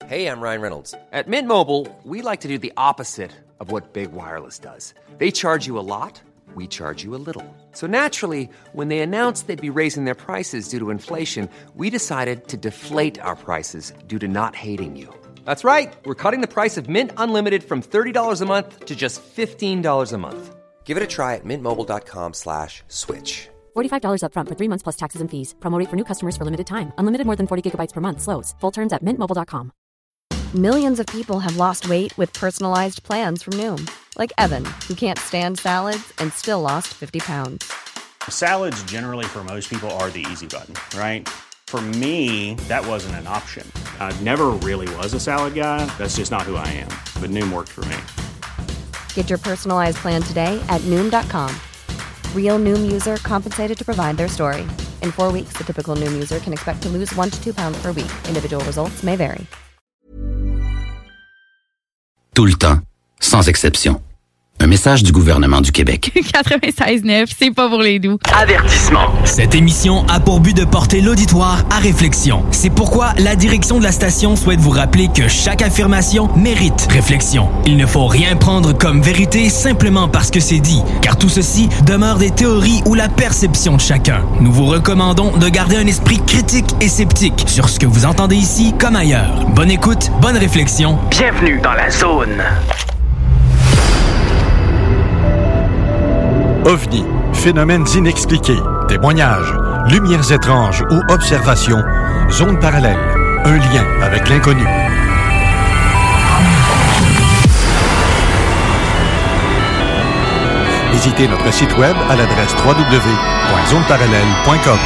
Hey, I'm Ryan Reynolds. At Mint Mobile, we like to do the opposite of what Big Wireless does. They charge you a lot, we charge you a little. So naturally, when they announced they'd be raising their prices due to inflation, we decided to deflate our prices due to not hating you. That's right. We're cutting the price of Mint Unlimited from $30 a month to just $15 a month. Give it a try at mintmobile.com/switch. $45 up front for 3 months plus taxes and fees. Promo rate for new customers for limited time. Unlimited more than 40 gigabytes per month. Slows full terms at mintmobile.com. Millions of people have lost weight with personalized plans from Noom. Like Evan, who can't stand salads and still lost 50 pounds. Salads generally for most people are the easy button, right? For me, that wasn't an option. I never really was a salad guy. That's just not who I am. But Noom worked for me. Get your personalized plan today at Noom.com. Real Noom user compensated to provide their story. In 4 weeks, the typical Noom user can expect to lose 1 to 2 pounds per week. Individual results may vary. Tout le temps, sans exception. Un message du gouvernement du Québec. 96.9, c'est pas pour les doux. Avertissement. Cette émission a pour but de porter l'auditoire à réflexion. C'est pourquoi la direction de la station souhaite vous rappeler que chaque affirmation mérite réflexion. Il ne faut rien prendre comme vérité simplement parce que c'est dit, car tout ceci demeure des théories ou la perception de chacun. Nous vous recommandons de garder un esprit critique et sceptique sur ce que vous entendez ici comme ailleurs. Bonne écoute, bonne réflexion. Bienvenue dans la zone. OVNI, phénomènes inexpliqués, témoignages, lumières étranges ou observations, zone parallèle, un lien avec l'inconnu. Visitez notre site web à l'adresse www.zoneparallèle.com.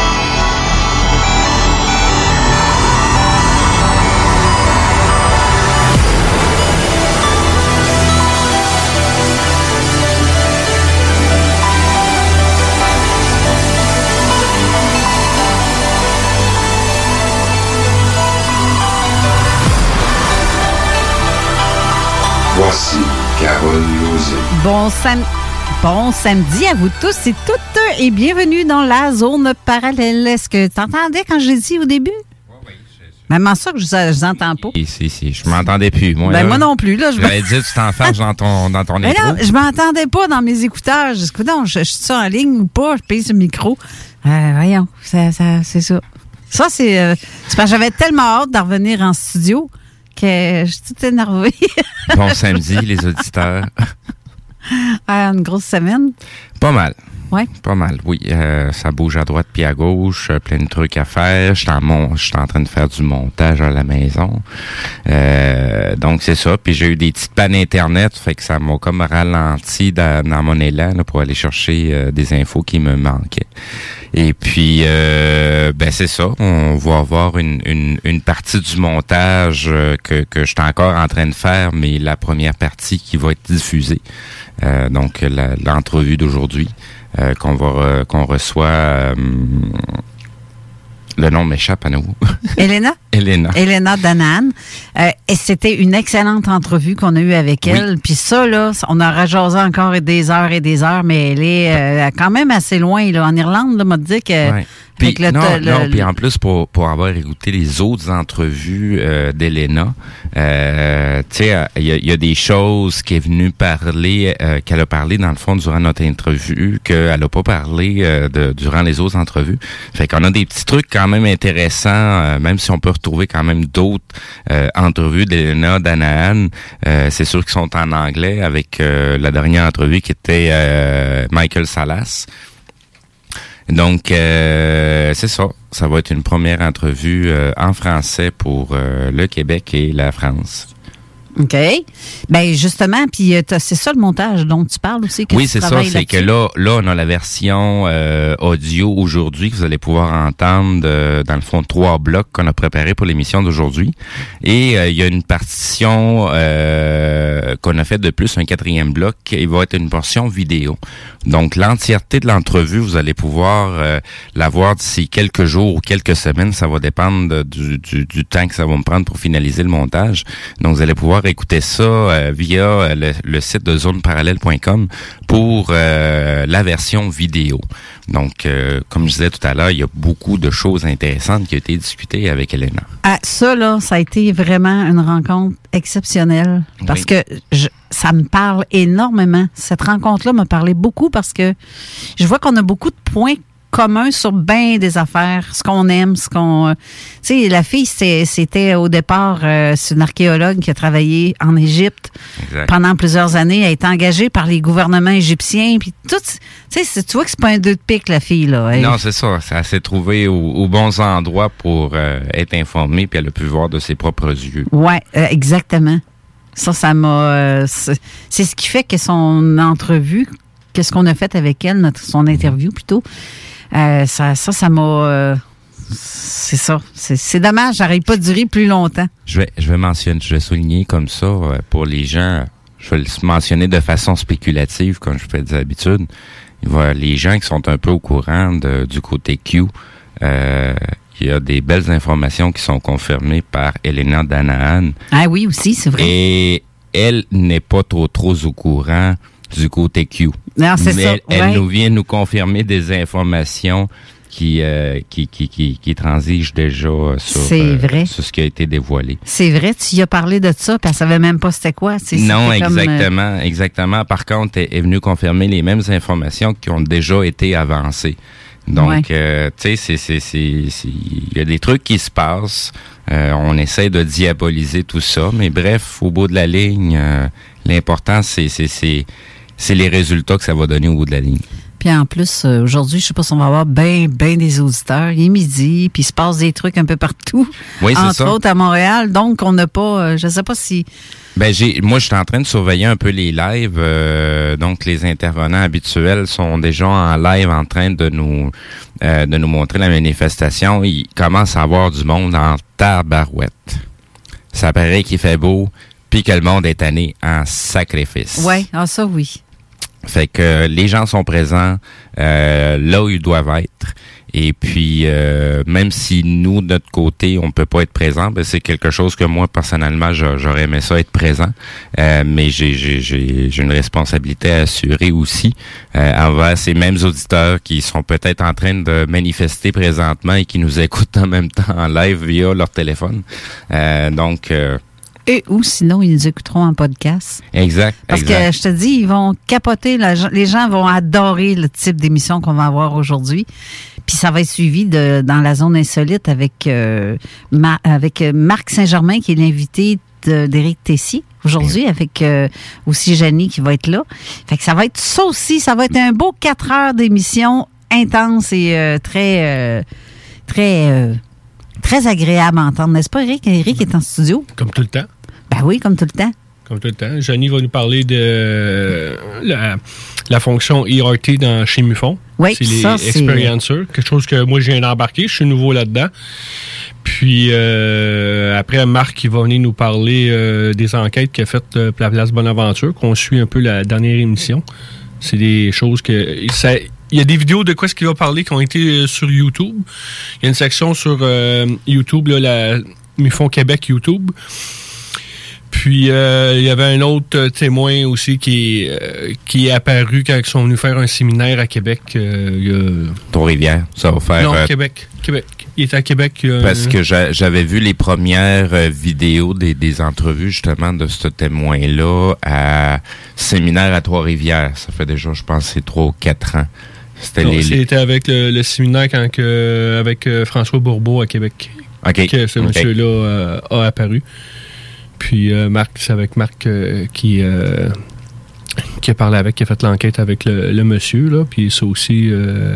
Voici Carole Lauzé. Bon samedi à vous tous et toutes et bienvenue dans la zone parallèle. Est-ce que tu entendais quand j'ai dit au début? Oui. Même en ça que je vous entends pas. Si. Je m'entendais plus. Moi, moi non plus. Là, j'avais dit tu t'enfermes dans ton intro. Mais là, je m'entendais pas dans mes écouteurs. Je dis, non, je suis en ligne ou pas? Je paye sur le micro. Voyons, c'est ça. Ça, c'est parce que j'avais tellement hâte de revenir en studio que je suis toute énervée. Bon samedi, les auditeurs. Une grosse semaine. Pas mal. Ouais. Pas mal, oui. Ça bouge à droite puis à gauche, plein de trucs à faire. Je suis en train de faire du montage à la maison. Donc, c'est ça. Puis j'ai eu des petites pannes Internet, fait que ça m'a comme ralenti dans mon élan là, pour aller chercher des infos qui me manquaient. Et puis, c'est ça. On va avoir une partie du montage que je suis encore en train de faire, mais la première partie qui va être diffusée. Donc, l'entrevue d'aujourd'hui qu'on reçoit. Le nom m'échappe à nouveau. Elena Danaan. Et c'était une excellente entrevue qu'on a eue avec elle. Puis ça, là, on aurait jasé encore des heures, mais elle est quand même assez loin. Là. En Irlande, là, m'a dit que... Ouais. Puis, puis en plus, pour avoir écouté les autres entrevues d'Elena, tu sais, il y a des choses qu'elle est venue parler, qu'elle a parlé dans le fond durant notre entrevue, qu'elle a pas parlé durant les autres entrevues. Fait qu'on a des petits trucs quand même intéressants, même si on peut retrouver quand même d'autres entrevues d'Elena Danaan. C'est sûr qu'ils sont en anglais avec la dernière entrevue qui était Michael Salas. Donc, c'est ça. Ça va être une première entrevue en français pour le Québec et la France. OK. Ben justement, puis c'est ça le montage dont tu parles aussi. Que oui, c'est ça. C'est que là, on a la version audio aujourd'hui que vous allez pouvoir entendre dans le fond 3 blocs qu'on a préparés pour l'émission d'aujourd'hui. Et il y a une partition qu'on a fait de plus, un 4e bloc, qui va être une portion vidéo. Donc, l'entièreté de l'entrevue, vous allez pouvoir la voir d'ici quelques jours ou quelques semaines. Ça va dépendre du temps que ça va me prendre pour finaliser le montage. Donc, vous allez pouvoir écouter ça via le site de zoneparallèle.com pour la version vidéo. Donc, comme je disais tout à l'heure, il y a beaucoup de choses intéressantes qui ont été discutées avec Elena. Ah, ça, là, ça a été vraiment une rencontre exceptionnelle parce que ça me parle énormément. Cette rencontre-là m'a parlé beaucoup parce que je vois qu'on a beaucoup de points communs sur bien des affaires, ce qu'on aime, ce qu'on... Tu sais, la fille, c'était au départ, c'est une archéologue qui a travaillé en Égypte pendant plusieurs années. Elle a été engagée par les gouvernements égyptiens, puis tout... Tu sais, tu vois que c'est pas un deux de pique, la fille, là. Non, c'est ça. Elle s'est trouvée aux bons endroits pour être informée, puis elle a pu voir de ses propres yeux. Ouais, exactement. Ça m'a... c'est ce qui fait que son entrevue, qu'est-ce qu'on a fait avec elle, son interview plutôt, ça m'a... c'est ça. C'est dommage, j'arrive pas de durer plus longtemps. Je vais souligner comme ça pour les gens, je vais le mentionner de façon spéculative, comme je fais d'habitude. Les gens qui sont un peu au courant du côté Q, il y a des belles informations qui sont confirmées par Elena Danahan. Ah oui, aussi, c'est vrai. Et elle n'est pas trop au courant du côté Q. Non, c'est ça. Elle nous vient nous confirmer des informations qui transigent déjà sur ce qui a été dévoilé. C'est vrai, tu y as parlé de ça, puis elle savait même pas c'était quoi. Non, exactement. Par contre, elle est venue confirmer les mêmes informations qui ont déjà été avancées. Donc, tu sais, il y a des trucs qui se passent. On essaie de diaboliser tout ça, mais bref, au bout de la ligne, l'important, c'est les résultats que ça va donner au bout de la ligne. Puis en plus, aujourd'hui, je sais pas si on va avoir ben des auditeurs. Il est midi, puis il se passe des trucs un peu partout. Oui, c'est entre ça. autres à Montréal. Donc, on n'a pas... je sais pas si... Moi, je suis en train de surveiller un peu les lives. Donc, les intervenants habituels sont déjà en live en train de nous montrer la manifestation. Il commence à avoir du monde en tabarouette. Ça paraît qu'il fait beau, puis que le monde est tanné en sacrifice. Oui, ça oui. Fait que les gens sont présents là où ils doivent être. Et puis, même si nous, de notre côté, on peut pas être présent, c'est quelque chose que moi, personnellement, j'aurais aimé ça être présent. Mais j'ai une responsabilité à assurer aussi envers ces mêmes auditeurs qui sont peut-être en train de manifester présentement et qui nous écoutent en même temps en live via leur téléphone. Ou sinon, ils nous écouteront en podcast. Exact. Parce que je te dis, ils vont capoter. Les gens vont adorer le type d'émission qu'on va avoir aujourd'hui. Puis ça va être suivi dans la zone insolite avec Marc Saint-Germain, qui est l'invité d'Éric Tessier aujourd'hui, avec aussi Janie qui va être là. Fait que ça va être ça aussi. Ça va être un beau 4 heures d'émission intense et très agréable à entendre, n'est-ce pas, Éric? Éric est en studio. Comme tout le temps. Ben oui, comme tout le temps. Comme tout le temps. Janie va nous parler de la fonction ERT chez Mufon. Oui, c'est les Experiencers. Quelque chose que moi, je viens d'embarquer. Je suis nouveau là-dedans. Puis, après, Marc, il va venir nous parler des enquêtes qu'il a faites pour la place Bonaventure, qu'on suit un peu la dernière émission. C'est des choses que... Il y a des vidéos de quoi ce qu'il va parler qui ont été sur YouTube. Il y a une section sur YouTube, là, la Mufon Québec YouTube. Puis, il y avait un autre témoin aussi qui est apparu quand ils sont venus faire un séminaire à Québec. Trois-Rivières, ça va faire... Non, Québec. Il était à Québec. Parce que j'avais vu les premières vidéos des entrevues, justement, de ce témoin-là à séminaire à Trois-Rivières. Ça fait déjà, je pense, 3 ou 4 ans. C'était avec le séminaire avec François Bourbeau à Québec. OK. Que ce monsieur-là a apparu. Puis c'est avec Marc qui a parlé avec, qui a fait l'enquête avec le monsieur, là. Puis ça aussi,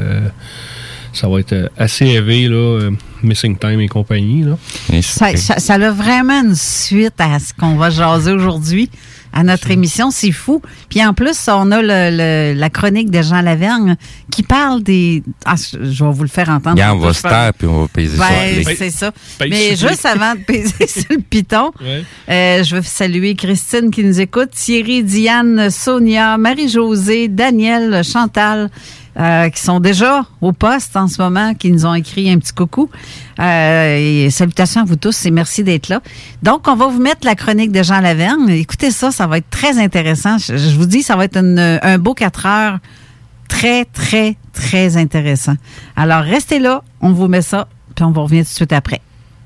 ça va être assez élevé, là, Missing Time et compagnie, là. Ça a vraiment une suite à ce qu'on va jaser aujourd'hui. À notre émission, c'est fou. Puis en plus, on a la chronique de Jean Lavergne qui parle des... je vais vous le faire entendre. On va se taire, puis on va peser ça. C'est ça. Mais juste avant de peser sur le piton, je veux saluer Christine qui nous écoute, Thierry, Diane, Sonia, Marie-Josée, Daniel, Chantal, qui sont déjà au poste en ce moment, qui nous ont écrit un petit coucou. Et salutations à vous tous et merci d'être là. Donc, on va vous mettre la chronique de Jean Lavergne. Écoutez ça, ça va être très intéressant. Je vous dis, ça va être un beau 4 heures très, très, très intéressant. Alors, restez là, on vous met ça, puis on vous revient tout de suite après.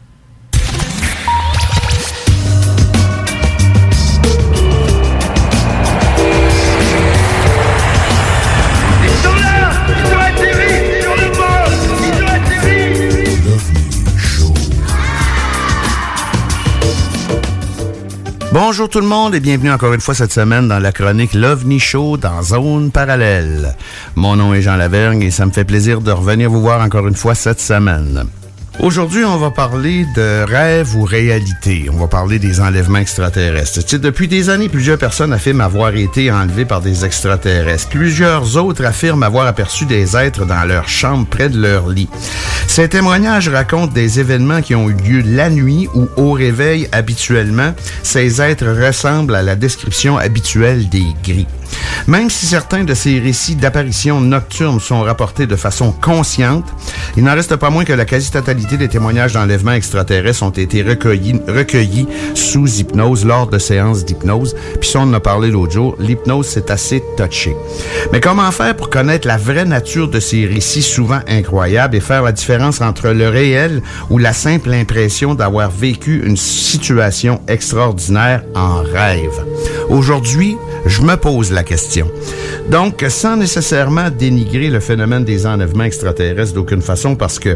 Bonjour tout le monde et bienvenue encore une fois cette semaine dans la chronique L'OVNI Show dans Zone Parallèle. Mon nom est Jean Lavergne et ça me fait plaisir de revenir vous voir encore une fois cette semaine. Aujourd'hui, on va parler de rêve ou réalité. On va parler des enlèvements extraterrestres. Tu sais, depuis des années, plusieurs personnes affirment avoir été enlevées par des extraterrestres. Plusieurs autres affirment avoir aperçu des êtres dans leur chambre près de leur lit. Ces témoignages racontent des événements qui ont eu lieu la nuit ou au réveil habituellement. Ces êtres ressemblent à la description habituelle des gris. Même si certains de ces récits d'apparitions nocturnes sont rapportés de façon consciente, il n'en reste pas moins que la quasi-totalité des témoignages d'enlèvements extraterrestres ont été recueillis sous hypnose lors de séances d'hypnose. Puis ça, on en a parlé l'autre jour, l'hypnose, c'est assez touché. Mais comment faire pour connaître la vraie nature de ces récits souvent incroyables et faire la différence entre le réel ou la simple impression d'avoir vécu une situation extraordinaire en rêve? Aujourd'hui, je me pose la question. Donc, sans nécessairement dénigrer le phénomène des enlèvements extraterrestres d'aucune façon, parce que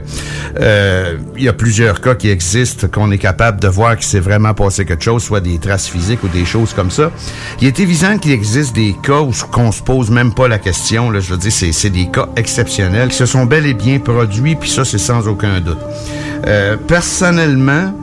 il y a plusieurs cas qui existent, qu'on est capable de voir qu'il s'est vraiment passé quelque chose, soit des traces physiques ou des choses comme ça. Il est évident qu'il existe des cas où qu'on se pose même pas la question. Là, je veux dire, c'est des cas exceptionnels qui se sont bel et bien produits, puis ça, c'est sans aucun doute. Personnellement,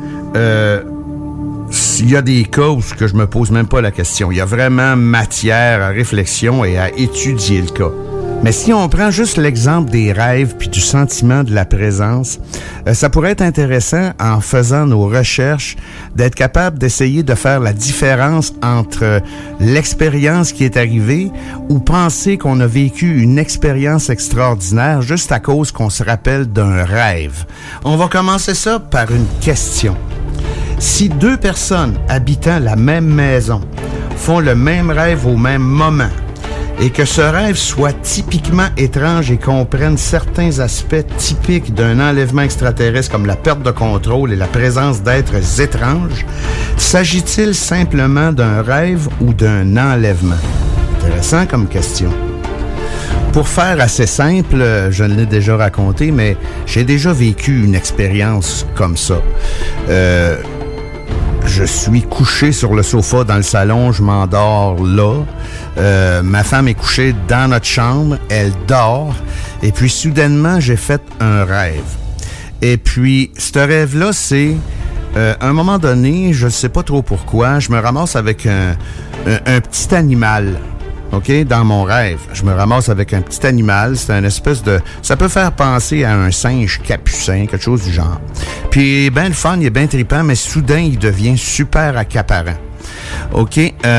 il y a des cas où je me pose même pas la question. Il y a vraiment matière à réflexion et à étudier le cas. Mais si on prend juste l'exemple des rêves puis du sentiment de la présence, ça pourrait être intéressant en faisant nos recherches d'être capable d'essayer de faire la différence entre l'expérience qui est arrivée ou penser qu'on a vécu une expérience extraordinaire juste à cause qu'on se rappelle d'un rêve. On va commencer ça par une question. Si deux personnes habitant la même maison font le même rêve au même moment et que ce rêve soit typiquement étrange et comprenne certains aspects typiques d'un enlèvement extraterrestre comme la perte de contrôle et la présence d'êtres étranges, s'agit-il simplement d'un rêve ou d'un enlèvement? Intéressant comme question. Pour faire assez simple, je l'ai déjà raconté, mais j'ai déjà vécu une expérience comme ça. Je suis couché sur le sofa dans le salon, je m'endors là. Ma femme est couchée dans notre chambre, elle dort. Et puis, soudainement, j'ai fait un rêve. Et puis, ce rêve-là, c'est... à un moment donné, je ne sais pas trop pourquoi, je me ramasse avec un petit animal. OK? Dans mon rêve, je me ramasse avec un petit animal. C'est une espèce de... Ça peut faire penser à un singe capucin, quelque chose du genre. Puis, ben le fun, il est bien trippant, mais soudain, il devient super accaparant. OK?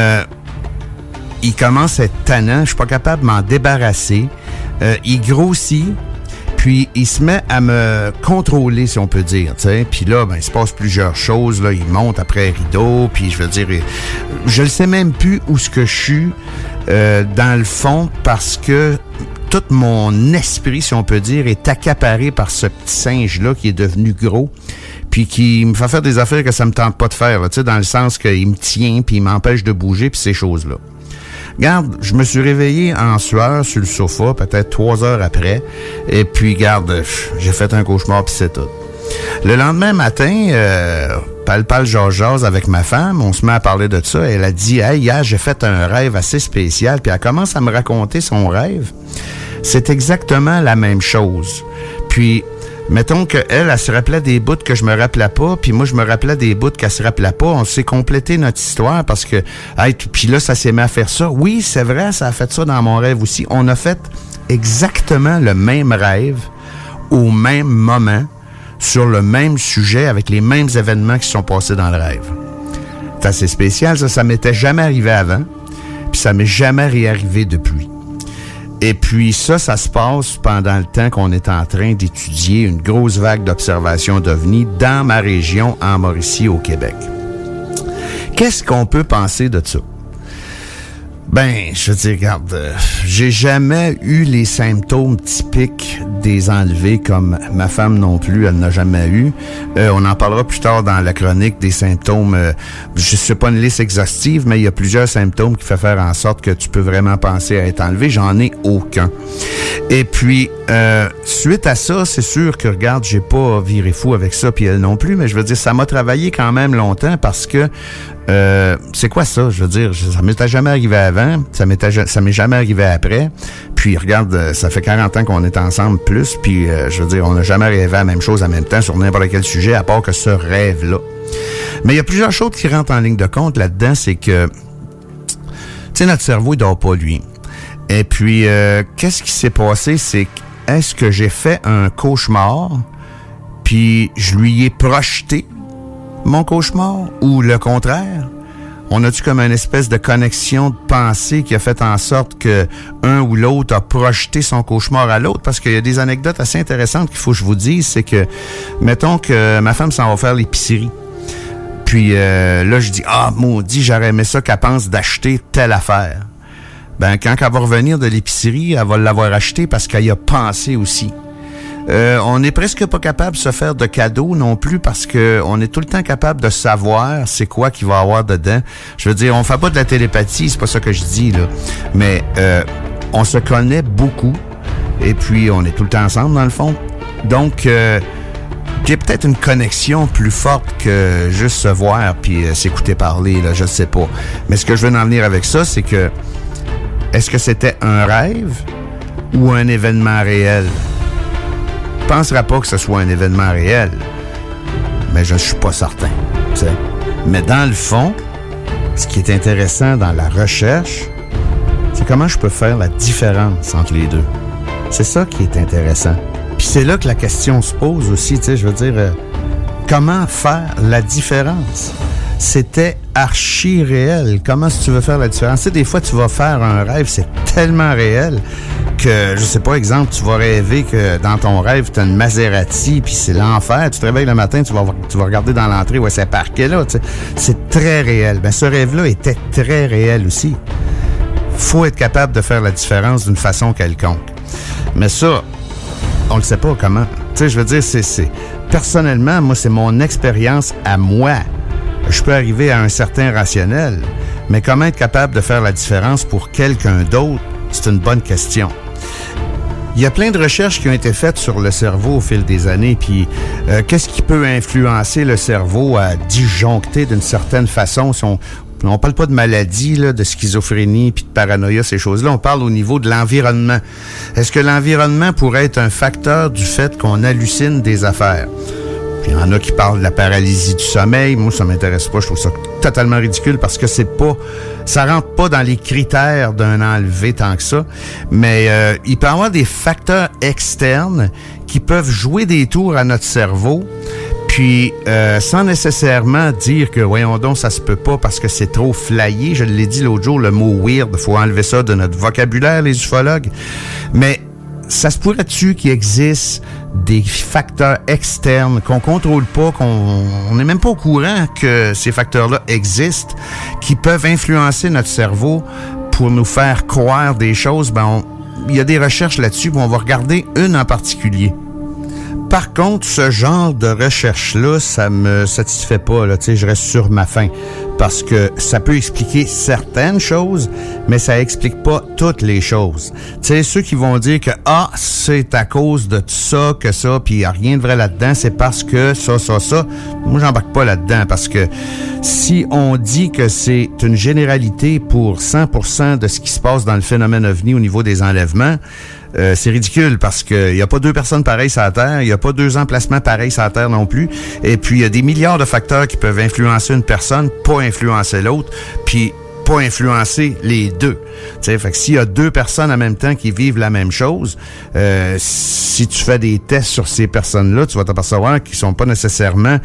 Il commence à être tannant. Je suis pas capable de m'en débarrasser. Il grossit. Puis, il se met à me contrôler, si on peut dire, tu sais. Puis là, ben, il se passe plusieurs choses, là. Il monte après rideau, puis je veux dire, je ne sais même plus où ce que je suis, dans le fond, parce que tout mon esprit, si on peut dire, est accaparé par ce petit singe-là qui est devenu gros, puis qui me fait faire des affaires que ça me tente pas de faire, tu sais, dans le sens qu'il me tient, puis il m'empêche de bouger, puis ces choses-là. Regarde, je me suis réveillé en sueur sur le sofa, peut-être 3 heures après, et puis, regarde, j'ai fait un cauchemar, puis c'est tout. Le lendemain matin, pal jase avec ma femme, on se met à parler de ça, elle a dit « Hey, hier, j'ai fait un rêve assez spécial », puis elle commence à me raconter son rêve. C'est exactement la même chose. Puis, mettons qu'elle, elle se rappelait des bouts que je me rappelais pas, puis moi, je me rappelais des bouts qu'elle se rappelait pas. On s'est complété notre histoire parce que, hey, puis là, ça s'est mis à faire ça. Oui, c'est vrai, ça a fait ça dans mon rêve aussi. On a fait exactement le même rêve au même moment, sur le même sujet, avec les mêmes événements qui sont passés dans le rêve. C'est assez spécial, ça m'était jamais arrivé avant, puis ça m'est jamais réarrivé depuis. Et puis ça se passe pendant le temps qu'on est en train d'étudier une grosse vague d'observation d'OVNI dans ma région, en Mauricie, au Québec. Qu'est-ce qu'on peut penser de ça? Ben, je veux dire, regarde, j'ai jamais eu les symptômes typiques des enlevés comme ma femme non plus, elle n'a jamais eu. On en parlera plus tard dans la chronique des symptômes. Je sais pas une liste exhaustive, mais il y a plusieurs symptômes qui font faire en sorte que tu peux vraiment penser à être enlevé. J'en ai aucun. Et puis, suite à ça, c'est sûr que, regarde, j'ai pas viré fou avec ça, puis elle non plus, mais je veux dire, ça m'a travaillé quand même longtemps parce que c'est quoi ça? Je veux dire, ça m'était jamais arrivé avant, ça m'est jamais arrivé après. Puis regarde, ça fait 40 ans qu'on est ensemble plus, puis je veux dire, on n'a jamais rêvé la même chose en même temps sur n'importe quel sujet, à part que ce rêve-là. Mais il y a plusieurs choses qui rentrent en ligne de compte là-dedans, c'est que, tu sais, notre cerveau, il dort pas, lui. Et puis, qu'est-ce qui s'est passé? C'est est-ce que j'ai fait un cauchemar, puis je lui ai projeté mon cauchemar, ou le contraire? On a-tu comme une espèce de connexion de pensée qui a fait en sorte que un ou l'autre a projeté son cauchemar à l'autre? Parce qu'il y a des anecdotes assez intéressantes qu'il faut que je vous dise. C'est que, mettons que ma femme s'en va faire l'épicerie. Puis là, je dis, maudit, j'aurais aimé ça qu'elle pense d'acheter telle affaire. Ben, quand elle va revenir de l'épicerie, elle va l'avoir acheté parce qu'elle y a pensé aussi. On n'est presque pas capable de se faire de cadeaux non plus parce que on est tout le temps capable de savoir c'est quoi qu'il va y avoir dedans. Je veux dire, on fait pas de la télépathie, c'est pas ça que je dis, là. Mais on se connaît beaucoup et puis on est tout le temps ensemble dans le fond. Donc, j'ai peut-être une connexion plus forte que juste se voir puis s'écouter parler, là, je sais pas. Mais ce que je veux en venir avec ça, c'est que est-ce que c'était un rêve ou un événement réel? Je ne penserais pas que ce soit un événement réel, mais je ne suis pas certain. T'sais. Mais dans le fond, ce qui est intéressant dans la recherche, c'est comment je peux faire la différence entre les deux. C'est ça qui est intéressant. Puis c'est là que la question se pose aussi, tu sais, je veux dire, comment faire la différence? C'était archi réel. Comment est-ce que tu veux faire la différence? Tu sais, des fois, tu vas faire un rêve, c'est tellement réel que, je sais pas, exemple, tu vas rêver que dans ton rêve, tu as une Maserati, puis c'est l'enfer. Tu te réveilles le matin, tu vas regarder dans l'entrée, ouais, c'est parqué là. Tu sais. C'est très réel. Ben, ce rêve-là était très réel aussi. Faut être capable de faire la différence d'une façon quelconque. Mais ça, on le sait pas comment. Tu sais, je veux dire, c'est personnellement, moi, c'est mon expérience à moi. Je peux arriver à un certain rationnel, mais comment être capable de faire la différence pour quelqu'un d'autre, c'est une bonne question. Il y a plein de recherches qui ont été faites sur le cerveau au fil des années, puis qu'est-ce qui peut influencer le cerveau à disjoncter d'une certaine façon? Si on parle pas de maladie, là, de schizophrénie puis de paranoïa, ces choses-là. On parle au niveau de l'environnement. Est-ce que l'environnement pourrait être un facteur du fait qu'on hallucine des affaires? Puis il y en a qui parlent de la paralysie du sommeil. Moi, ça m'intéresse pas. Je trouve ça totalement ridicule parce que ça rentre pas dans les critères d'un enlevé tant que ça. Mais il peut y avoir des facteurs externes qui peuvent jouer des tours à notre cerveau. Puis, sans nécessairement dire que, voyons donc, ça se peut pas parce que c'est trop flyé. Je l'ai dit l'autre jour, le mot weird, il faut enlever ça de notre vocabulaire, les ufologues. Mais ça se pourrait-tu qu'il existe des facteurs externes qu'on contrôle pas, qu'on n'est même pas au courant que ces facteurs-là existent, qui peuvent influencer notre cerveau pour nous faire croire des choses? Ben, il y a des recherches là-dessus, puis on va regarder une en particulier. Par contre, ce genre de recherche-là, ça me satisfait pas, là. Tu sais, je reste sur ma faim. Parce que ça peut expliquer certaines choses, mais ça explique pas toutes les choses. Tu sais, ceux qui vont dire que, c'est à cause de ça, que ça, puis il n'y a rien de vrai là-dedans, c'est parce que ça. Moi, j'embarque pas là-dedans, parce que si on dit que c'est une généralité pour 100% de ce qui se passe dans le phénomène OVNI au niveau des enlèvements, c'est ridicule parce que y a pas deux personnes pareilles sur la Terre, il y a pas deux emplacements pareils sur la Terre non plus, et puis il y a des milliards de facteurs qui peuvent influencer une personne, pas influencer l'autre, puis pas influencer les deux. T'sais, fait que s'il y a deux personnes en même temps qui vivent la même chose, si tu fais des tests sur ces personnes-là, tu vas t'apercevoir qu'ils sont pas nécessairement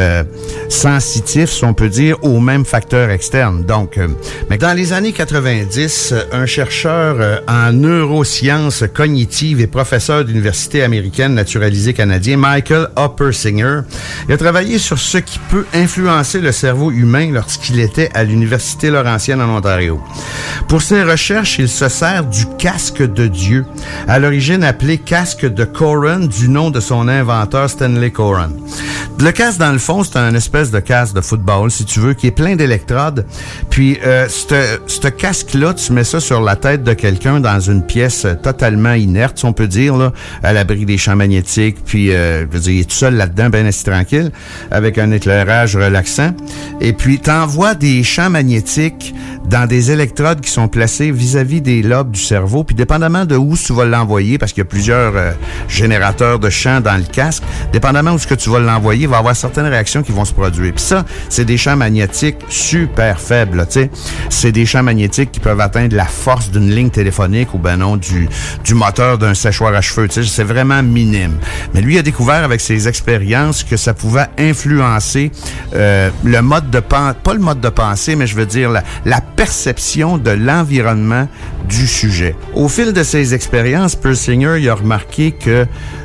sensitifs, si on peut dire, aux mêmes facteurs externes. Donc, mais dans les années 90, un chercheur en neurosciences cognitives et professeur d'université américaine naturalisé canadien, Michael Oppersinger, il a travaillé sur ce qui peut influencer le cerveau humain lorsqu'il était à l'Université Laurentienne en Ontario. Pour ses recherches, il se sert du casque de Dieu, à l'origine appelé casque de Coran, du nom de son inventeur Stanley Coran. Le casque, dans le fond, c'est un espèce de casque de football, si tu veux, qui est plein d'électrodes. Puis, ce casque-là, tu mets ça sur la tête de quelqu'un dans une pièce totalement inerte, si on peut dire, là, à l'abri des champs magnétiques. Puis, je veux dire, il est tout seul là-dedans, bien assis tranquille, avec un éclairage relaxant. Et puis, t'envoies des champs magnétiques dans des électrodes qui sont placées vis-à-vis des lobes du cerveau. Puis, dépendamment de où tu vas l'envoyer, parce qu'il y a plusieurs générateurs de champs dans le casque, dépendamment où ce que tu vas l'envoyer, il va y avoir certaines réactions qui vont se produire. Puis ça, c'est des champs magnétiques super faibles, tu sais. C'est des champs magnétiques qui peuvent atteindre la force d'une ligne téléphonique ou ben non, du moteur d'un séchoir à cheveux, tu sais. C'est vraiment minime. Mais lui a découvert avec ses expériences que ça pouvait influencer le mode de pensée, pas le mode de pensée, mais je veux dire la perception de l'environnement du sujet. Au fil de ses expériences, Persinger il a remarqué que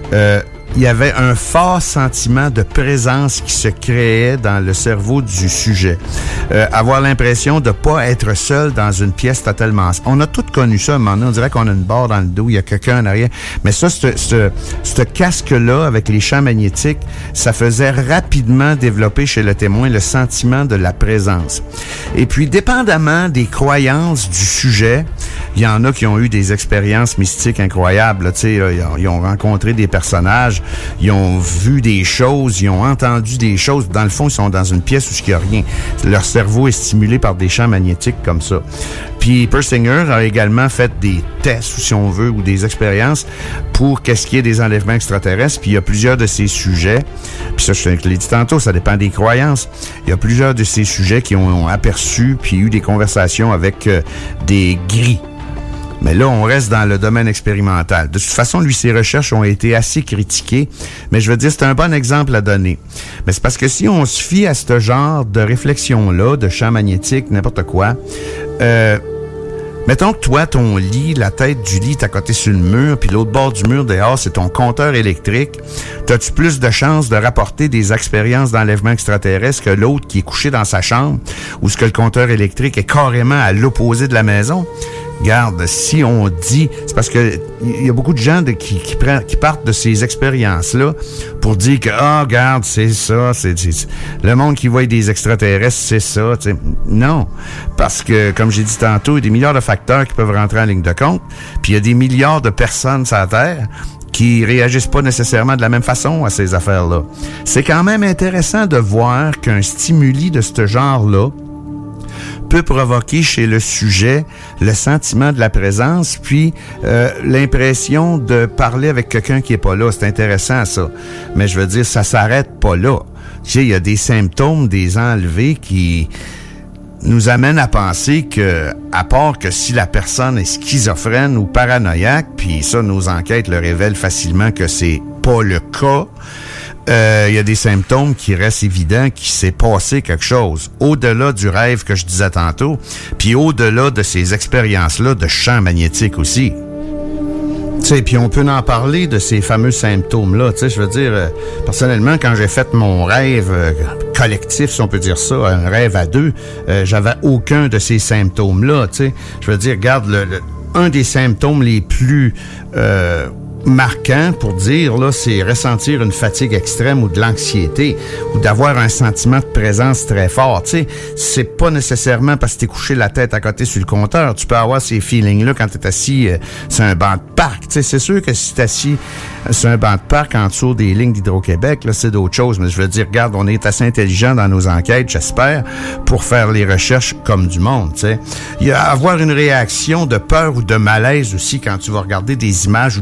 il y avait un fort sentiment de présence qui se créait dans le cerveau du sujet. Avoir l'impression de pas être seul dans une pièce totalement... On a tous connu ça, à un moment donné, on dirait qu'on a une barre dans le dos, il y a quelqu'un en arrière. Mais ça, ce casque-là, avec les champs magnétiques, ça faisait rapidement développer chez le témoin le sentiment de la présence. Et puis, dépendamment des croyances du sujet, il y en a qui ont eu des expériences mystiques incroyables. Tu sais, ils ont rencontré des personnages, ils ont vu des choses, ils ont entendu des choses. Dans le fond, ils sont dans une pièce où il n'y a rien. Leur cerveau est stimulé par des champs magnétiques comme ça. Puis Persinger a également fait des tests, si on veut, ou des expériences pour qu'est-ce qui est des enlèvements extraterrestres. Puis il y a plusieurs de ces sujets, puis ça, je te l'ai dit tantôt, ça dépend des croyances. Il y a plusieurs de ces sujets qui ont aperçu puis eu des conversations avec des gris. Mais là, on reste dans le domaine expérimental. De toute façon, lui, ses recherches ont été assez critiquées, mais je veux dire, c'est un bon exemple à donner. Mais c'est parce que si on se fie à ce genre de réflexion-là, de champ magnétique, n'importe quoi, mettons que toi, ton lit, la tête du lit est à côté sur le mur, puis l'autre bord du mur dehors, c'est ton compteur électrique. T'as-tu plus de chances de rapporter des expériences d'enlèvement extraterrestre que l'autre qui est couché dans sa chambre, ou ce que le compteur électrique est carrément à l'opposé de la maison? Regarde, si on dit... C'est parce que il y a beaucoup de gens qui partent de ces expériences-là pour dire que, regarde, c'est ça, c'est le monde qui voit des extraterrestres, c'est ça. T'sais. Non, parce que, comme j'ai dit tantôt, il y a des milliards de facteurs qui peuvent rentrer en ligne de compte, puis il y a des milliards de personnes sur la Terre qui réagissent pas nécessairement de la même façon à ces affaires-là. C'est quand même intéressant de voir qu'un stimuli de ce genre-là peut provoquer chez le sujet le sentiment de la présence, puis l'impression de parler avec quelqu'un qui est pas là. C'est intéressant, ça. Mais je veux dire, ça s'arrête pas là. Tu sais, il y a des symptômes des enlevés qui nous amènent à penser que, à part que si la personne est schizophrène ou paranoïaque, puis ça, nos enquêtes le révèlent facilement que c'est pas le cas, il y a des symptômes qui restent évidents qu'il s'est passé quelque chose. Au-delà du rêve que je disais tantôt, puis au-delà de ces expériences-là de champs magnétiques aussi. Tu sais, puis on peut en parler de ces fameux symptômes-là. Tu sais, je veux dire, personnellement, quand j'ai fait mon rêve collectif, si on peut dire ça, un rêve à deux, j'avais aucun de ces symptômes-là. Tu sais, je veux dire, regarde, un des symptômes les plus marquant pour dire, là, c'est ressentir une fatigue extrême ou de l'anxiété ou d'avoir un sentiment de présence très fort. Tu sais, c'est pas nécessairement parce que t'es couché la tête à côté sur le compteur. Tu peux avoir ces feelings-là quand t'es assis sur un banc de parc. Tu sais, c'est sûr que si t'es assis sur un banc de parc en dessous des lignes d'Hydro-Québec, là, c'est d'autres choses. Mais je veux dire, regarde, on est assez intelligent dans nos enquêtes, j'espère, pour faire les recherches comme du monde, tu sais. Il y a avoir une réaction de peur ou de malaise aussi quand tu vas regarder des images ou des films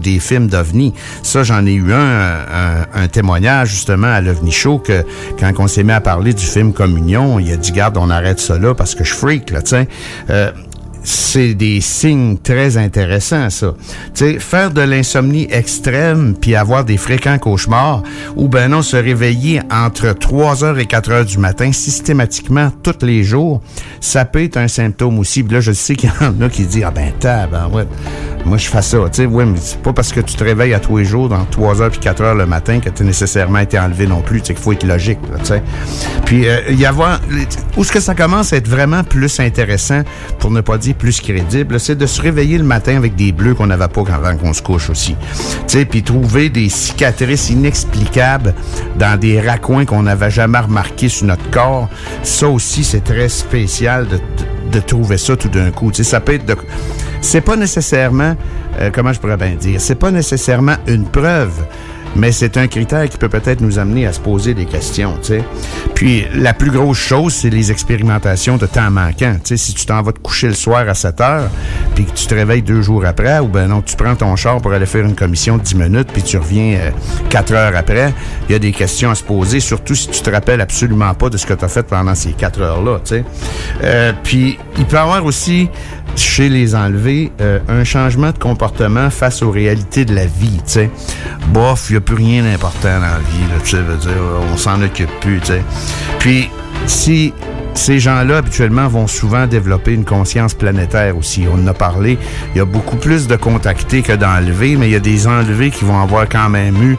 d'OVNI. Ça, j'en ai eu un témoignage, justement, à l'OVNI Show, que quand on s'est mis à parler du film Communion, il a dit, garde, on arrête ça là parce que je freak, là, tu sais. C'est des signes très intéressants, ça. Tu sais, faire de l'insomnie extrême puis avoir des fréquents cauchemars ou ben non, se réveiller entre 3h et 4h du matin systématiquement tous les jours, ça peut être un symptôme aussi. Puis là, je sais qu'il y en a qui disent, ah ben ouais, moi je fais ça. Tu sais, ouais, mais c'est pas parce que tu te réveilles à tous les jours dans 3h puis 4h le matin que tu as nécessairement été enlevé non plus. Tu sais, qu'il faut être logique, là, tu sais. Puis, où est-ce que ça commence à être vraiment plus intéressant, pour ne pas dire plus crédible, c'est de se réveiller le matin avec des bleus qu'on n'avait pas avant qu'on se couche aussi. Tu sais, puis trouver des cicatrices inexplicables dans des raccoins qu'on n'avait jamais remarqués sur notre corps. Ça aussi, c'est très spécial de trouver ça tout d'un coup. Tu sais, ça peut être c'est pas nécessairement, comment je pourrais bien dire, c'est pas nécessairement une preuve, mais c'est un critère qui peut peut-être nous amener à se poser des questions, tu sais. Puis, la plus grosse chose, c'est les expérimentations de temps manquant. Tu sais, si tu t'en vas te coucher le soir à 7 heures, puis que tu te réveilles 2 jours après, ou ben non, tu prends ton char pour aller faire une commission de 10 minutes, puis tu reviens 4 heures après, il y a des questions à se poser, surtout si tu te rappelles absolument pas de ce que tu as fait pendant ces 4 heures-là, tu sais. Puis, il peut y avoir aussi, chez les enlevés, un changement de comportement face aux réalités de la vie, tu sais. Bof, il n'y a plus rien d'important dans la vie, là, tu sais, veut dire, on s'en occupe plus, tu sais. Puis, si ces gens-là, habituellement, vont souvent développer une conscience planétaire aussi. On en a parlé, il y a beaucoup plus de contactés que d'enlevés, mais il y a des enlevés qui vont avoir quand même eu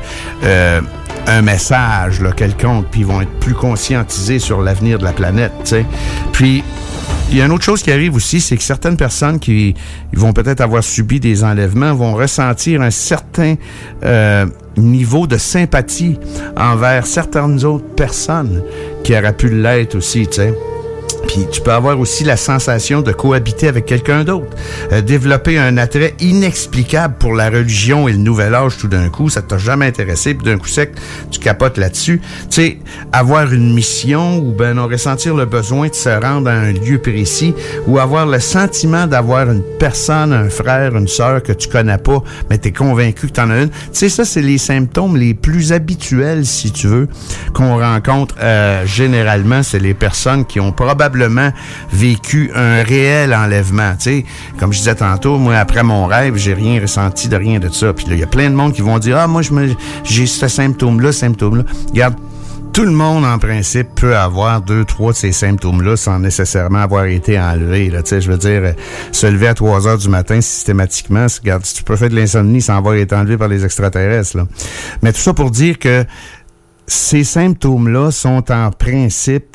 un message là, quelconque, puis ils vont être plus conscientisés sur l'avenir de la planète, tu sais. Puis, il y a une autre chose qui arrive aussi, c'est que certaines personnes qui vont peut-être avoir subi des enlèvements vont ressentir un certain niveau de sympathie envers certaines autres personnes qui auraient pu l'être aussi, tu sais. Puis tu peux avoir aussi la sensation de cohabiter avec quelqu'un d'autre. Développer un attrait inexplicable pour la religion et le nouvel âge tout d'un coup, ça t'a jamais intéressé, puis d'un coup sec, tu capotes là-dessus. Tu sais, avoir une mission ou ben non, ressentir le besoin de se rendre à un lieu précis ou avoir le sentiment d'avoir une personne, un frère, une sœur que tu connais pas, mais t'es convaincu que t'en as une. Tu sais, ça, c'est les symptômes les plus habituels, si tu veux, qu'on rencontre généralement. C'est les personnes qui ont probablement vécu un réel enlèvement, tu sais. Comme je disais tantôt, moi, après mon rêve, j'ai rien ressenti de rien de ça. Puis là, il y a plein de monde qui vont dire, ah, moi, j'ai ce symptôme-là. Regarde, tout le monde, en principe, peut avoir 2-3 de ces symptômes-là sans nécessairement avoir été enlevé, là, tu sais. Je veux dire, se lever à 3 heures du matin systématiquement, regarde, si tu peux faire de l'insomnie sans avoir été enlevé par les extraterrestres, là. Mais tout ça pour dire que ces symptômes-là sont en principe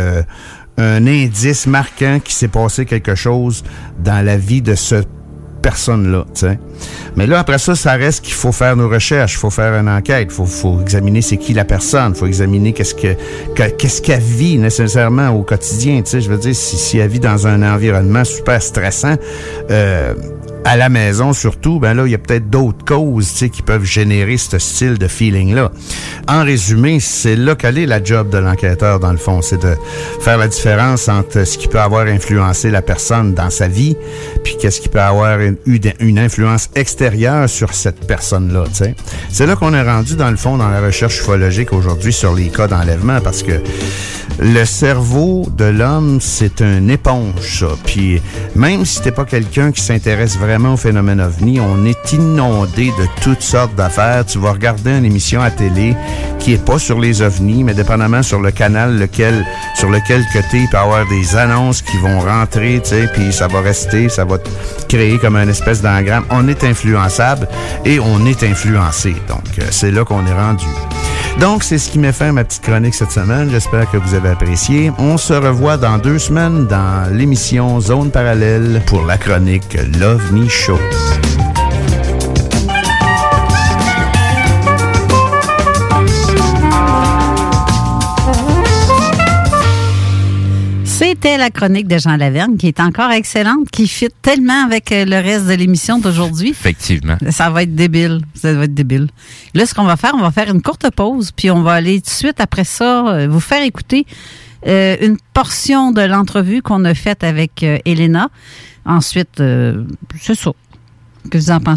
un indice marquant qu'il s'est passé quelque chose dans la vie de cette personne-là, tu sais. Mais là, après ça, ça reste qu'il faut faire nos recherches, il faut faire une enquête, faut examiner c'est qui la personne, il faut examiner qu'est-ce qu'elle vit nécessairement au quotidien, tu sais. Je veux dire, si elle vit dans un environnement super stressant, à la maison surtout, ben là, il y a peut-être d'autres causes, tu sais, qui peuvent générer ce style de feeling-là. En résumé, c'est là qu'elle est la job de l'enquêteur, dans le fond. C'est de faire la différence entre ce qui peut avoir influencé la personne dans sa vie, puis qu'est-ce qui peut avoir eu une influence extérieure sur cette personne-là, tu sais. C'est là qu'on est rendu, dans le fond, dans la recherche ufologique aujourd'hui sur les cas d'enlèvement, parce que le cerveau de l'homme, c'est une éponge, ça. Puis même si t'es pas quelqu'un qui s'intéresse vraiment au phénomène OVNI, on est inondé de toutes sortes d'affaires. Tu vas regarder une émission à télé qui est pas sur les OVNI, mais dépendamment sur le canal sur lequel que t'es, il peut y avoir des annonces qui vont rentrer, tu sais, puis ça va rester, ça va créer comme une espèce d'engramme. On est influençable et on est influencé. Donc, c'est là qu'on est rendu. Donc, c'est ce qui met fin à ma petite chronique cette semaine. J'espère que vous avez apprécié. On se revoit dans 2 semaines dans l'émission Zone Parallèle pour la chronique l'OVNI Show. C'était la chronique de Jean Lavergne, qui est encore excellente, qui fit tellement avec le reste de l'émission d'aujourd'hui. Effectivement. Ça va être débile. Ça va être débile. Là, ce qu'on va faire, on va faire une courte pause, puis on va aller tout de suite après ça vous faire écouter une portion de l'entrevue qu'on a faite avec Elena. Ensuite, c'est ça. Qu'est-ce que vous en pensez?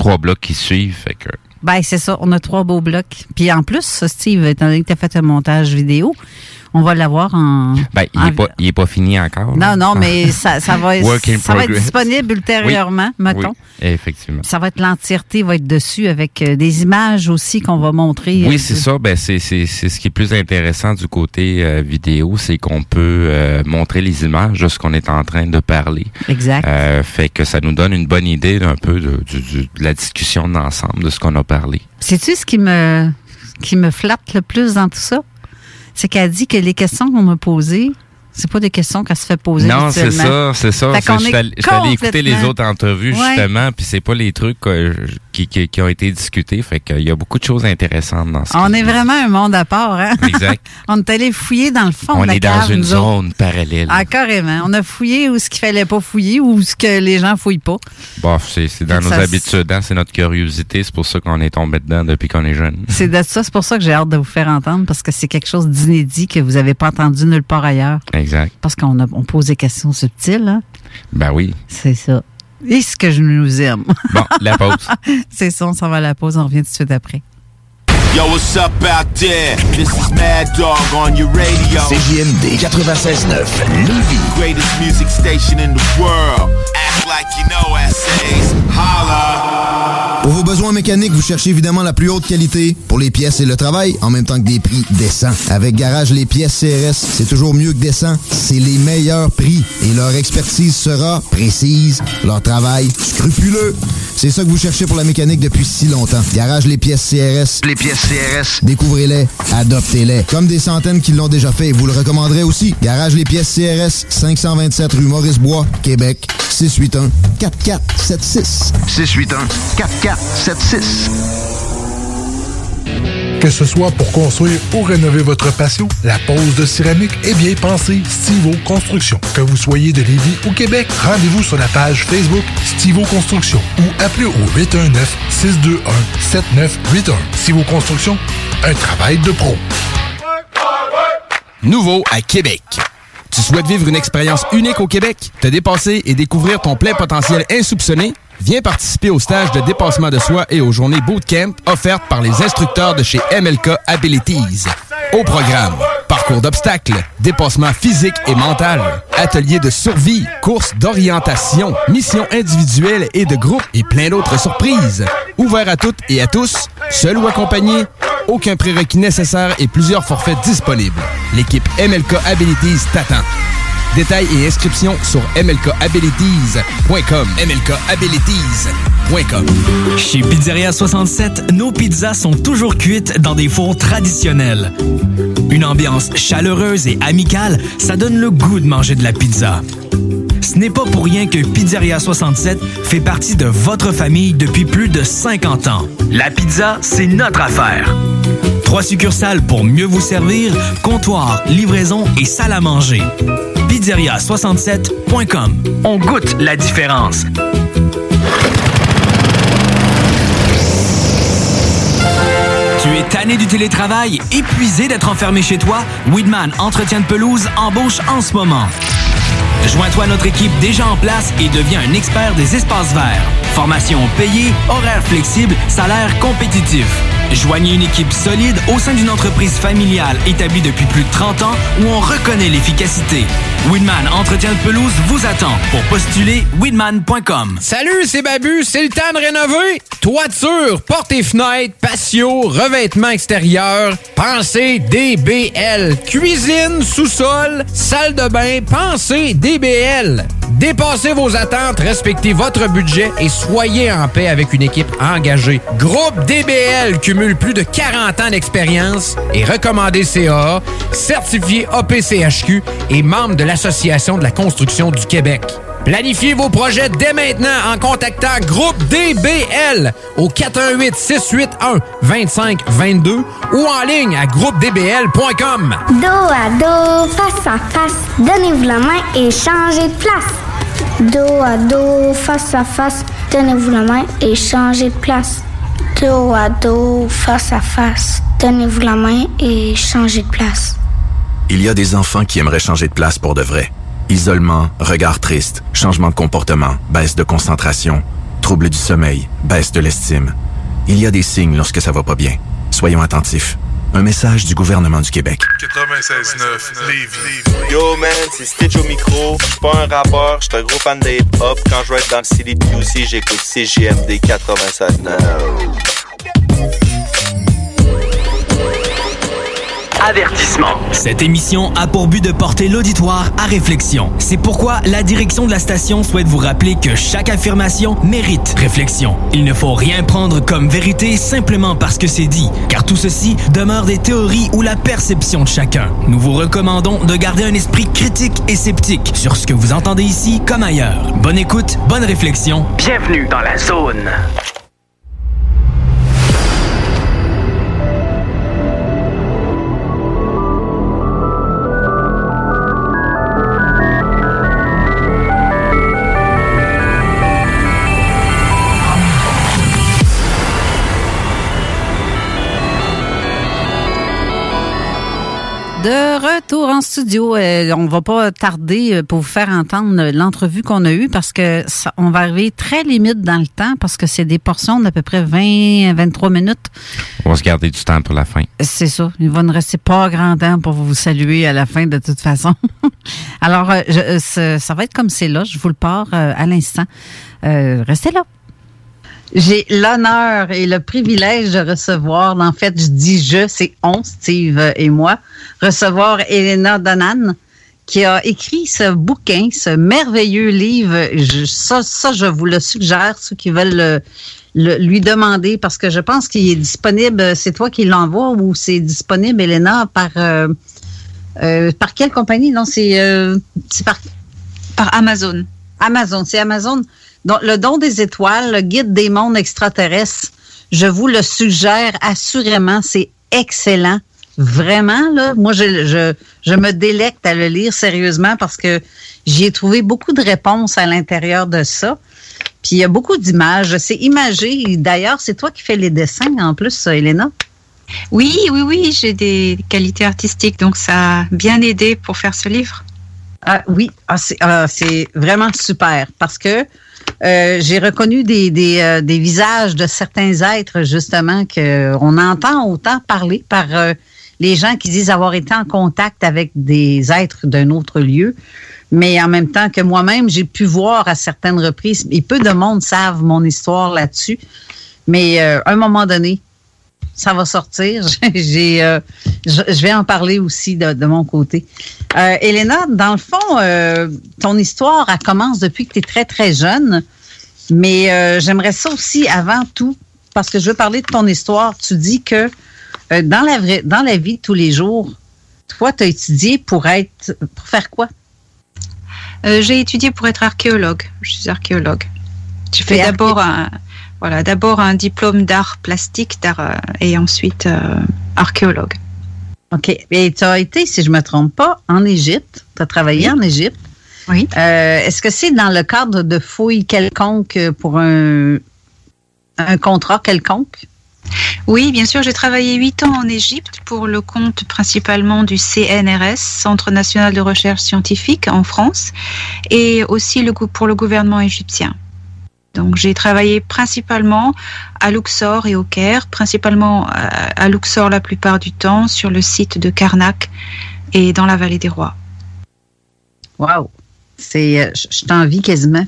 3 blocs qui suivent, fait que... Ben, c'est ça. On a 3 beaux blocs. Puis en plus, Steve, étant donné que tu as fait un montage vidéo, on va l'avoir en... Ben, il est pas fini encore. Non, mais ça va être disponible ultérieurement, oui, mettons. Oui, effectivement. Ça va être l'entièreté, va être dessus avec des images aussi qu'on va montrer. Oui, c'est ça. Ben, c'est ce qui est plus intéressant du côté vidéo, c'est qu'on peut montrer les images de ce qu'on est en train de parler. Exact. Fait que ça nous donne une bonne idée d'un peu de la discussion d'ensemble, de ce qu'on a parlé. Sais-tu ce qui me flatte le plus dans tout ça? C'est qu'elle dit que les questions qu'on m'a posées, c'est pas des questions qu'elle se fait poser. Non, c'est ça. Je suis allé écouter les autres entrevues, justement, puis c'est pas les trucs qui ont été discutés. Fait qu'il y a beaucoup de choses intéressantes dans ce On est vraiment un monde à part, hein? Exact. On est allé fouiller dans le fond On de la est cave, dans une zone parallèle. Ah, carrément. On a fouillé où ce qu'il fallait pas fouiller ou ce que les gens fouillent pas. Bon, c'est dans nos habitudes, hein? C'est notre curiosité. C'est pour ça qu'on est tombé dedans depuis qu'on est jeune. C'est pour ça que j'ai hâte de vous faire entendre, parce que c'est quelque chose d'inédit que vous avez pas entendu nulle part ailleurs. Exact. Parce qu'on pose des questions subtiles, hein? Ben oui. C'est ça. Et ce que je nous aime. Bon, la pause. C'est ça, on s'en va à la pause, on revient tout de suite après. Yo, what's up out there? This is Mad Dog on your radio. CJMD 96.9, Lévis. Greatest music station in the world. Act like you know essays. Holla! Pour vos besoins mécaniques, vous cherchez évidemment la plus haute qualité pour les pièces et le travail, en même temps que des prix décents. Avec Garage Les Pièces CRS, c'est toujours mieux que décent. C'est les meilleurs prix et leur expertise sera précise, leur travail scrupuleux. C'est ça que vous cherchez pour la mécanique depuis si longtemps. Garage Les Pièces CRS. Les pièces CRS. Découvrez-les, adoptez-les. Comme des centaines qui l'ont déjà fait et vous le recommanderez aussi. Garage Les Pièces CRS, 527 rue Maurice-Bois, Québec, 681-4476. 681-4476. Que ce soit pour construire ou rénover votre patio, la pose de céramique est bien pensée Stivo Construction. Que vous soyez de Lévis ou Québec, rendez-vous sur la page Facebook Stivo Construction ou appelez au 819-621-7981. Stivo Construction, un travail de pro. Nouveau à Québec. Tu souhaites vivre une expérience unique au Québec, te dépasser et découvrir ton plein potentiel insoupçonné? Viens participer au stage de dépassement de soi et aux journées bootcamp offertes par les instructeurs de chez MLK Abilities. Au programme, parcours d'obstacles, dépassement physique et mental, ateliers de survie, courses d'orientation, missions individuelles et de groupe et plein d'autres surprises. Ouvert à toutes et à tous, seul ou accompagné, aucun prérequis nécessaire et plusieurs forfaits disponibles. L'équipe MLK Abilities t'attend. Détails et inscriptions sur mlkabilities.com. mlkabilities.com. Chez Pizzeria 67, nos pizzas sont toujours cuites dans des fours traditionnels. Une ambiance chaleureuse et amicale, ça donne le goût de manger de la pizza. Ce n'est pas pour rien que Pizzeria 67 fait partie de votre famille depuis plus de 50 ans. La pizza, c'est notre affaire. 3 succursales pour mieux vous servir, comptoir, livraison et salle à manger. Pizzeria67.com. On goûte la différence. Tu es tanné du télétravail, épuisé d'être enfermé chez toi? Weedman Entretien de pelouse embauche en ce moment. Joins-toi à notre équipe déjà en place et deviens un expert des espaces verts. Formation payée, horaires flexibles, salaire compétitif. Joignez une équipe solide au sein d'une entreprise familiale établie depuis plus de 30 ans où on reconnaît l'efficacité. Weedman Entretien de pelouse vous attend. Pour postuler, weedman.com. Salut, c'est Babu, c'est le temps de rénover. Toiture, portes et fenêtres, patio, revêtement extérieur. Pensez DBL. Cuisine, sous-sol, salle de bain, pensez DBL. Dépassez vos attentes, respectez votre budget et soyez en paix avec une équipe engagée. Groupe DBL cumule plus de 40 ans d'expérience et recommandé CAA, certifié APCHQ et membre de l'Association de la construction du Québec. Planifiez vos projets dès maintenant en contactant Groupe DBL au 418-681-2522 ou en ligne à groupedbl.com. Dos à dos, face à face, donnez-vous la main et changez de place. Dos à dos, face à face, donnez-vous la main et changez de place. Dos à dos, face à face, donnez-vous la main et changez de place. Il y a des enfants qui aimeraient changer de place pour de vrai. Isolement, regard triste, changement de comportement, baisse de concentration. troubles du sommeil, baisse de l'estime. Il y a des signes lorsque ça va pas bien. Soyons attentifs. Un message du gouvernement du Québec. 96.9 Lévis. Yo man, c'est Stitch au micro. Je suis pas un rappeur, je suis un gros fan de hip-hop. Quand je vais être dans le CDPUC, j'écoute CJMD 96.9. Avertissement. Cette émission a pour but de porter l'auditoire à réflexion. C'est pourquoi la direction de la station souhaite vous rappeler que chaque affirmation mérite réflexion. Il ne faut rien prendre comme vérité simplement parce que c'est dit, car tout ceci demeure des théories ou la perception de chacun. Nous vous recommandons de garder un esprit critique et sceptique sur ce que vous entendez ici comme ailleurs. Bonne écoute, bonne réflexion. Bienvenue dans la zone. De retour en studio, on va pas tarder pour vous faire entendre l'entrevue qu'on a eue parce que on va arriver très limite dans le temps parce que c'est des portions d'à peu près 20-23 minutes. On va se garder du temps pour la fin. C'est ça. Il va ne rester pas grand temps pour vous saluer à la fin de toute façon. Alors, ça va être comme c'est là. Je vous le pars à l'instant. Restez là. J'ai l'honneur et le privilège de recevoir, en fait, je dis c'est on, Steve et moi, recevoir Elena Donan, qui a écrit ce bouquin, ce merveilleux livre. Ça, je vous le suggère, ceux qui veulent lui demander, parce que je pense qu'il est disponible, c'est toi qui l'envoies ou c'est disponible, Elena, par quelle compagnie? Non, c'est par Amazon. Amazon, c'est Amazon. Donc, le don des étoiles, le guide des mondes extraterrestres, je vous le suggère assurément, c'est excellent. Vraiment, là, moi, je me délecte à le lire sérieusement parce que j'y ai trouvé beaucoup de réponses à l'intérieur de ça. Puis, il y a beaucoup d'images. C'est imagé. D'ailleurs, c'est toi qui fais les dessins en plus, Elena? Oui, j'ai des qualités artistiques, donc ça a bien aidé pour faire ce livre. Oui, c'est vraiment super parce que j'ai reconnu des visages de certains êtres, justement, qu'on entend autant parler par les gens qui disent avoir été en contact avec des êtres d'un autre lieu, mais en même temps que moi-même, j'ai pu voir à certaines reprises, et peu de monde savent mon histoire là-dessus, mais à un moment donné, ça va sortir. Je vais en parler aussi de mon côté. Elena, dans le fond, ton histoire, elle commence depuis que tu es très, très jeune. Mais j'aimerais ça aussi, avant tout, parce que je veux parler de ton histoire. Tu dis que dans la vie de tous les jours, toi, tu as étudié pour faire quoi? J'ai étudié pour être archéologue. Je suis archéologue. J'ai fait d'abord un diplôme d'art plastique et ensuite archéologue. OK. Et tu as été, si je ne me trompe pas, en Égypte. Tu as travaillé en Égypte. Oui. Est-ce que c'est dans le cadre de fouilles quelconques pour un contrat quelconque? Oui, bien sûr. J'ai travaillé 8 ans en Égypte pour le compte principalement du CNRS, Centre national de recherche scientifique en France, et aussi pour le gouvernement égyptien. Donc, j'ai travaillé principalement à Luxor et au Caire, principalement à Luxor la plupart du temps, sur le site de Karnak et dans la vallée des Rois. Wow! Je t'envie quasiment.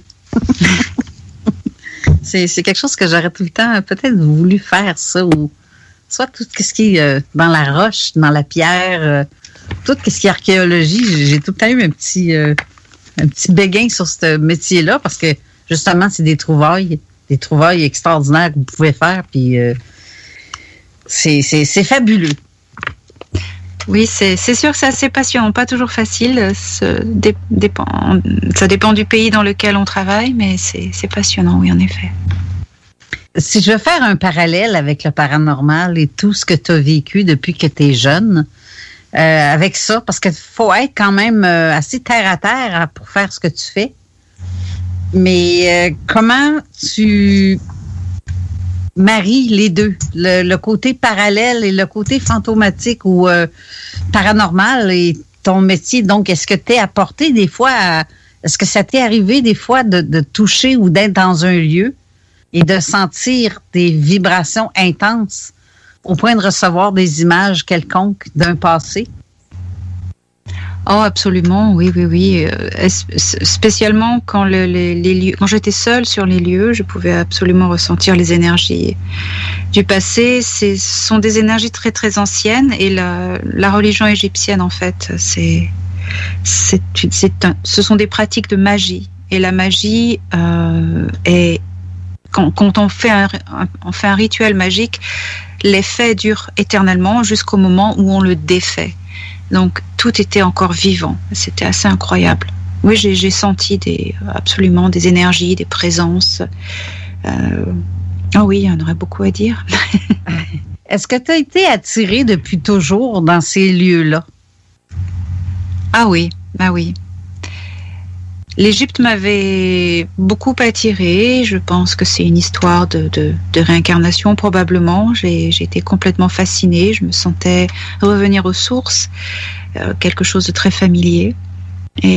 c'est quelque chose que j'aurais tout le temps peut-être voulu faire, ça, ou soit tout ce qui est dans la roche, dans la pierre, tout ce qui est archéologie. J'ai tout le temps eu un petit béguin sur ce métier-là parce que justement, c'est des trouvailles extraordinaires que vous pouvez faire, puis c'est fabuleux. Oui, c'est sûr que c'est assez passionnant, pas toujours facile. Ça dépend du pays dans lequel on travaille, mais c'est passionnant, oui, en effet. Si je veux faire un parallèle avec le paranormal et tout ce que tu as vécu depuis que tu es jeune, avec ça, parce qu'il faut être quand même assez terre à terre pour faire ce que tu fais. Mais comment tu maries les deux, le côté parallèle et le côté fantomatique ou paranormal et ton métier? Donc, est-ce que t'es apporté des fois est-ce que ça t'est arrivé des fois de toucher ou d'être dans un lieu et de sentir des vibrations intenses au point de recevoir des images quelconques d'un passé? Oh, absolument, oui. Spécialement quand les lieux, quand j'étais seule sur les lieux, je pouvais absolument ressentir les énergies du passé. Ce sont des énergies très très anciennes, et la religion égyptienne, en fait, ce sont des pratiques de magie. Et la magie est quand on fait un rituel magique, l'effet dure éternellement jusqu'au moment où on le défait. Donc, tout était encore vivant. C'était assez incroyable. Oui, j'ai senti absolument des énergies, des présences. Oui, il y en aurait beaucoup à dire. Est-ce que tu as été attirée depuis toujours dans ces lieux-là? Ah oui. L'Égypte m'avait beaucoup attirée. Je pense que c'est une histoire de réincarnation, probablement. J'ai été complètement fascinée. Je me sentais revenir aux sources, quelque chose de très familier. Et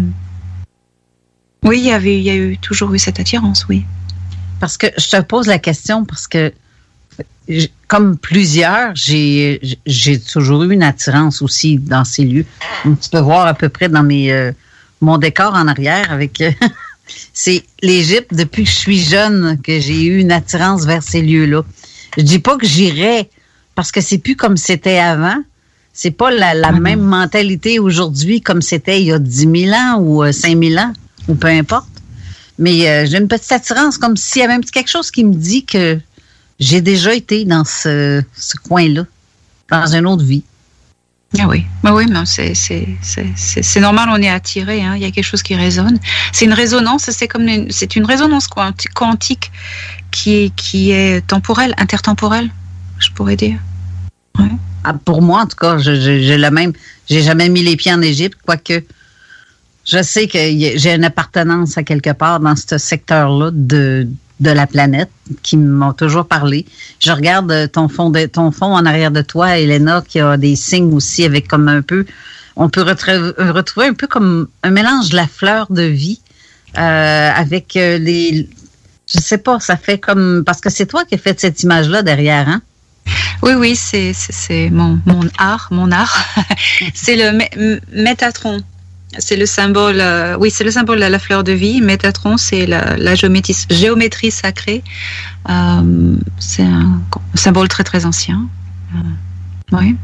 oui, il y a toujours eu cette attirance, oui. Parce que je te pose la question parce que, comme plusieurs, j'ai toujours eu une attirance aussi dans ces lieux. Tu peux voir à peu près dans mon décor en arrière avec c'est l'Égypte depuis que je suis jeune que j'ai eu une attirance vers ces lieux-là. Je dis pas que j'irais parce que c'est plus comme c'était avant. C'est pas la même mentalité aujourd'hui comme c'était il y a 10 000 ans ou 5 000 ans ou peu importe. Mais j'ai une petite attirance comme s'il y avait quelque chose qui me dit que j'ai déjà été dans ce coin-là, dans une autre vie. Ah oui, non, c'est normal, on est attiré, hein, il y a quelque chose qui résonne. C'est une résonance, c'est une résonance quantique qui est temporelle, intertemporelle, je pourrais dire. Ouais. Ah, pour moi, en tout cas, j'ai jamais mis les pieds en Égypte, quoique je sais que j'ai une appartenance à quelque part dans ce secteur-là de la planète qui m'ont toujours parlé. Je regarde ton fond en arrière de toi, Elena, qui a des signes aussi avec comme un peu, on peut retrouver un peu comme un mélange de la fleur de vie avec je sais pas, ça fait comme, parce que c'est toi qui as fait cette image-là derrière, hein? Oui, c'est mon art. C'est le Métatron. C'est le symbole, c'est le symbole de la fleur de vie. Métatron, c'est la géométrie sacrée. C'est un symbole très très ancien. Oui.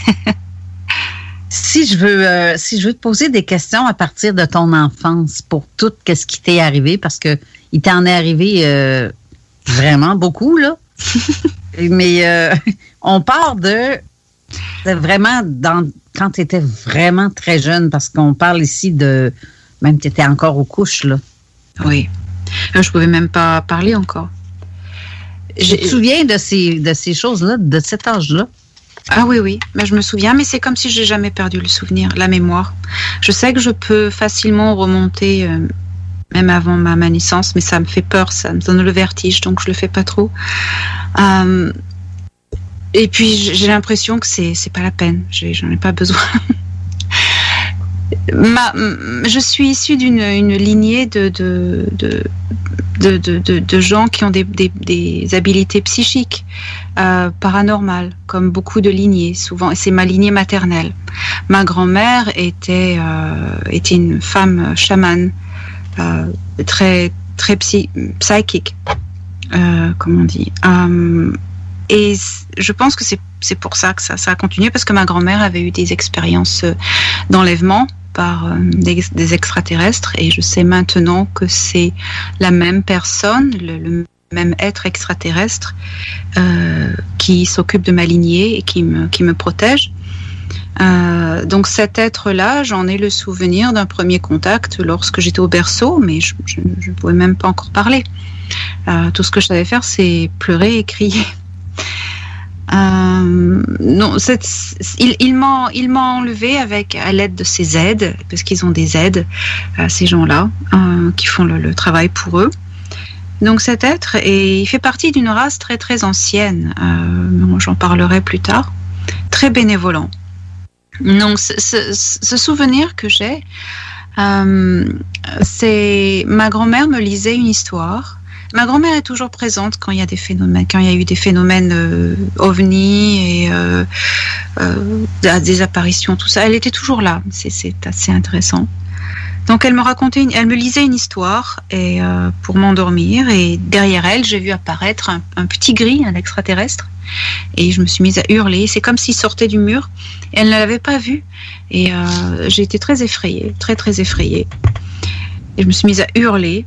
Si je veux te poser des questions à partir de ton enfance pour tout ce qui t'est arrivé, parce que il t'en est arrivé vraiment beaucoup là. Mais on part de vraiment quand tu étais vraiment très jeune, parce qu'on parle ici de... Même tu étais encore aux couches, là. Oui. Je pouvais même pas parler encore. Je te souviens de ces choses-là, de cet âge-là? Ah oui. Mais je me souviens, mais c'est comme si j'ai jamais perdu le souvenir, la mémoire. Je sais que je peux facilement remonter, même avant ma naissance, mais ça me fait peur, ça me donne le vertige, donc je le fais pas trop. Et puis j'ai l'impression que c'est pas la peine. J'en ai pas besoin. Je suis issue d'une lignée de gens qui ont des habiletés psychiques, paranormales, comme beaucoup de lignées. Souvent, c'est ma lignée maternelle. Ma grand-mère était une femme chamane, très très psychique, comme on dit. Et je pense que c'est pour ça que ça a continué, parce que ma grand-mère avait eu des expériences d'enlèvement par des extraterrestres, et je sais maintenant que c'est la même personne, le même être extraterrestre qui s'occupe de ma lignée et qui me protège. Donc cet être-là, j'en ai le souvenir d'un premier contact lorsque j'étais au berceau, mais je ne pouvais même pas encore parler. Tout ce que je savais faire, c'est pleurer et crier. Non, il m'a enlevé à l'aide de ces aides, parce qu'ils ont des aides, ces gens-là, qui font le travail pour eux. Donc cet être, il fait partie d'une race très très ancienne, j'en parlerai plus tard, très bénévolent. Donc ce souvenir que j'ai, c'est ma grand-mère me lisait une histoire Ma grand-mère est toujours présente quand il y a des phénomènes, quand il y a eu des phénomènes ovnis et des apparitions, tout ça. Elle était toujours là. C'est assez intéressant. Donc elle me lisait une histoire et pour m'endormir, et derrière elle, j'ai vu apparaître un petit gris, un extraterrestre, et je me suis mise à hurler. C'est comme s'il sortait du mur. Et elle ne l'avait pas vu, et j'ai été très effrayée, très très effrayée. Et je me suis mise à hurler.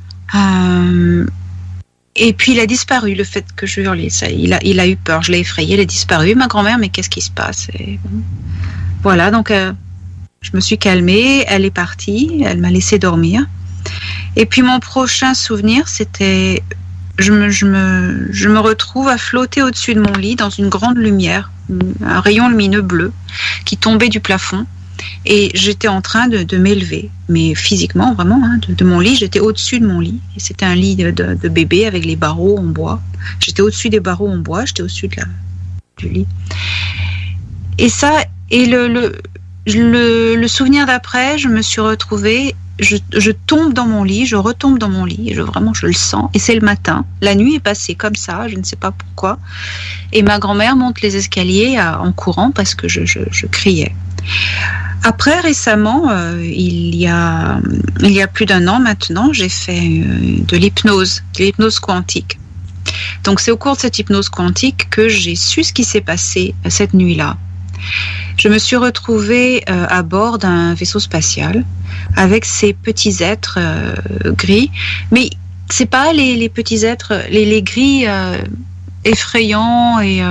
Et puis il a disparu, le fait que je hurlais. Ça, il a eu peur, je l'ai effrayé, il a disparu. Ma grand-mère, mais qu'est-ce qui se passe? Et bon. Voilà, donc je me suis calmée, elle est partie, elle m'a laissé dormir. Et puis mon prochain souvenir, c'était... Je me retrouve à flotter au-dessus de mon lit dans une grande lumière, un rayon lumineux bleu qui tombait du plafond. Et j'étais en train de m'élever, mais physiquement vraiment, hein, de mon lit, j'étais au-dessus de mon lit. Et c'était un lit de bébé avec les barreaux en bois. J'étais au-dessus des barreaux en bois, j'étais au-dessus du lit. Et ça, et le souvenir d'après, je me suis retrouvée, je tombe dans mon lit, je retombe dans mon lit, vraiment je le sens, et c'est le matin. La nuit est passée comme ça, je ne sais pas pourquoi. Et ma grand-mère monte les escaliers en courant parce que je criais. Après, récemment, il y a plus d'1 an maintenant, j'ai fait de l'hypnose quantique. Donc c'est au cours de cette hypnose quantique que j'ai su ce qui s'est passé cette nuit-là. Je me suis retrouvée à bord d'un vaisseau spatial avec ces petits êtres gris, mais c'est pas les petits êtres, les gris effrayants et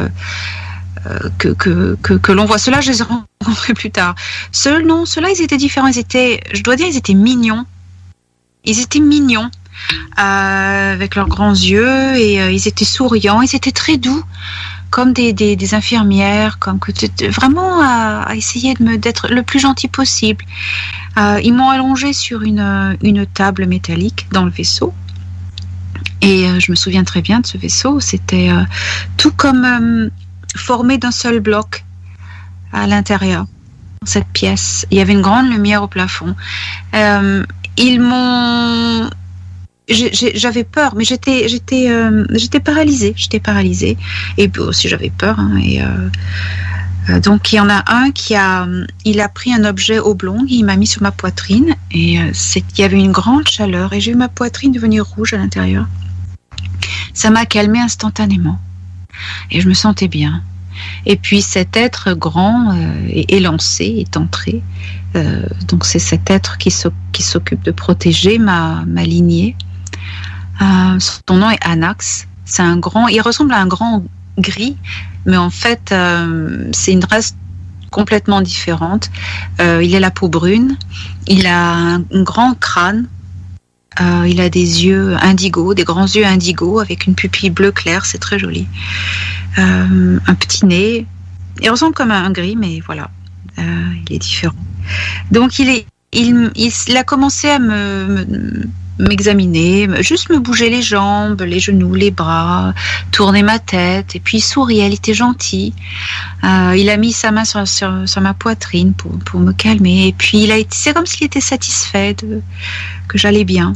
que l'on voit. Ceux-là, je les ai rencontrés plus tard. Ceux-là, ils étaient différents. Ils étaient mignons. Ils étaient mignons avec leurs grands yeux, et ils étaient souriants. Ils étaient très doux, comme des infirmières, vraiment à essayer d'être le plus gentil possible. Ils m'ont allongé sur une table métallique dans le vaisseau. Et je me souviens très bien de ce vaisseau. C'était tout comme formé d'un seul bloc à l'intérieur, dans cette pièce. Il y avait une grande lumière au plafond. Ils m'ont... J'avais peur, mais j'étais paralysée. Et puis aussi j'avais peur. Donc il y en a un il a pris un objet oblong, il m'a mis sur ma poitrine, et il y avait une grande chaleur, et j'ai eu ma poitrine devenir rouge à l'intérieur. Ça m'a calmée instantanément, et je me sentais bien. Et puis cet être grand est élancé, est entré. Donc c'est cet être qui s'occupe de protéger ma lignée. Son nom est Anax. Il ressemble à un grand gris, mais en fait c'est une race complètement différente. Il a la peau brune, il a un grand crâne, il a des yeux indigo, des grands yeux indigo avec une pupille bleu clair, c'est très joli. Un petit nez, il ressemble comme un gris, mais voilà, il est différent. Donc il a commencé à m'examiner, juste me bouger les jambes, les genoux, les bras, tourner ma tête, et puis il souriait, il était gentil. Il a mis sa main sur ma poitrine pour me calmer, et puis c'est comme s'il était satisfait que j'allais bien.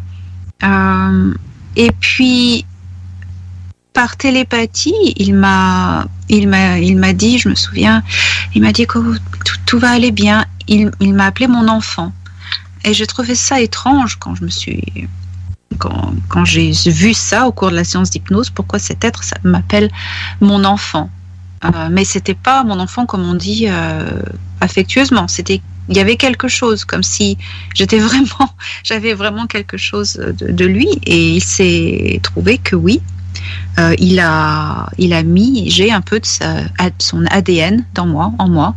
Et puis par télépathie, il m'a dit, je me souviens, il m'a dit que tout va aller bien. Il m'a appelé mon enfant. Et j'ai trouvé ça étrange quand j'ai vu ça au cours de la séance d'hypnose. Pourquoi cet être m'appelle mon enfant? Mais c'était pas mon enfant comme on dit affectueusement. Il y avait quelque chose, comme si j'avais vraiment quelque chose de lui. Et il s'est trouvé que oui, j'ai un peu de son ADN en moi.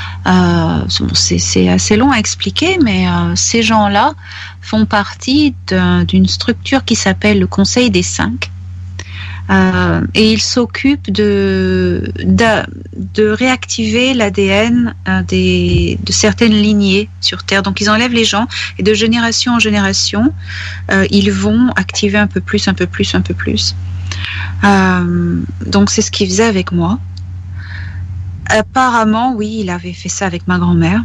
C'est assez long à expliquer, mais ces gens-là font partie d'une structure qui s'appelle le Conseil des 5, et ils s'occupent de réactiver l'ADN de certaines lignées sur Terre. Donc ils enlèvent les gens, et de génération en génération, ils vont activer un peu plus. Donc c'est ce qu'ils faisaient avec moi. Apparemment, oui, il avait fait ça avec ma grand-mère.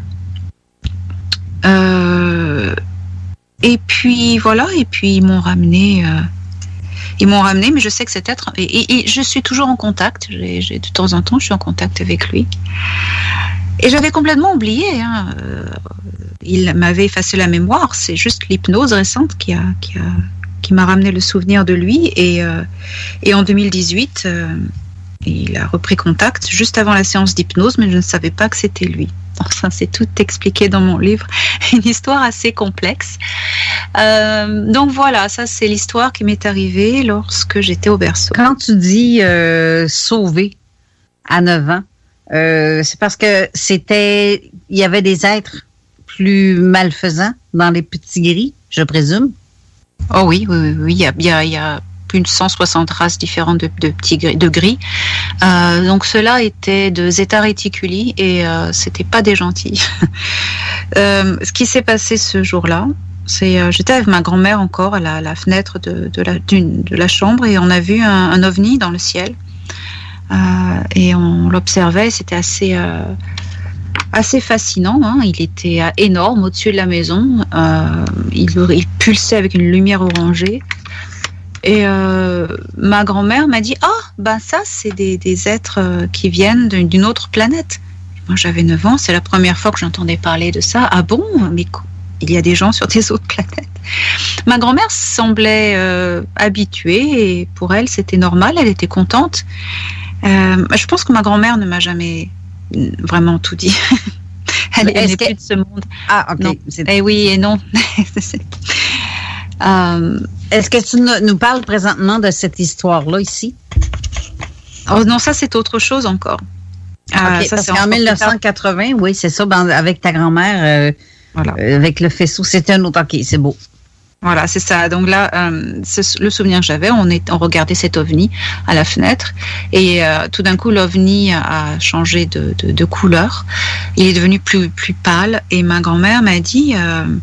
Et puis voilà, et puis ils m'ont ramené Ils m'ont ramené, mais je sais que cet être... Et je suis toujours en contact. De temps en temps, je suis en contact avec lui. Et j'avais complètement oublié. Il m'avait effacé la mémoire. C'est juste l'hypnose récente qui m'a ramené le souvenir de lui. Et en 2018, il a repris contact juste avant la séance d'hypnose, mais je ne savais pas que c'était lui. Enfin, c'est tout expliqué dans mon livre. Une histoire assez complexe. Donc voilà, ça c'est l'histoire qui m'est arrivée lorsque j'étais au berceau. Quand tu dis sauvé à 9 ans, c'est parce que il y avait des êtres plus malfaisants dans les petits gris, je présume. Oh oui. Il y a plus de 160 races différentes de petits gris, de gris. Donc ceux-là étaient de Zeta Reticuli et c'était pas des gentils. Ce qui s'est passé ce jour-là, c'est j'étais avec ma grand-mère encore à la fenêtre de la chambre et on a vu un ovni dans le ciel. Et on l'observait, c'était assez fascinant. Il était énorme au-dessus de la maison. Il pulsait avec une lumière orangée. Et ma grand-mère m'a dit ça c'est des êtres qui viennent d'une autre planète. Moi j'avais 9 ans, c'est la première fois que j'entendais parler de ça. Ah bon, mais il y a des gens sur des autres planètes. Ma grand-mère semblait habituée et pour elle c'était normal, elle était contente. Je pense que ma grand-mère ne m'a jamais vraiment tout dit. Elle n'est plus de ce monde. Ah, ok. Non. Oui et non. Est-ce que tu nous parles présentement de cette histoire-là ici? Oh non, ça c'est autre chose encore. Okay, ça, parce qu'en 1980, oui, c'est ça, avec ta grand-mère, voilà. Avec le faisceau, c'était un autre. Ok, c'est beau. Voilà, c'est ça. Donc là, le souvenir que j'avais, on regardait cet ovni à la fenêtre et tout d'un coup, l'ovni a changé de couleur. Il est devenu plus pâle et ma grand-mère m'a dit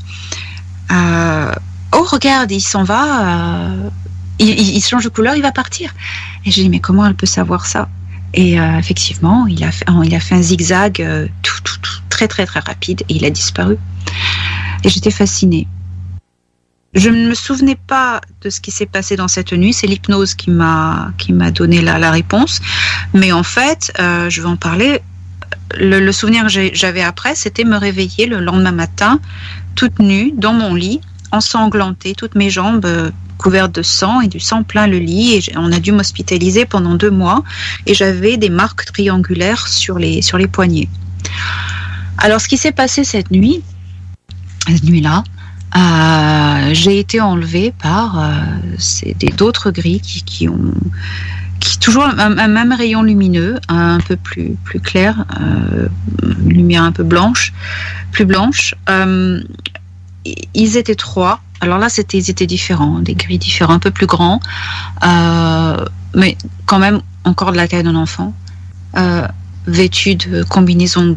oh, regarde, il s'en va, il change de couleur, il va partir. Et j'ai dit, mais comment elle peut savoir ça? Et effectivement, il a fait un zigzag tout très très très rapide et il a disparu. Et j'étais fascinée. Je ne me souvenais pas de ce qui s'est passé dans cette nuit. C'est l'hypnose qui m'a donné la réponse. Mais en fait, je vais en parler. Le souvenir que j'avais après, c'était me réveiller le lendemain matin, toute nue, dans mon lit, ensanglantée, toutes mes jambes couvertes de sang et du sang plein le lit. Et on a dû m'hospitaliser pendant 2 mois. Et j'avais des marques triangulaires sur les poignets. Alors, ce qui s'est passé cette nuit-là, j'ai été enlevée par d'autres gris qui ont toujours un même rayon lumineux, un peu plus clair, une lumière un peu blanche, plus blanche. Ils étaient 3. Alors là, ils étaient différents, des gris différents, un peu plus grands, mais quand même encore de la taille d'un enfant, vêtus de combinaisons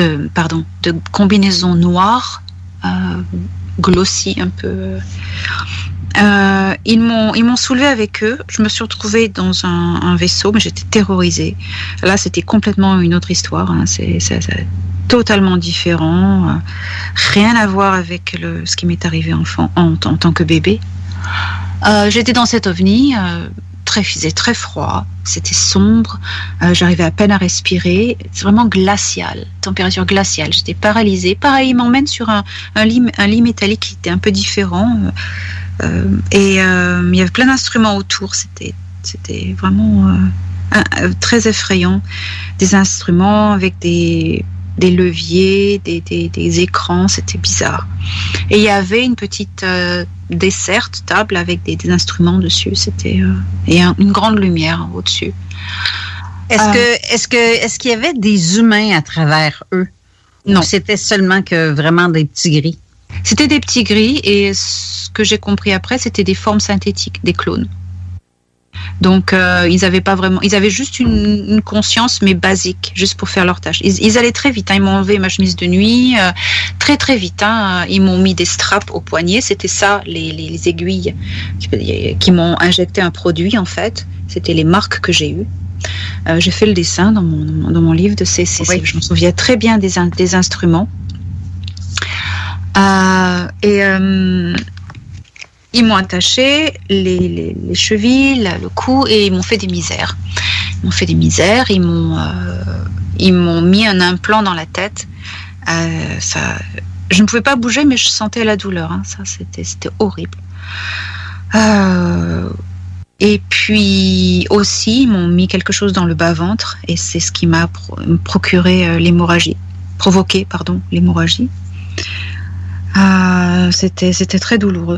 noires. Glossy un peu. Ils m'ont soulevée avec eux. Je me suis retrouvée dans un vaisseau, mais j'étais terrorisée. Là, c'était complètement une autre histoire. C'est totalement différent. Rien à voir avec ce qui m'est arrivé enfant en tant que bébé. J'étais dans cet ovni. Il faisait très froid, c'était sombre, j'arrivais à peine à respirer, c'est vraiment glacial, température glaciale, j'étais paralysée. Pareil, il m'emmène sur un lit métallique qui était un peu différent, et il y avait plein d'instruments autour, c'était vraiment très effrayant, des instruments avec des leviers, des écrans, c'était bizarre. Et il y avait une petite desserte table avec des instruments dessus, et une grande lumière au-dessus. Est-ce qu'il y avait des humains à travers eux? Non. Ou c'était seulement que vraiment des petits gris? C'était des petits gris, et ce que j'ai compris après, c'était des formes synthétiques, des clones. Donc ils avaient juste une conscience, mais basique, juste pour faire leur tâche. Ils allaient très vite, ils m'ont enlevé ma chemise de nuit très très vite, ils m'ont mis des straps au poignet, c'était ça, les aiguilles qui m'ont injecté un produit en fait, c'était les marques que j'ai eues. J'ai fait le dessin dans mon livre de ces oui. Je me souviens très bien des instruments. Ils m'ont attaché les chevilles, le cou, et ils m'ont fait des misères. Ils m'ont mis un implant dans la tête. Je ne pouvais pas bouger, mais je sentais la douleur. Hein. Ça, c'était horrible. Et puis aussi, ils m'ont mis quelque chose dans le bas-ventre, et c'est ce qui m'a provoqué l'hémorragie. C'était très douloureux.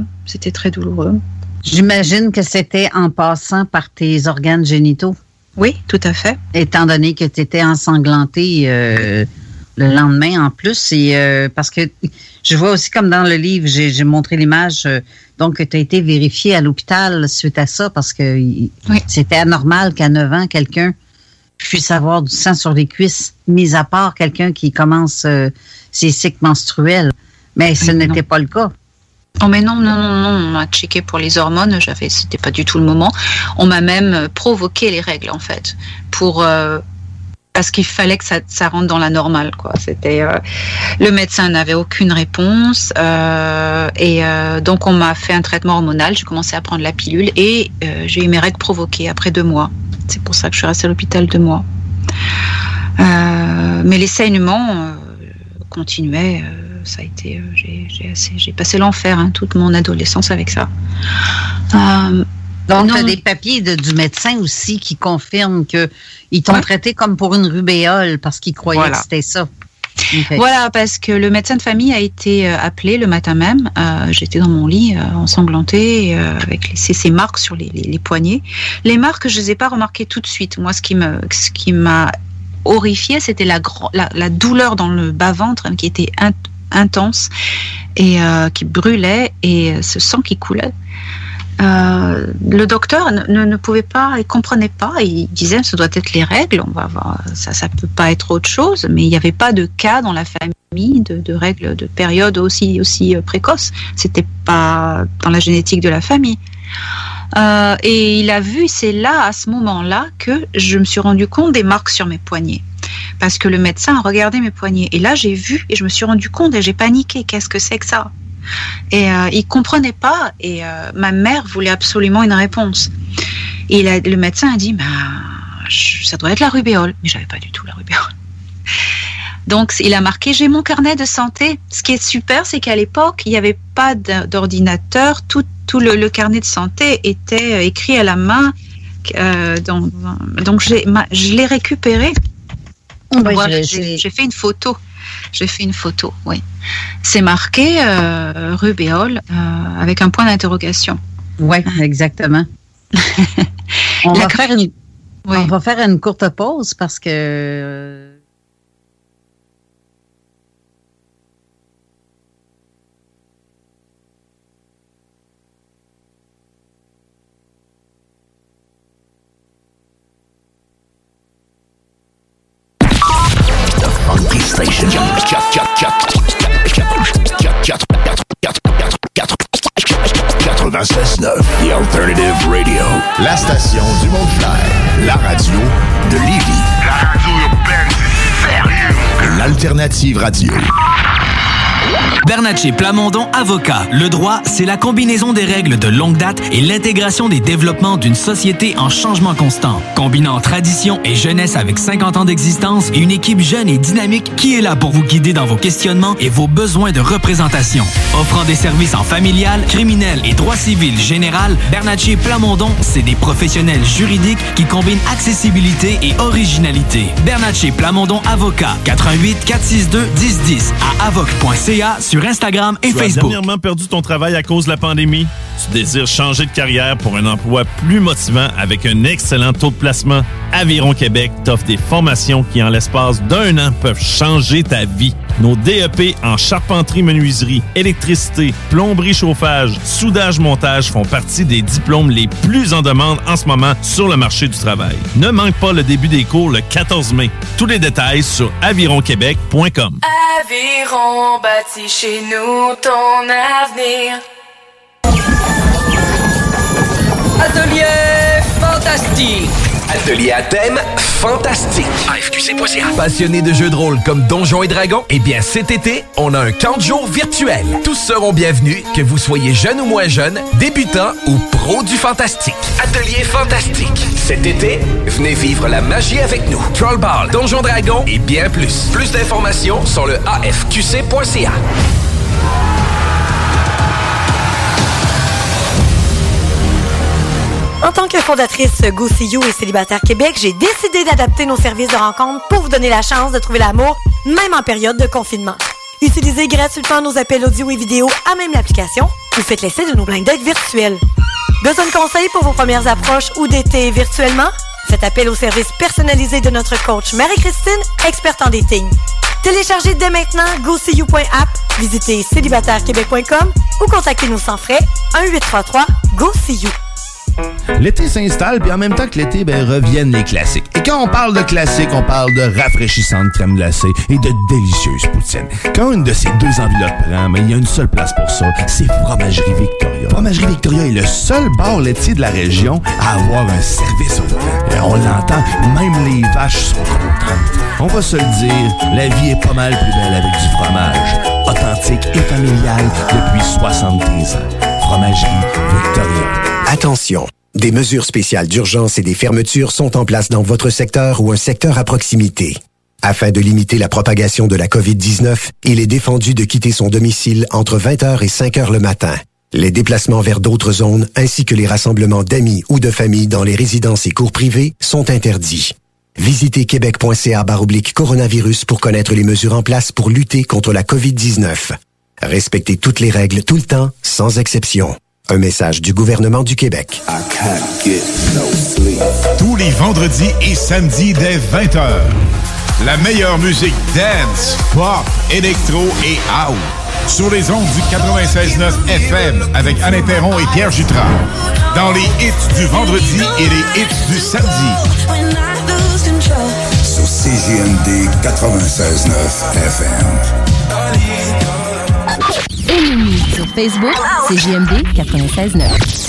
J'imagine que c'était en passant par tes organes génitaux. Oui, tout à fait. Étant donné que tu étais ensanglantée le lendemain en plus. Et, parce que je vois aussi comme dans le livre, j'ai montré l'image, donc que tu as été vérifiée à l'hôpital suite à ça, parce que c'était anormal qu'à 9 ans, quelqu'un puisse avoir du sang sur les cuisses, mis à part quelqu'un qui commence ses cycles menstruels. Mais ce n'était pas le cas. Oh mais non, on m'a checké pour les hormones, c'était pas du tout le moment. On m'a même provoqué les règles en fait, parce qu'il fallait que ça rentre dans la normale, quoi. Le médecin n'avait aucune réponse, et donc on m'a fait un traitement hormonal. J'ai commencé à prendre la pilule et j'ai eu mes règles provoquées après 2 mois. C'est pour ça que je suis restée à l'hôpital 2 mois. Mais les saignements continuaient. Ça a été, j'ai passé l'enfer, hein, toute mon adolescence avec ça. Donc, tu as des papiers du médecin aussi qui confirment qu'ils t'ont traité comme pour une rubéole parce qu'ils croyaient que c'était ça. Okay. Voilà, parce que le médecin de famille a été appelé le matin même. J'étais dans mon lit ensanglantée avec ces marques sur les poignets. Les marques, je les ai pas remarquées tout de suite. Moi, ce qui m'a horrifiée, c'était la douleur dans le bas-ventre, hein, qui était intense et qui brûlait, et ce sang qui coulait. Le docteur ne pouvait pas, il comprenait pas, il disait ça doit être les règles, on va voir, ça peut pas être autre chose, mais il n'y avait pas de cas dans la famille de règles de période aussi précoce. C'était pas dans la génétique de la famille. Et il a vu, c'est là, à ce moment-là, que je me suis rendu compte des marques sur mes poignets. Parce que le médecin a regardé mes poignets. Et là, j'ai vu et je me suis rendu compte et j'ai paniqué. Qu'est-ce que c'est que ça? Et il comprenait pas. Et ma mère voulait absolument une réponse. Et le médecin a dit, ça doit être la rubéole. Mais j'avais pas du tout la rubéole. Donc, il a marqué, j'ai mon carnet de santé. Ce qui est super, c'est qu'à l'époque, il n'y avait pas d'ordinateur. Tout le carnet de santé était écrit à la main. Donc, je l'ai récupéré. Voilà, j'ai fait une photo. Oui. C'est marqué rubéole avec un point d'interrogation. Oui, exactement. On va faire une courte pause parce que... Station 96.9, The Alternative Radio. La station du Mont-Clair. La radio de Lévis. La radio urbaine, c'est sérieux. L'Alternative Radio. Bernatchez Plamondon Avocat. Le droit, c'est la combinaison des règles de longue date et l'intégration des développements d'une société en changement constant. Combinant tradition et jeunesse avec 50 ans d'existence et une équipe jeune et dynamique qui est là pour vous guider dans vos questionnements et vos besoins de représentation. Offrant des services en familial, criminel et droit civil général, Bernatchez Plamondon, c'est des professionnels juridiques qui combinent accessibilité et originalité. Bernatchez Plamondon Avocat. 88 462 1010 à avoc.ca sur Instagram et Facebook. Tu as dernièrement perdu ton travail à cause de la pandémie? Tu désires changer de carrière pour un emploi plus motivant avec un excellent taux de placement? Aviron Québec t'offre des formations qui, en l'espace d'1 an, peuvent changer ta vie. Nos DEP en charpenterie-menuiserie, électricité, plomberie-chauffage, soudage-montage font partie des diplômes les plus en demande en ce moment sur le marché du travail. Ne manque pas le début des cours le 14 mai. Tous les détails sur avironquebec.com. Aviron bâtit chez nous ton avenir. Atelier fantastique. Atelier à thème fantastique. AFQC.ca. Passionné de jeux de rôle comme Donjons et Dragons? Eh bien, cet été, on a un camp de jour virtuel. Tous seront bienvenus, que vous soyez jeune ou moins jeune, débutant ou pro du fantastique. Atelier fantastique. Cet été, venez vivre la magie avec nous. Trollball, Donjons Dragons et bien plus. Plus d'informations sur le AFQC.ca. En tant que fondatrice Go See You et Célibataire Québec, j'ai décidé d'adapter nos services de rencontre pour vous donner la chance de trouver l'amour, même en période de confinement. Utilisez gratuitement nos appels audio et vidéo à même l'application ou faites l'essai de nos blind dates virtuels. Besoin de conseils pour vos premières approches ou d'été virtuellement? Faites appel au service personnalisé de notre coach Marie-Christine, experte en dating. Téléchargez dès maintenant GoSeeYou.app, visitez célibatairequebec.com ou contactez-nous sans frais 1-833-GO-SEE-YOU. L'été s'installe, puis en même temps que l'été, reviennent les classiques. Et quand on parle de classiques, on parle de rafraîchissante crème glacée et de délicieuse poutine. Quand une de ces deux enveloppes prend, il y a une seule place pour ça, c'est Fromagerie Victoria. Fromagerie Victoria est le seul bar laitier de la région à avoir un service au volant. Et on l'entend, même les vaches sont contentes. On va se le dire, la vie est pas mal plus belle avec du fromage. Authentique et familial depuis 73 ans. Fromagerie Victoria. Attention, des mesures spéciales d'urgence et des fermetures sont en place dans votre secteur ou un secteur à proximité. Afin de limiter la propagation de la COVID-19, il est défendu de quitter son domicile entre 20h et 5h le matin. Les déplacements vers d'autres zones ainsi que les rassemblements d'amis ou de familles dans les résidences et cours privés sont interdits. Visitez québec.ca/coronavirus pour connaître les mesures en place pour lutter contre la COVID-19. Respectez toutes les règles tout le temps, sans exception. Un message du gouvernement du Québec. Tous les vendredis et samedis dès 20h. La meilleure musique dance, pop, électro et house. Sur les ondes du 96.9 FM avec Alain Perron et Pierre Jutras. Dans les hits du vendredi et les hits du samedi. Sur CJMD 96.9 FM. Aimez-nous sur Facebook, CJMD 96.9.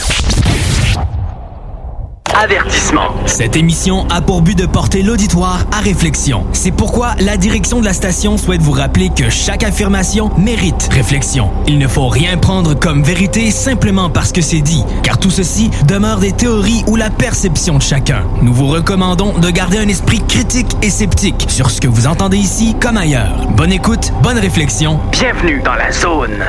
Avertissement. Cette émission a pour but de porter l'auditoire à réflexion. C'est pourquoi la direction de la station souhaite vous rappeler que chaque affirmation mérite réflexion. Il ne faut rien prendre comme vérité simplement parce que c'est dit, car tout ceci demeure des théories ou la perception de chacun. Nous vous recommandons de garder un esprit critique et sceptique sur ce que vous entendez ici comme ailleurs. Bonne écoute, bonne réflexion. Bienvenue dans la zone.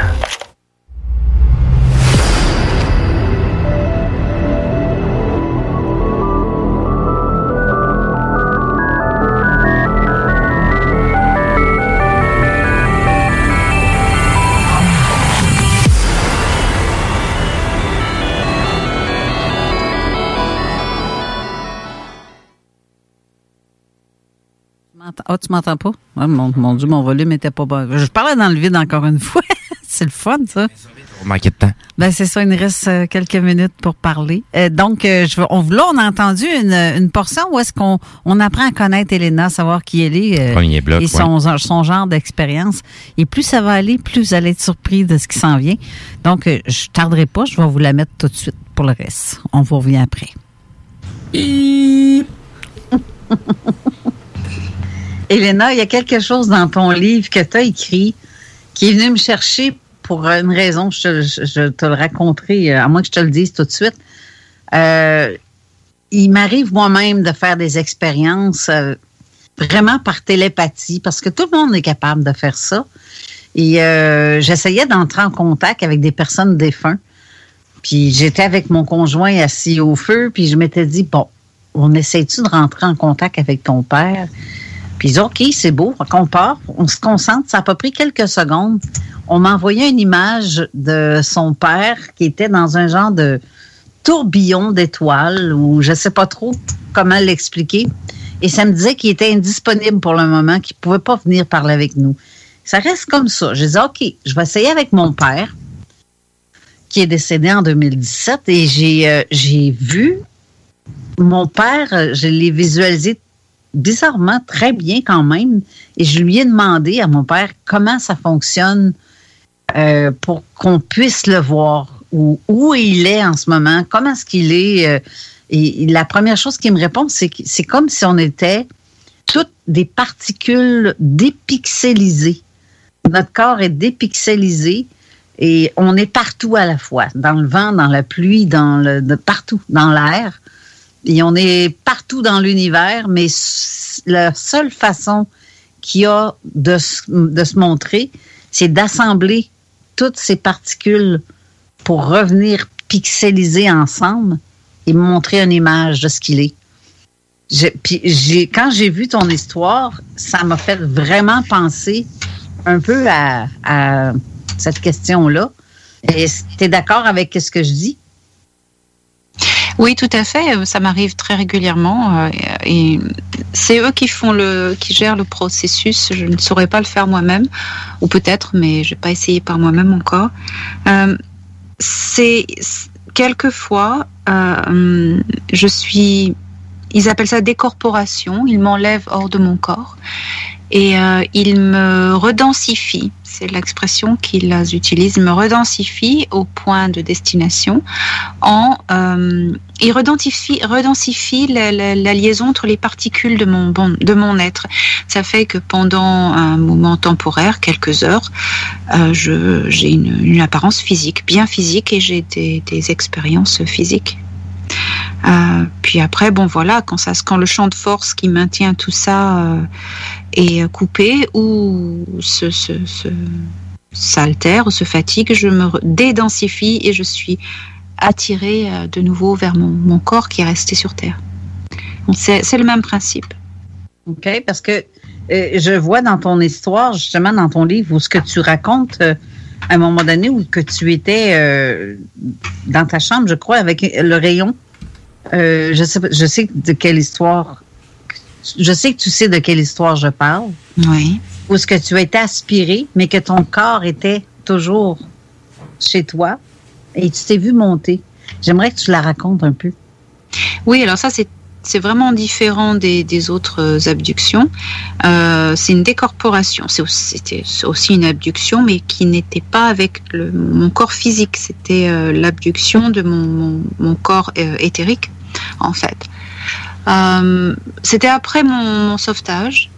Ah, tu m'entends pas? Ah, mon Dieu, mon volume était pas bon. Je parlais dans le vide encore une fois. C'est le fun, ça. On manquait de temps. Ben, c'est ça, il nous reste quelques minutes pour parler. Donc, là, on a entendu une portion où est-ce qu'on apprend à connaître Elena, savoir qui elle est Premier bloc, et son genre d'expérience. Et plus ça va aller, plus vous allez être surpris de ce qui s'en vient. Donc, je tarderai pas, je vais vous la mettre tout de suite pour le reste. On vous revient après. Elena, il y a quelque chose dans ton livre que tu as écrit qui est venu me chercher pour une raison. Je te le raconterai, à moins que je te le dise tout de suite. Il m'arrive moi-même de faire des expériences vraiment par télépathie, parce que tout le monde est capable de faire ça. Et j'essayais d'entrer en contact avec des personnes défuntes. Puis j'étais avec mon conjoint assis au feu, puis je m'étais dit, bon, on essaie-tu de rentrer en contact avec ton père? Puis ils disent, OK, c'est beau, on part, on se concentre. Ça a pas pris quelques secondes. On m'a envoyé une image de son père qui était dans un genre de tourbillon d'étoiles, ou je sais pas trop comment l'expliquer. Et ça me disait qu'il était indisponible pour le moment, qu'il pouvait pas venir parler avec nous. Ça reste comme ça. J'ai dit, OK, je vais essayer avec mon père, qui est décédé en 2017, et j'ai vu mon père, je l'ai visualisé bizarrement très bien quand même, et je lui ai demandé à mon père comment ça fonctionne pour qu'on puisse le voir, où il est en ce moment, comment est-ce qu'il est, Et la première chose qu'il me répond, c'est que c'est comme si on était toutes des particules dépixelisées. Notre corps est dépixelisé et on est partout à la fois, dans le vent, dans la pluie, partout, dans l'air. Et on est partout dans l'univers, mais la seule façon qu'il y a de se montrer, c'est d'assembler toutes ces particules pour revenir pixeliser ensemble et montrer une image de ce qu'il est. Quand j'ai vu ton histoire, ça m'a fait vraiment penser un peu à cette question-là. Est-ce que tu es d'accord avec ce que je dis? Oui, tout à fait. Ça m'arrive très régulièrement. Et c'est eux qui gèrent le processus. Je ne saurais pas le faire moi-même, ou peut-être, mais je n'ai pas essayé par moi-même encore. Quelquefois, ils appellent ça décorporation. Ils m'enlèvent hors de mon corps et ils me redensifient. C'est l'expression qu'ils utilisent. Ils me redensifient au point de destination. Ils redensifient la liaison entre les particules de mon être. Ça fait que pendant un moment temporaire, quelques heures, j'ai une apparence physique, bien physique, et j'ai des expériences physiques. Puis après, bon voilà, quand le champ de force qui maintient tout ça est coupé ou s'altère ou se fatigue, je me dédensifie et je suis attirée de nouveau vers mon corps qui est resté sur Terre. Donc, c'est le même principe. OK, parce que je vois dans ton histoire, justement dans ton livre, où ce que tu racontes à un moment donné, où que tu étais dans ta chambre, je crois, avec le rayon. Je sais de quelle histoire. Je sais que tu sais de quelle histoire je parle. Oui. Où est-ce que tu as été aspiré, mais que ton corps était toujours chez toi et tu t'es vu monter. J'aimerais que tu la racontes un peu. Oui, alors ça, c'est vraiment différent des autres abductions. C'est une décorporation. C'était aussi une abduction, mais qui n'était pas avec mon corps physique. C'était l'abduction de mon corps éthérique, en fait. C'était après mon sauvetage.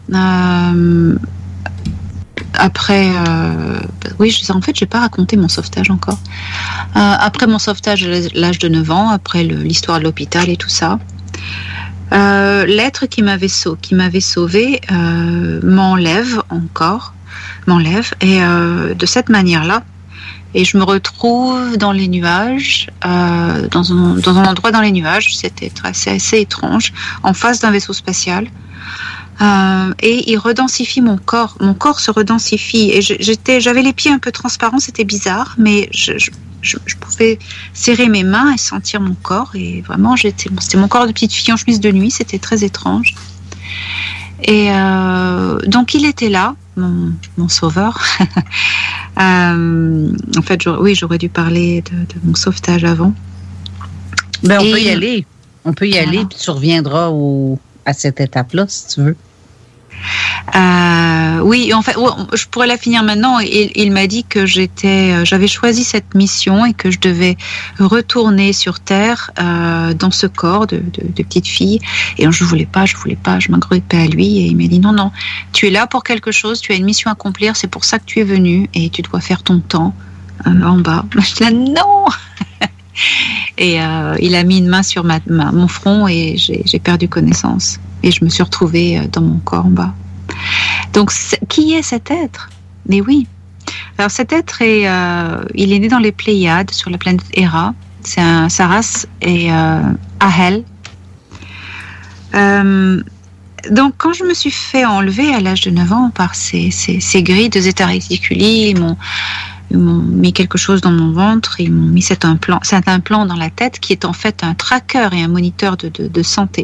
Après, oui, en fait, je n'ai pas raconté mon sauvetage encore. Après mon sauvetage à l'âge de 9 ans, après l'histoire de l'hôpital et tout ça, l'être qui m'avait sauvé m'enlève, et de cette manière-là, et je me retrouve dans les nuages, dans un endroit dans les nuages. C'était assez étrange, en face d'un vaisseau spatial. Et il redensifie mon corps. Mon corps se redensifie. Et j'avais les pieds un peu transparents, c'était bizarre, mais je pouvais serrer mes mains et sentir mon corps. Et vraiment, c'était mon corps de petite fille en chemise de nuit. C'était très étrange. Et donc, il était là, mon sauveur. En fait, j'aurais dû parler de mon sauvetage avant. Ben, on peut y aller. On peut y aller, puis tu reviendras à cette étape-là, si tu veux. Oui, en fait, je pourrais la finir maintenant. Il m'a dit que j'avais choisi cette mission et que je devais retourner sur Terre dans ce corps de petite fille. Et je voulais pas, je m'agrippais à lui et il m'a dit non, tu es là pour quelque chose, tu as une mission à accomplir, c'est pour ça que tu es venu et tu dois faire ton temps en bas. Je dis là, non. Et il a mis une main sur mon front et j'ai perdu connaissance. Et je me suis retrouvée dans mon corps en bas. Donc, qui est cet être? Mais oui. Alors, cet être, il est né dans les Pléiades, sur la planète Héra. Sa race est Ahel. Donc, quand je me suis fait enlever à l'âge de 9 ans par ces grilles de zeta reticuli, ils m'ont mis quelque chose dans mon ventre, ils m'ont mis cet implant dans la tête qui est en fait un tracker et un moniteur de santé.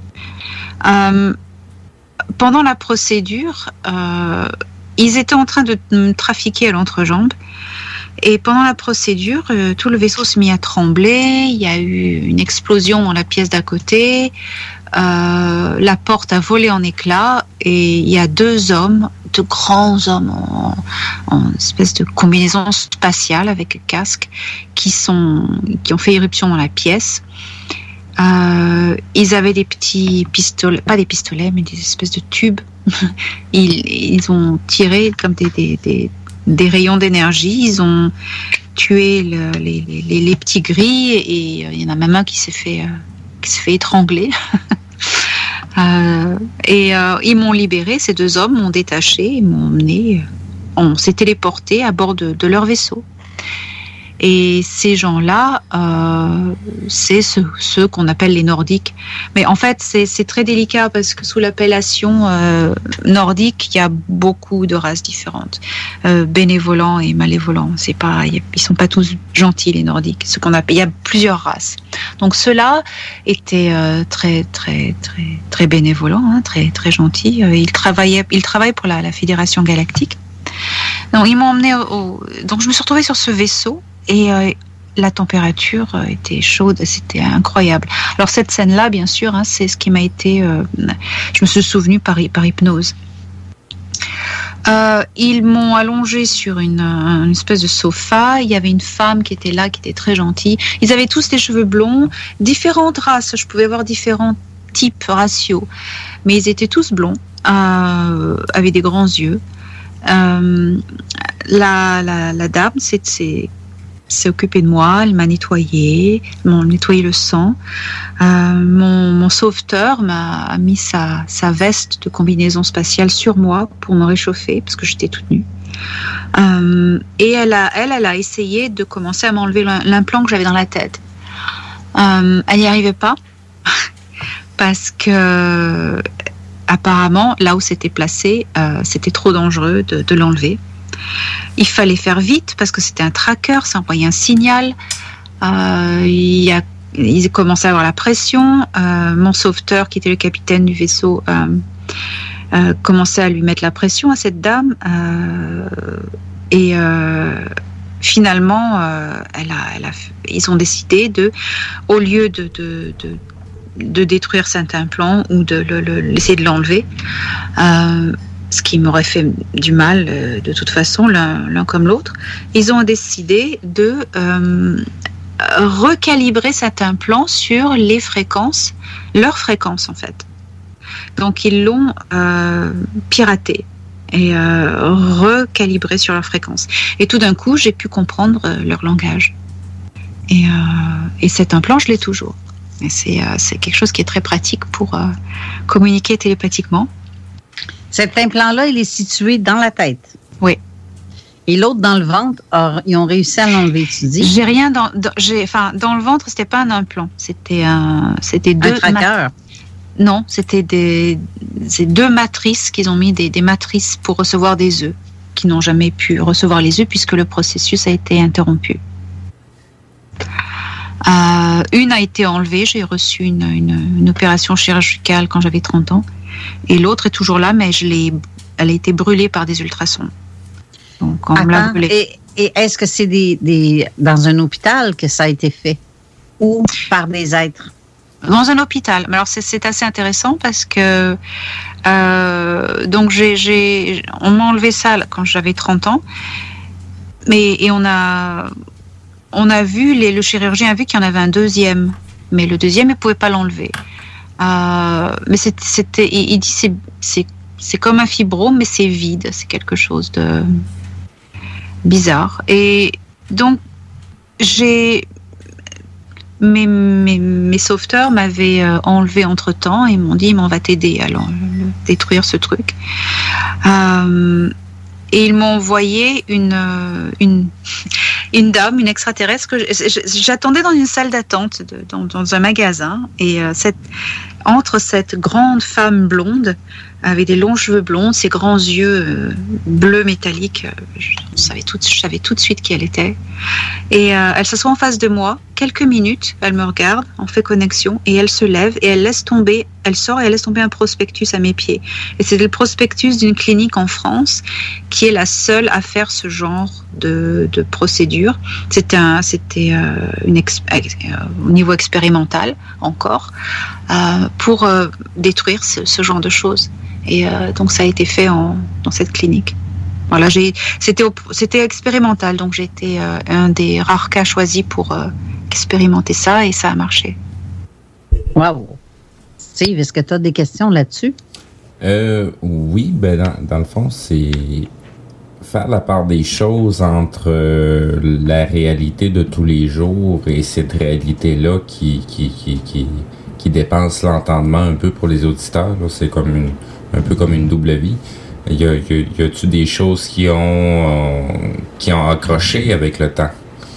Pendant la procédure, ils étaient en train de me trafiquer à l'entrejambe. Et pendant la procédure, tout le vaisseau se mit à trembler. Il y a eu une explosion dans la pièce d'à côté. La porte a volé en éclats. Et il y a deux grands hommes en espèce de combinaison spatiale avec casque, qui ont fait éruption dans la pièce. Ils avaient des petits pistolets, pas des pistolets, mais des espèces de tubes. Ils ont tiré comme des rayons d'énergie. Ils ont tué les petits gris et il y en a même un qui s'est fait étrangler. Ils m'ont libéré. Ces deux hommes m'ont détaché, ils m'ont emmené. On s'est téléporté à bord de leur vaisseau. Et ces gens-là, c'est ceux qu'on appelle les Nordiques. Mais en fait, c'est très délicat parce que sous l'appellation nordique, il y a beaucoup de races différentes, bénévolents et malévolents. Ils sont pas tous gentils, les Nordiques. Il y a plusieurs races. Donc ceux-là étaient très très très très bénévolents, hein, très très gentils. Ils travaillent pour la Fédération Galactique. Donc ils m'ont emmené donc je me suis retrouvée sur ce vaisseau. Et la température était chaude, c'était incroyable. Alors cette scène-là, bien sûr, hein, c'est ce qui m'a été... je me suis souvenue par hypnose. Ils m'ont allongée sur une espèce de sofa. Il y avait une femme qui était là, qui était très gentille. Ils avaient tous des cheveux blonds, différentes races. Je pouvais voir différents types raciaux. Mais ils étaient tous blonds, avec des grands yeux. La dame, s'est occupée de moi, elle m'a nettoyé, m'ont nettoyé le sang. Mon sauveteur m'a mis sa veste de combinaison spatiale sur moi pour me réchauffer parce que j'étais toute nue. Et elle a essayé de commencer à m'enlever l'implant que j'avais dans la tête. Elle n'y arrivait pas parce que apparemment là où c'était placé, c'était trop dangereux de l'enlever. Il fallait faire vite parce que c'était un tracker, ça envoyait un signal. Ils commençaient à avoir la pression. Mon sauveteur, qui était le capitaine du vaisseau, commençait à lui mettre la pression à cette dame. Finalement, ils ont décidé au lieu de détruire cet implant ou d'essayer de l'enlever, ce qui m'aurait fait du mal de toute façon, l'un comme l'autre. Ils ont décidé de recalibrer cet implant sur leurs fréquences en fait. Donc ils l'ont piraté et recalibré sur leur fréquence. Et tout d'un coup, j'ai pu comprendre leur langage. Et cet implant, je l'ai toujours. Et c'est quelque chose qui est très pratique pour communiquer télépathiquement. Cet implant-là, il est situé dans la tête. Oui. Et l'autre dans le ventre, ils ont réussi à l'enlever, tu dis? J'ai rien dans le ventre, c'était pas un implant. C'était deux. Un tracker? Non, c'était c'est deux matrices qu'ils ont mis, des matrices pour recevoir des œufs, qui n'ont jamais pu recevoir les œufs puisque le processus a été interrompu. Une a été enlevée, j'ai reçu une opération chirurgicale quand j'avais 30 ans. Et l'autre est toujours là, mais elle a été brûlée par des ultrasons. Donc, on me l'a brûlée. Et est-ce que c'est dans un hôpital que ça a été fait? Ou par des êtres? Dans un hôpital. Alors, c'est assez intéressant parce que donc on m'a enlevé ça quand j'avais 30 ans. Et on a vu, le chirurgien a vu qu'il y en avait un deuxième. Mais le deuxième, il ne pouvait pas l'enlever. Mais il dit c'est comme un fibrome, mais c'est vide, c'est quelque chose de bizarre. Et donc mes sauveteurs m'avaient enlevé entre temps et m'ont dit on va t'aider à détruire ce truc. Et ils m'ont envoyé une dame, une extraterrestre que j'attendais dans une salle d'attente dans un magasin et entre cette grande femme blonde avec des longs cheveux blonds, ses grands yeux bleus métalliques, je savais tout de suite qui elle était. Et elle s'assoit en face de moi. Quelques minutes, elle me regarde, on fait connexion et elle se lève et elle laisse tomber, elle sort et elle laisse tomber un prospectus à mes pieds. Et c'était le prospectus d'une clinique en France qui est la seule à faire ce genre de procédure. C'était au niveau expérimental encore pour détruire ce genre de choses. Et donc ça a été fait dans cette clinique. Voilà, c'était expérimental, donc j'ai été un des rares cas choisis pour expérimenter ça et ça a marché. Wow! Steve, est-ce que tu as des questions là-dessus? Oui, dans le fond, c'est faire la part des choses entre la réalité de tous les jours et cette réalité-là qui dépasse l'entendement un peu pour les auditeurs. Là. C'est un peu comme une double vie. Y a-tu des choses qui ont accroché avec le temps?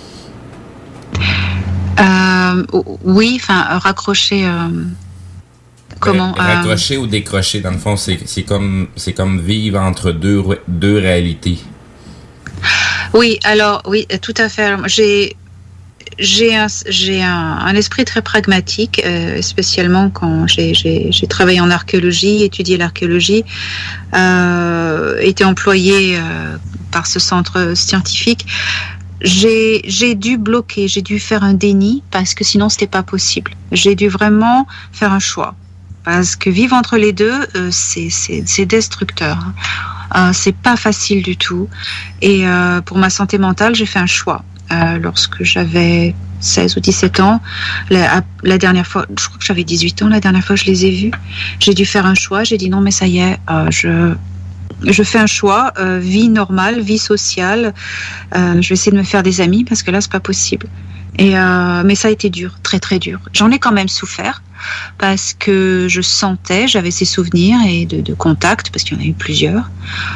Oui, raccrocher. Comment raccrocher ou décrocher, dans le fond, c'est comme vivre entre deux réalités. Oui, alors oui, tout à fait. Alors, j'ai un esprit très pragmatique, spécialement quand j'ai travaillé en archéologie, étudié l'archéologie, été employée par ce centre scientifique. J'ai dû bloquer, j'ai dû faire un déni parce que sinon c'était pas possible. J'ai dû vraiment faire un choix parce que vivre entre les deux, c'est destructeur. C'est pas facile du tout. Et pour ma santé mentale, j'ai fait un choix. Lorsque j'avais 16 ou 17 ans, la dernière fois, je crois que j'avais 18 ans, la dernière fois que je les ai vus, j'ai dû faire un choix. J'ai dit non, mais ça y est, je fais un choix, vie normale, vie sociale. Je vais essayer de me faire des amis parce que là, c'est pas possible. Mais ça a été dur, très très dur. J'en ai quand même souffert parce que j'avais ces souvenirs et de contacts parce qu'il y en a eu plusieurs.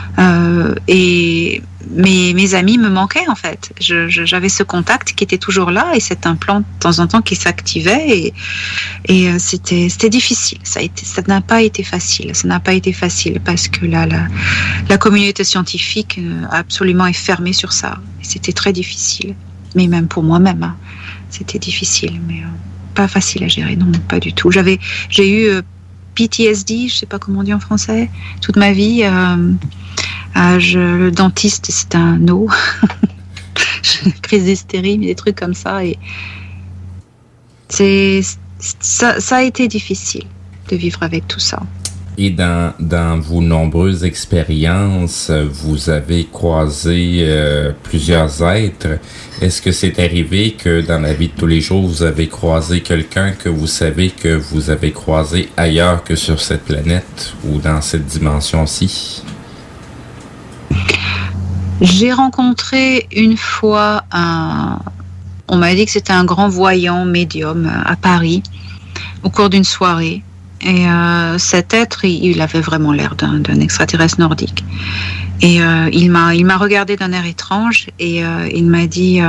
Et mes amis me manquaient en fait. J'avais ce contact qui était toujours là et cet implant de temps en temps qui s'activait et c'était difficile. Ça n'a pas été facile. Ça n'a pas été facile parce que la communauté scientifique absolument est fermée sur ça. C'était très difficile. Mais même pour moi-même, hein, c'était difficile, mais pas facile à gérer, non, pas du tout. J'ai eu PTSD, je sais pas comment on dit en français, toute ma vie. Le dentiste, c'est un no. Crise d'hystérie, des trucs comme ça. Et ça a été difficile de vivre avec tout ça. Et dans vos nombreuses expériences, vous avez croisé plusieurs êtres. Est-ce que c'est arrivé que dans la vie de tous les jours, vous avez croisé quelqu'un que vous savez que vous avez croisé ailleurs que sur cette planète ou dans cette dimension-ci? J'ai rencontré une fois on m'a dit que c'était un grand voyant médium à Paris au cours d'une soirée. Et cet être, il avait vraiment l'air d'un extraterrestre nordique. Et il m'a regardé d'un air étrange et il m'a dit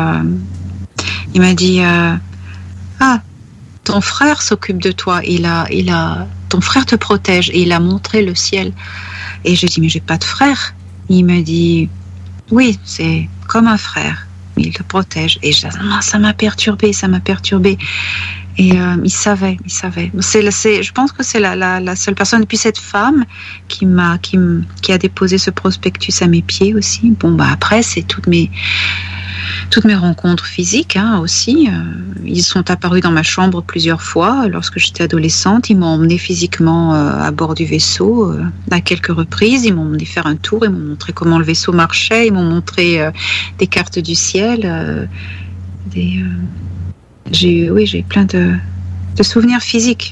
ah, ton frère s'occupe de toi. Ton frère te protège. Et il a montré le ciel. Et j'ai dit mais j'ai pas de frère. Il m'a dit oui, c'est comme un frère. Il te protège. Et ça m'a perturbée. Et il savait. Je pense que c'est la seule personne. Et puis cette femme qui a déposé ce prospectus à mes pieds aussi. Bon, après, c'est toutes mes rencontres physiques aussi. Ils sont apparus dans ma chambre plusieurs fois lorsque j'étais adolescente. Ils m'ont emmenée physiquement à bord du vaisseau à quelques reprises. Ils m'ont emmenée faire un tour. Ils m'ont montré comment le vaisseau marchait. Ils m'ont montré des cartes du ciel, J'ai eu plein de souvenirs physiques.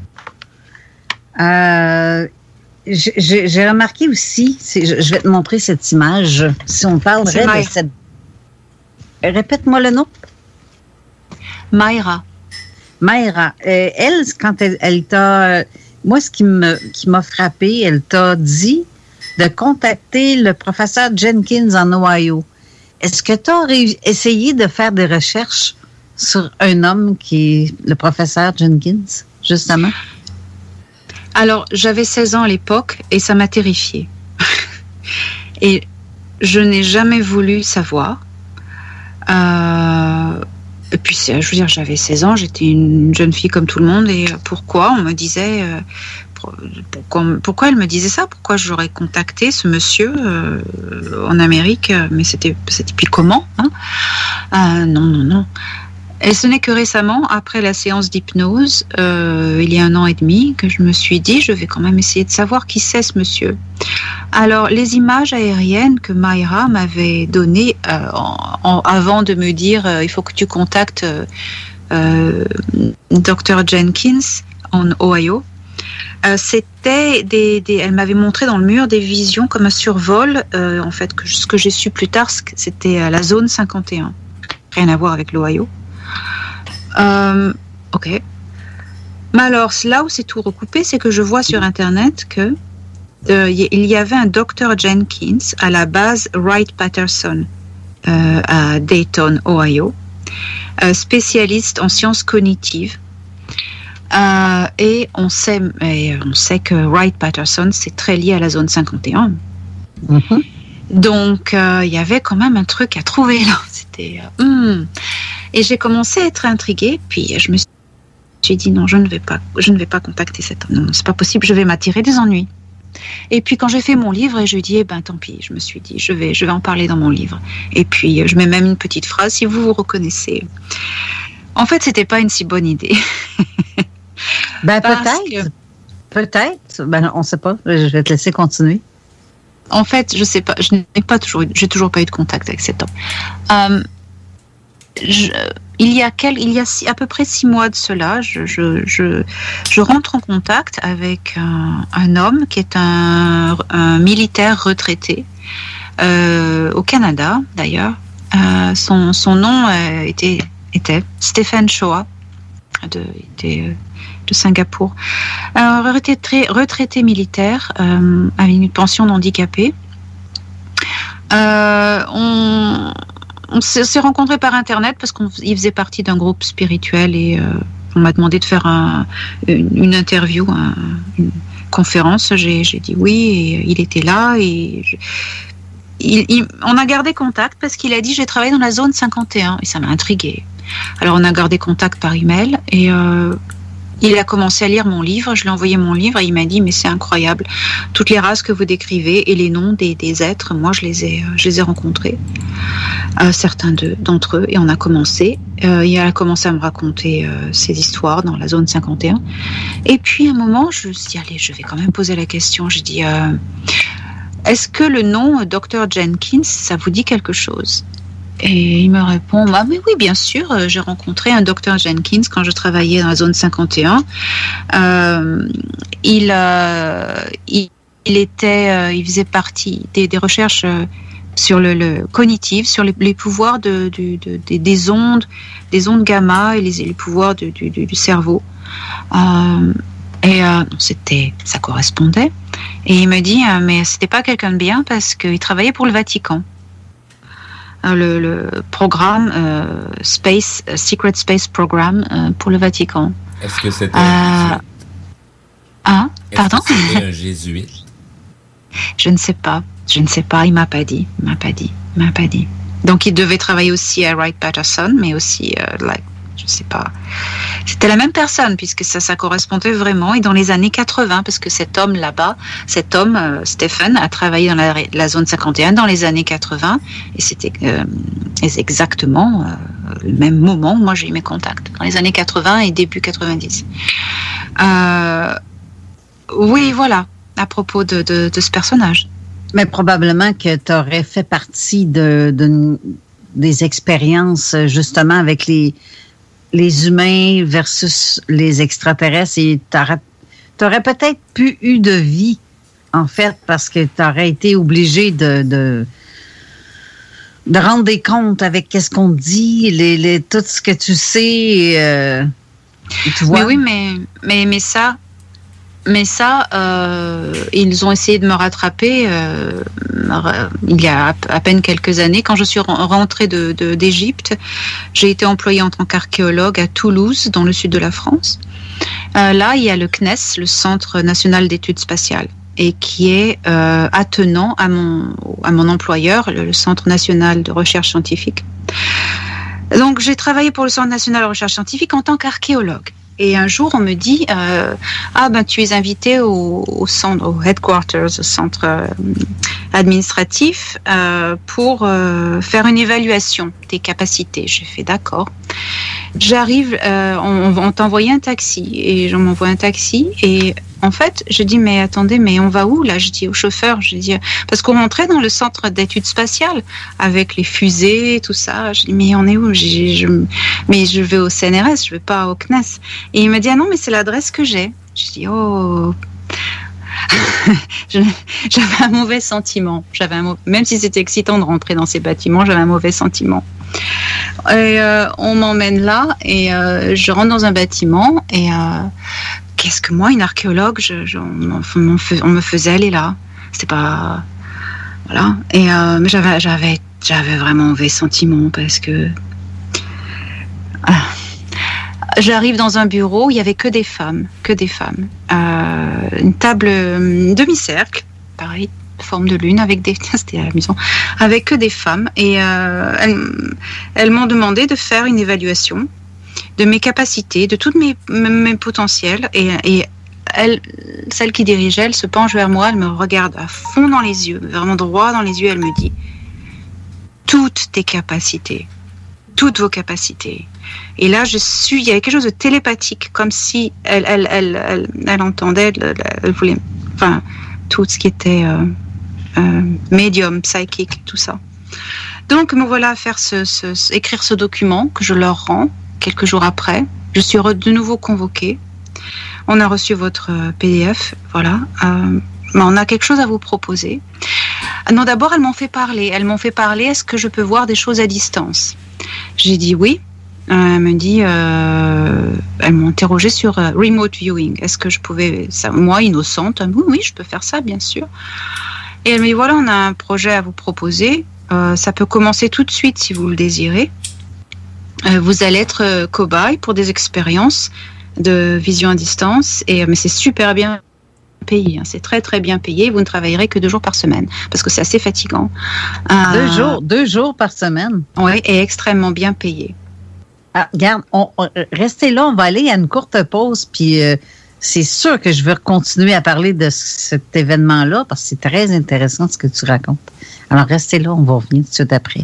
J'ai remarqué aussi, je vais te montrer cette image. Si on parlerait de cette... Répète-moi le nom. Mayra. Elle, quand elle t'a... Moi, ce qui m'a frappé, elle t'a dit de contacter le professeur Jenkins en Ohio. Est-ce que tu as essayé de faire des recherches sur un homme qui est le professeur Jenkins, justement? Alors, j'avais 16 ans à l'époque et ça m'a terrifiée. Et je n'ai jamais voulu savoir. Et puis, je veux dire, j'avais 16 ans, j'étais une jeune fille comme tout le monde. Et pourquoi on me disait... Pourquoi elle me disait ça? Pourquoi j'aurais contacté ce monsieur en Amérique? Mais c'était puis comment, hein? Non. Et ce n'est que récemment, après la séance d'hypnose, il y a 1 an et demi, que je me suis dit, je vais quand même essayer de savoir qui c'est ce monsieur. Alors, les images aériennes que Mayra m'avait données avant de me dire, il faut que tu contactes Dr. Jenkins en Ohio. Elle m'avait montré dans le mur des visions comme un survol. En fait, ce que j'ai su plus tard, c'était la zone 51. Rien à voir avec l'Ohio. Ok. Mais alors, là où c'est tout recoupé, c'est que je vois sur Internet que il y avait un Dr. Jenkins à la base Wright-Patterson à Dayton, Ohio, spécialiste en sciences cognitives. Et on sait que Wright-Patterson, c'est très lié à la zone 51. Mm-hmm. Donc, il y avait quand même un truc à trouver là. C'était... Et j'ai commencé à être intriguée, puis je me suis dit non, je ne vais pas contacter cet homme. Non, c'est pas possible, je vais m'attirer des ennuis. Et puis quand j'ai fait mon livre, et je dis tant pis, je me suis dit je vais en parler dans mon livre. Et puis je mets même une petite phrase si vous vous reconnaissez. En fait, c'était pas une si bonne idée. Peut-être. On sait pas. Je vais te laisser continuer. En fait, je sais pas. J'ai toujours pas eu de contact avec cet homme. Il y a à peu près 6 mois de cela, je rentre en contact avec un homme qui est un militaire retraité au Canada d'ailleurs. Son nom était Stephen Choa de Singapour. Un retraité militaire avec une pension d'handicapé. On s'est rencontrés par Internet parce qu'il faisait partie d'un groupe spirituel et on m'a demandé de faire une interview, une conférence. J'ai dit oui et il était là et on a gardé contact parce qu'il a dit j'ai travaillé dans la zone 51 et ça m'a intriguée. Alors on a gardé contact par email et il a commencé à lire mon livre, je lui ai envoyé mon livre et il m'a dit mais c'est incroyable, toutes les races que vous décrivez et les noms des êtres, moi je les ai rencontrés, certains d'entre eux, et on a commencé, il a commencé à me raconter ses histoires dans la zone 51 et puis à un moment je me suis dit allez, je vais quand même poser la question, j'ai dit est-ce que le nom Dr. Jenkins ça vous dit quelque chose? Et il me répond, mais oui, bien sûr, j'ai rencontré un Dr. Jenkins quand je travaillais dans la zone 51. Il faisait partie des recherches sur le cognitif, sur les pouvoirs des ondes gamma et les pouvoirs du cerveau. Ça correspondait. Et il me dit, mais c'était pas quelqu'un de bien parce qu'il travaillait pour le Vatican. Le programme Secret Space Program pour le Vatican. Est-ce que c'était un jésuite? Pardon? Est-ce que c'était un jésuite? Je ne sais pas, il m'a pas dit. Donc il devait travailler aussi à Wright-Patterson, mais aussi je sais pas. C'était la même personne puisque ça correspondait vraiment. Et dans les années 80, parce que cet homme là-bas, Stephen, a travaillé dans la zone 51 dans les années 80 et c'était exactement le même moment où moi j'ai eu mes contacts, dans les années 80 et début 90. Oui, voilà, à propos de ce personnage. Mais probablement que tu aurais fait partie des expériences justement avec les humains versus les extraterrestres et t'aurais peut-être plus eu de vie, en fait, parce que t'aurais été obligé de rendre des comptes avec qu'est-ce qu'on dit, tout ce que tu sais. Tu vois? Mais oui, mais ça, ils ont essayé de me rattraper il y a à peine quelques années. Quand je suis rentrée d'Égypte, j'ai été employée en tant qu'archéologue à Toulouse, dans le sud de la France. Là, il y a le CNES, le Centre national d'études spatiales, et qui est attenant à mon employeur, le Centre national de recherche scientifique. Donc, j'ai travaillé pour le Centre national de recherche scientifique en tant qu'archéologue. Et un jour, on me dit tu es invité au centre, au headquarters, au centre administratif, pour faire une évaluation des capacités. J'ai fait d'accord. J'arrive, on t'envoyait un taxi et on m'envoie un taxi et en fait, je dis mais attendez, mais on va où là? Je dis au chauffeur, je dis parce qu'on rentrait dans le centre d'études spatiales avec les fusées, tout ça. Je dis mais on est où? Mais je vais au CNRS, je vais pas au CNES. Et il me dit ah non mais c'est l'adresse que j'ai. Je dis oh. J'avais un mauvais sentiment. Même si c'était excitant de rentrer dans ces bâtiments, j'avais un mauvais sentiment. Et on m'emmène là et je rentre dans un bâtiment et qu'est-ce que moi, une archéologue, on me faisait aller là. C'était pas voilà. Et mais j'avais vraiment un mauvais sentiment parce que j'arrive dans un bureau, il y avait que des femmes. Une table demi-cercle, pareil, forme de lune avec c'était amusant, avec que des femmes et elles m'ont demandé de faire une évaluation de mes capacités, de tous mes potentiels et elle, celle qui dirigeait, elle se penche vers moi, elle me regarde à fond dans les yeux, vraiment droit dans les yeux, elle me dit toutes tes capacités, toutes vos capacités. Et là, il y avait quelque chose de télépathique, comme si elle entendait, elle voulait, enfin, tout ce qui était médium, psychique, tout ça. Donc, me voilà à faire écrire ce document que je leur rends quelques jours après. Je suis de nouveau convoquée. On a reçu votre PDF, voilà. Mais on a quelque chose à vous proposer. Non, d'abord, elles m'ont fait parler. Est-ce que je peux voir des choses à distance? J'ai dit oui. Elle me dit, elles m'ont interrogé sur remote viewing. Est-ce que je pouvais, ça, moi innocente, oui, je peux faire ça, bien sûr. Et elle me dit, voilà, on a un projet à vous proposer. Ça peut commencer tout de suite si vous le désirez. Vous allez être cobaye pour des expériences de vision à distance. Mais c'est super bien payé. Hein. C'est très, très bien payé. Vous ne travaillerez que 2 jours par semaine parce que c'est assez fatigant. 2 jours par semaine? Oui, et extrêmement bien payé. Ah, regarde, restez là, on va aller à une courte pause, puis c'est sûr que je veux continuer à parler de cet événement-là, parce que c'est très intéressant ce que tu racontes. Alors, restez là, on va revenir tout de suite après.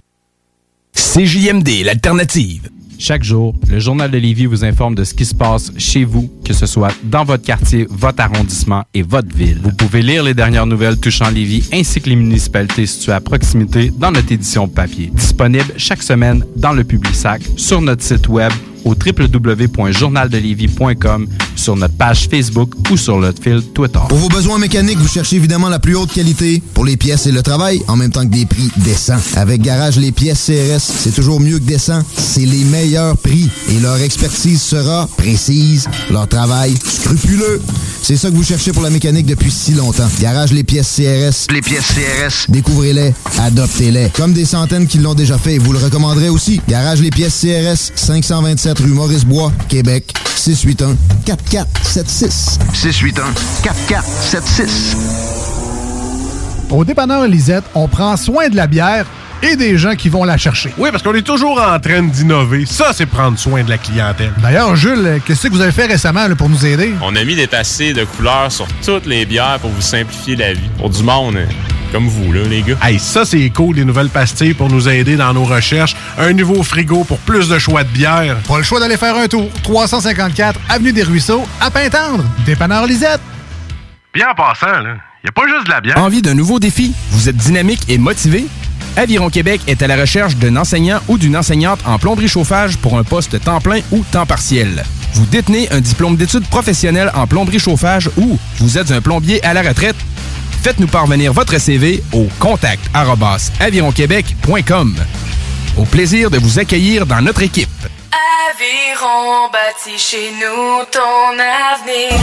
CJMD, l'alternative. Chaque jour, le Journal de Lévis vous informe de ce qui se passe chez vous, que ce soit dans votre quartier, votre arrondissement et votre ville. Vous pouvez lire les dernières nouvelles touchant Lévis ainsi que les municipalités situées à proximité dans notre édition papier. Disponible chaque semaine dans le Publisac, sur notre site web au www.journaldelévis.com, sur notre page Facebook ou sur notre fil Twitter. Pour vos besoins mécaniques, vous cherchez évidemment la plus haute qualité pour les pièces et le travail, en même temps que des prix décents. Avec Garage Les Pièces CRS, c'est toujours mieux que décent. C'est les meilleurs prix et leur expertise sera précise, leur travail scrupuleux. C'est ça que vous cherchez pour la mécanique depuis si longtemps. Garage Les Pièces CRS. Les pièces CRS. Découvrez-les, adoptez-les. Comme des centaines qui l'ont déjà fait et vous le recommanderez aussi. Garage Les Pièces CRS, 527 rue Maurice-Bois, Québec, 681-4476. 681-4476. Au dépanneur Lisette, on prend soin de la bière et des gens qui vont la chercher. Oui, parce qu'on est toujours en train d'innover. Ça, c'est prendre soin de la clientèle. D'ailleurs, Jules, qu'est-ce que vous avez fait récemment là, pour nous aider? On a mis des passés de couleurs sur toutes les bières pour vous simplifier la vie. Pour du monde comme vous, là, les gars. Hey, ça, c'est cool, des nouvelles pastilles pour nous aider dans nos recherches. Un nouveau frigo pour plus de choix de bière. Pas le choix d'aller faire un tour. 354 Avenue des Ruisseaux, à Pintendre. Dépanneur Lisette. Bien en passant, là, y a pas juste de la bière. Envie d'un nouveau défi? Vous êtes dynamique et motivé? Aviron Québec est à la recherche d'un enseignant ou d'une enseignante en plomberie-chauffage pour un poste temps plein ou temps partiel. Vous détenez un diplôme d'études professionnelles en plomberie-chauffage ou vous êtes un plombier à la retraite? Faites-nous parvenir votre CV au contact@avironquebec.com. Au plaisir de vous accueillir dans notre équipe. Aviron bâtit chez nous ton avenir.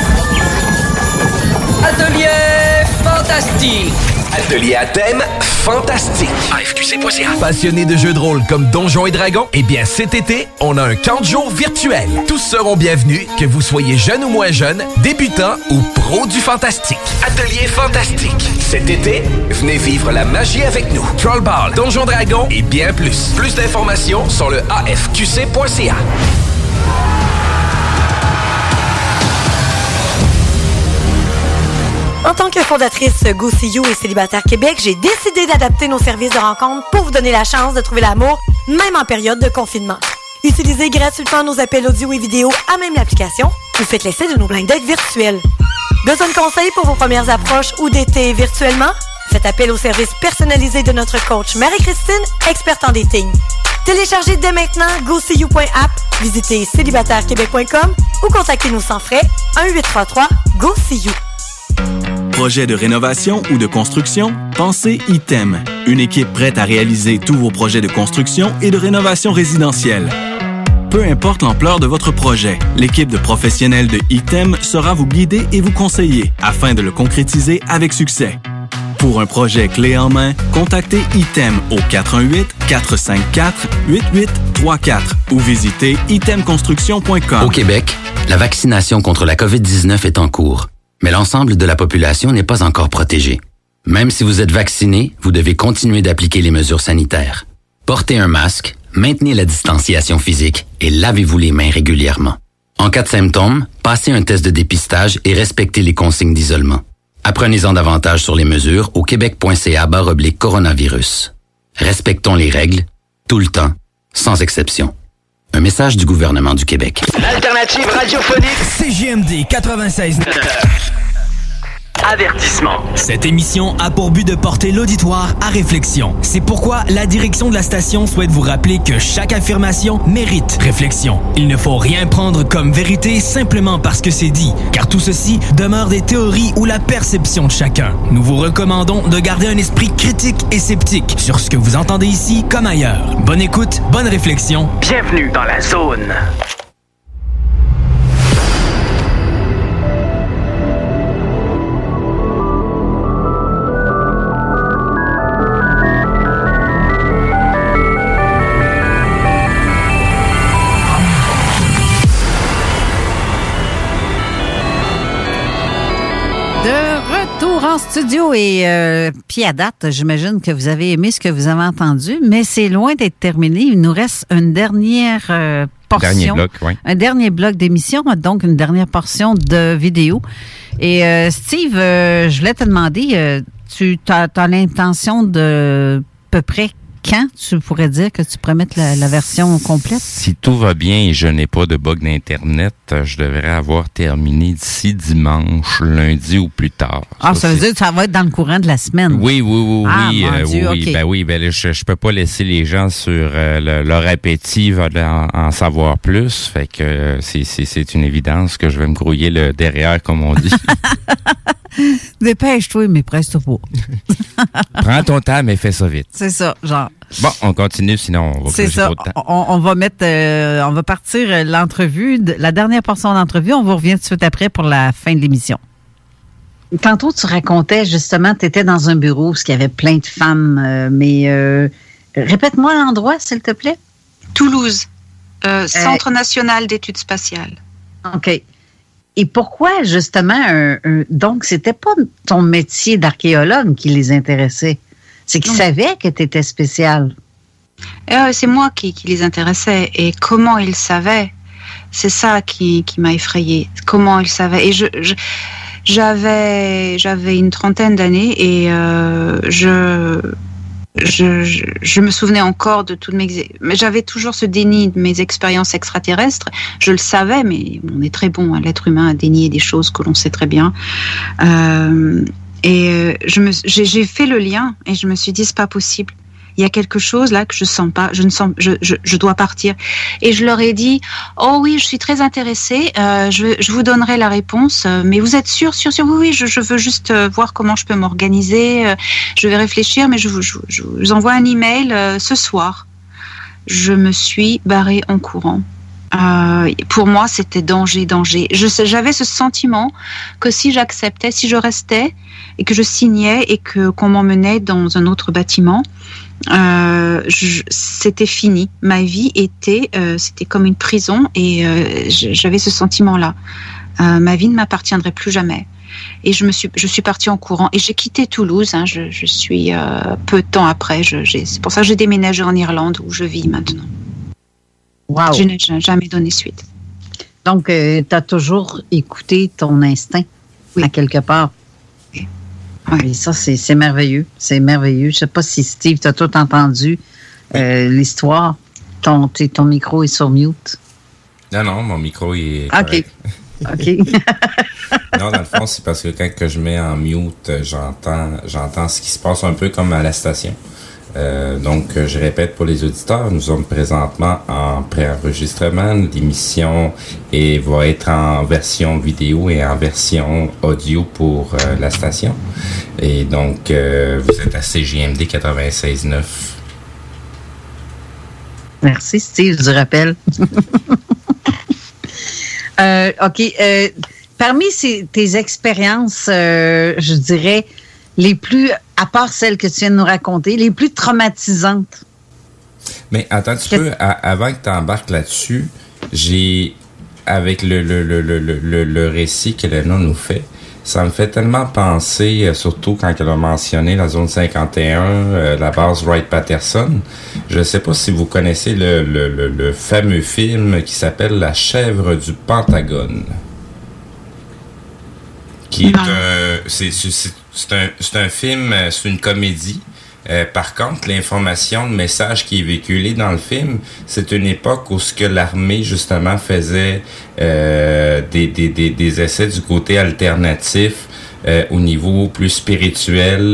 Atelier fantastique. Atelier à thème fantastique. AFQC.ca. Passionné de jeux de rôle comme Donjons et Dragons? Eh bien, cet été, on a un camp de jour virtuel. Tous seront bienvenus, que vous soyez jeune ou moins jeune, débutant ou pro du fantastique. Atelier fantastique. Cet été, venez vivre la magie avec nous. Trollball, Donjons Dragons et bien plus. Plus d'informations sur le AFQC.ca. En tant que fondatrice Go See You et Célibataire Québec, j'ai décidé d'adapter nos services de rencontre pour vous donner la chance de trouver l'amour, même en période de confinement. Utilisez gratuitement nos appels audio et vidéo à même l'application ou faites l'essai de nos blind dates virtuels. Besoin de conseils pour vos premières approches ou d'été virtuellement? Faites appel au service personnalisé de notre coach Marie-Christine, experte en dating. Téléchargez dès maintenant GoSeeYou.app, visitez célibatairequebec.com ou contactez-nous sans frais 1-833-GO-SEE-YOU. Projet de rénovation ou de construction? Pensez ITEM. Une équipe prête à réaliser tous vos projets de construction et de rénovation résidentielle. Peu importe l'ampleur de votre projet, l'équipe de professionnels de ITEM sera vous guider et vous conseiller afin de le concrétiser avec succès. Pour un projet clé en main, contactez ITEM au 418-454-8834 ou visitez itemconstruction.com. Au Québec, la vaccination contre la COVID-19 est en cours, mais l'ensemble de la population n'est pas encore protégée. Même si vous êtes vacciné, vous devez continuer d'appliquer les mesures sanitaires. Portez un masque, maintenez la distanciation physique et lavez-vous les mains régulièrement. En cas de symptômes, passez un test de dépistage et respectez les consignes d'isolement. Apprenez-en davantage sur les mesures au québec.ca/coronavirus. Respectons les règles, tout le temps, sans exception. Un message du gouvernement du Québec. L'alternative radiophonique CJMD 96.9. Avertissement. Cette émission a pour but de porter l'auditoire à réflexion. C'est pourquoi la direction de la station souhaite vous rappeler que chaque affirmation mérite réflexion. Il ne faut rien prendre comme vérité simplement parce que c'est dit, car tout ceci demeure des théories ou la perception de chacun. Nous vous recommandons de garder un esprit critique et sceptique sur ce que vous entendez ici comme ailleurs. Bonne écoute, bonne réflexion. Bienvenue dans la zone. En studio et puis à date, j'imagine que vous avez aimé ce que vous avez entendu, mais c'est loin d'être terminé. Il nous reste une dernière portion. Un dernier bloc d'émission, donc une dernière portion de vidéo. Et Steve, je voulais te demander, tu as l'intention de à peu près quand tu pourrais dire que tu pourrais mettre la version complète? Si tout va bien et je n'ai pas de bug d'Internet, je devrais avoir terminé d'ici dimanche, lundi ou plus tard. Ça veut dire que ça va être dans le courant de la semaine? Oui. Mon Dieu, oui. okay. Je peux pas laisser les gens sur leur appétit en savoir plus. Fait que c'est une évidence que je vais me grouiller le derrière, comme on dit. Dépêche-toi, mais presse-toi pas. Prends ton temps, mais fais ça vite. C'est ça, genre. Bon, on continue, sinon on va c'est ça. Trop de temps. On va mettre, on va partir l'entrevue, la dernière portion d'entrevue. On vous revient tout de suite après pour la fin de l'émission. Tantôt, tu racontais justement, tu étais dans un bureau où il y avait plein de femmes, mais répète-moi l'endroit, s'il te plaît. Toulouse, Centre national d'études spatiales. OK. Et pourquoi, justement, donc, c'était pas ton métier d'archéologue qui les intéressait? C'est qu'ils savaient que tu étais spéciale. C'est moi qui les intéressais. Et comment ils savaient? C'est ça qui m'a effrayée. Comment ils savaient? Et j'avais une trentaine d'années et je me souvenais encore de toutes mais j'avais toujours ce déni de mes expériences extraterrestres. Je le savais, mais on est très bon, l'être humain, à dénier des choses que l'on sait très bien. J'ai fait le lien et je me suis dit, c'est pas possible. Il y a quelque chose là que je sens pas. Je dois partir. Et je leur ai dit, oh oui, je suis très intéressée. Je vous donnerai la réponse. Mais vous êtes sûr? Oui, je veux juste voir comment je peux m'organiser. Je vais réfléchir, mais je vous envoie un email ce soir. Je me suis barrée en courant. Pour moi, c'était danger. J'avais ce sentiment que si j'acceptais, si je restais et que je signais et qu'on m'emmenait dans un autre bâtiment, c'était fini. Ma vie c'était comme une prison et j'avais ce sentiment-là. Ma vie ne m'appartiendrait plus jamais. Et je suis partie en courant et j'ai quitté Toulouse. Je suis peu de temps après. C'est pour ça que j'ai déménagé en Irlande où je vis maintenant. Wow. Je n'ai jamais donné suite. Donc, tu as toujours écouté ton instinct, à quelque part. Oui. Et ça, c'est merveilleux. C'est merveilleux. Je ne sais pas si Steve, tu as tout entendu l'histoire. ton micro est sur mute. Non, mon micro est OK. Non, dans le fond, c'est parce que quand je mets en mute, j'entends ce qui se passe un peu comme à la station. Donc, je répète pour les auditeurs, nous sommes présentement en pré-enregistrement. L'émission va être en version vidéo et en version audio pour la station. Et donc, vous êtes à CJMD 96.9. Merci, Steve, du rappel. OK. Parmi tes expériences, je dirais, les plus, à part celles que tu viens de nous raconter, les plus traumatisantes. Mais attends un petit peu, avant que tu embarques là-dessus, avec le récit que Léna nous fait, ça me fait tellement penser, surtout quand elle a mentionné la zone 51, la base Wright-Patterson. Je ne sais pas si vous connaissez le fameux film qui s'appelle La chèvre du Pentagone. Qui est c'est un film, c'est une comédie. Par contre, l'information, le message qui est véhiculé dans le film, c'est une époque où ce que l'armée justement faisait des essais du côté alternatif au niveau plus spirituel,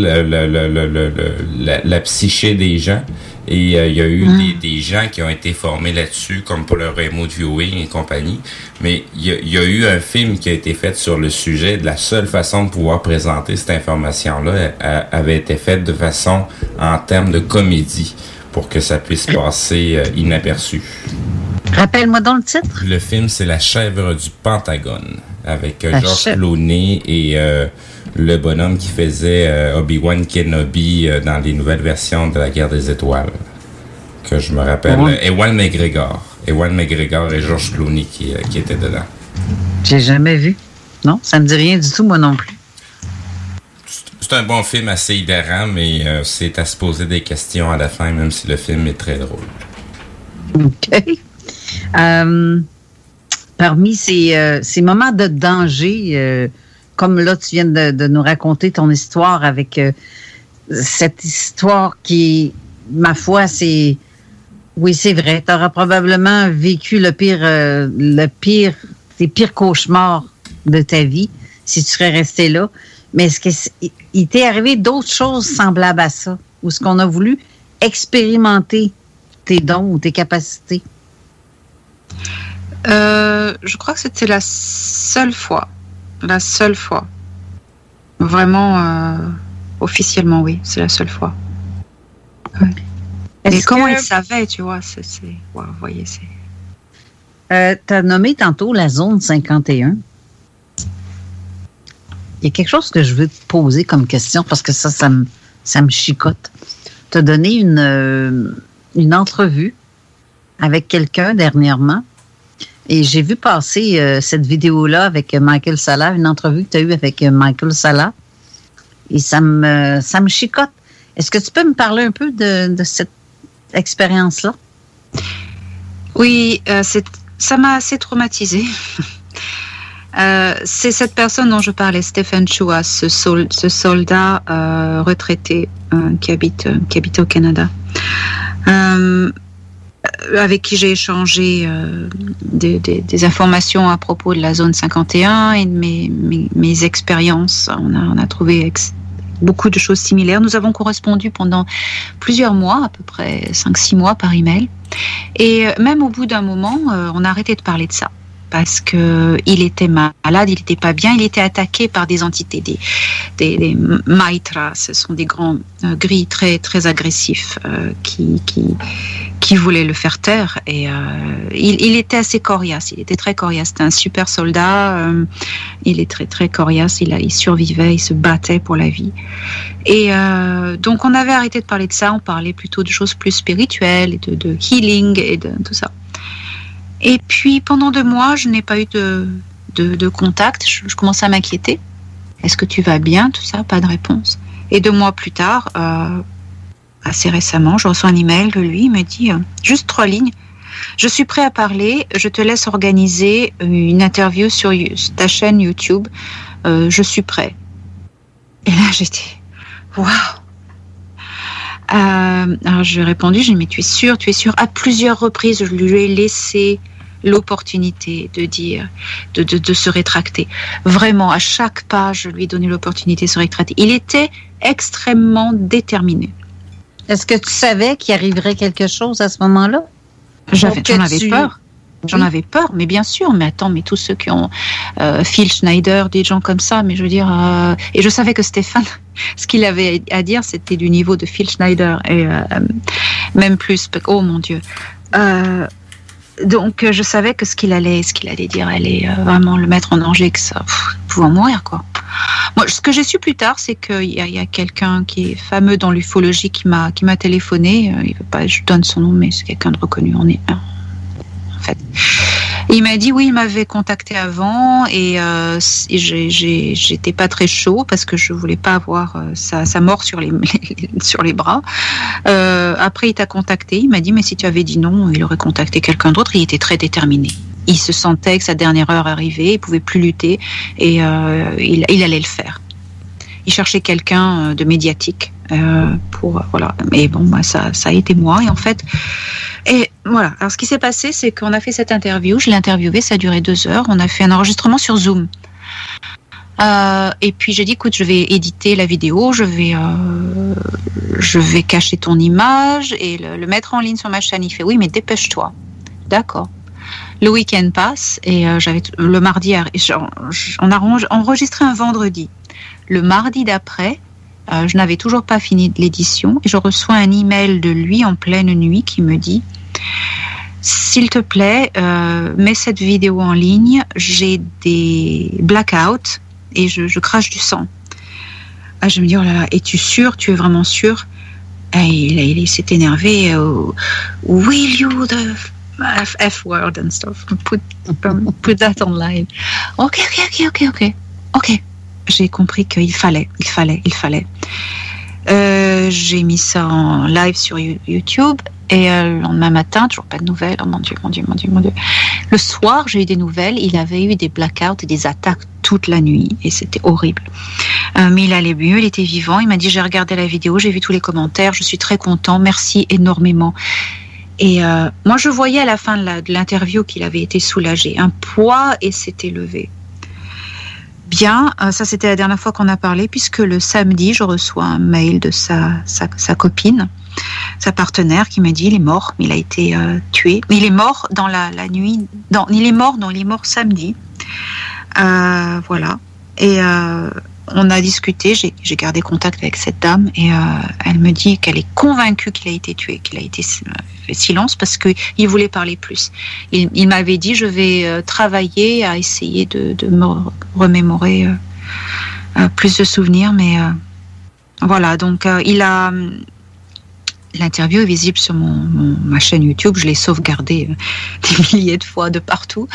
la psyché des gens. Et il y a eu des gens qui ont été formés là-dessus, comme pour le remote viewing et compagnie. Mais il y a eu un film qui a été fait sur le sujet. La seule façon de pouvoir présenter cette information-là avait été faite de façon en termes de comédie pour que ça puisse passer inaperçu. Rappelle-moi donc le titre. Le film, c'est La chèvre du Pentagone, avec George Clooney et le bonhomme qui faisait Obi-Wan Kenobi dans les nouvelles versions de la Guerre des Étoiles, que je me rappelle. Ewan McGregor et George Clooney qui étaient dedans. J'ai jamais vu. Non, ça me dit rien du tout, moi non plus. C'est un bon film assez hilarant, mais c'est à se poser des questions à la fin, même si le film est très drôle. OK. Parmi ces moments de danger, comme là, tu viens de nous raconter ton histoire avec cette histoire qui, ma foi, c'est... Oui, c'est vrai. Tu auras probablement vécu tes pires cauchemars de ta vie si tu serais resté là. Mais est-ce qu'il t'est arrivé d'autres choses semblables à ça? Ou est-ce qu'on a voulu expérimenter tes dons ou tes capacités? Je crois que c'était la seule fois. La seule fois. Vraiment, officiellement, oui, c'est la seule fois. Ouais. Et comment il savait, tu vois, vous voyez, c'est... tu as nommé tantôt la zone 51. Il y a quelque chose que je veux te poser comme question, parce que ça me chicote. Tu as donné une entrevue avec quelqu'un dernièrement, et j'ai vu passer cette vidéo-là avec Michael Salla, une entrevue que tu as eue avec Michael Salla, et ça me chicote. Est-ce que tu peux me parler un peu de cette expérience-là? Oui, ça m'a assez traumatisée. C'est cette personne dont je parlais, Stephen Chua, ce soldat retraité qui habite au Canada, avec qui j'ai échangé des informations à propos de la zone 51 et de mes expériences. On a trouvé beaucoup de choses similaires. Nous avons correspondu pendant plusieurs mois, à peu près 5-6 mois par email. Et même au bout d'un moment, on a arrêté de parler de ça. Parce que il était malade, il n'était pas bien, il était attaqué par des entités, des maitras, ce sont des grands gris très très agressifs qui voulaient le faire taire. Et il était assez coriace, il était très coriace. C'était un super soldat, il est très très coriace, il survivait, il se battait pour la vie. Et donc on avait arrêté de parler de ça, on parlait plutôt de choses plus spirituelles, et de healing et de tout ça. Et puis, pendant 2 mois, je n'ai pas eu de contact. Je commençais à m'inquiéter. Est-ce que tu vas bien? Tout ça, pas de réponse. Et 2 mois plus tard, assez récemment, je reçois un email de lui. Il me dit, juste 3 lignes. Je suis prêt à parler. Je te laisse organiser une interview sur ta chaîne YouTube. Je suis prêt. Et là, j'étais, waouh! Alors je lui ai répondu, j'ai dit, mais tu es sûr? À plusieurs reprises, je lui ai laissé l'opportunité de dire, de se rétracter. Vraiment, à chaque pas, je lui ai donné l'opportunité de se rétracter. Il était extrêmement déterminé. Est-ce que tu savais qu'il arriverait quelque chose à ce moment-là? J'en avais peur. J'en avais peur, mais bien sûr. Mais attends, mais tous ceux qui ont Phil Schneider, des gens comme ça, mais je veux dire... et je savais que Stéphane, ce qu'il avait à dire, c'était du niveau de Phil Schneider, et même plus. Oh mon Dieu. Donc, je savais que ce qu'il allait dire allait vraiment le mettre en danger, que ça pouvait en mourir, quoi. Moi, ce que j'ai su plus tard, c'est qu'il y a quelqu'un qui est fameux dans l'ufologie qui m'a téléphoné. Il veut pas, je donne son nom, mais c'est quelqu'un de reconnu. En fait, il m'a dit oui, il m'avait contacté avant et j'étais pas très chaud parce que je voulais pas avoir sa mort sur les bras. Après, il t'a contacté. Il m'a dit mais si tu avais dit non, il aurait contacté quelqu'un d'autre. Il était très déterminé. Il se sentait que sa dernière heure arrivait, il pouvait plus lutter et il allait le faire. Il cherchait quelqu'un de médiatique pour voilà. Mais bon, bah, ça a été moi et en fait. Et voilà. Alors ce qui s'est passé, c'est qu'on a fait cette interview. Je l'ai interviewé, ça a duré 2 heures. On a fait un enregistrement sur Zoom. Et puis j'ai dit, écoute, je vais éditer la vidéo, je vais cacher ton image et le mettre en ligne sur ma chaîne. Il fait oui, mais dépêche-toi. D'accord. Le week-end passe et j'avais le mardi, on a enregistré un vendredi. Le mardi d'après, je n'avais toujours pas fini l'édition et je reçois un email de lui en pleine nuit qui me dit s'il te plaît, mets cette vidéo en ligne, j'ai des blackouts et je crache du sang. Je me dis oh là là, es-tu sûr? Tu es vraiment sûr? Et il s'est énervé. Will you the F word and stuff. Put that online. Ok. J'ai compris qu'il fallait. J'ai mis ça en live sur YouTube et le lendemain matin, toujours pas de nouvelles. Oh mon Dieu. Le soir, j'ai eu des nouvelles. Il avait eu des blackouts et des attaques toute la nuit et c'était horrible. Mais il allait mieux, il était vivant. Il m'a dit j'ai regardé la vidéo, j'ai vu tous les commentaires, je suis très content, merci énormément. Et moi, je voyais à la fin de l'interview qu'il avait été soulagé. Un poids et s'était levé. Bien, ça c'était la dernière fois qu'on a parlé, puisque le samedi, je reçois un mail de sa copine, sa partenaire, qui m'a dit il est mort, il a été tué. Il est mort dans la nuit. Il est mort samedi. Voilà. Et on a discuté, j'ai gardé contact avec cette dame et elle me dit qu'elle est convaincue qu'il a été tué, qu'il a été fait silence parce qu'il voulait parler plus. Il m'avait dit je vais travailler à essayer de me remémorer plus de souvenirs, mais voilà, donc l'interview est visible sur ma chaîne YouTube. Je l'ai sauvegardée des milliers de fois de partout.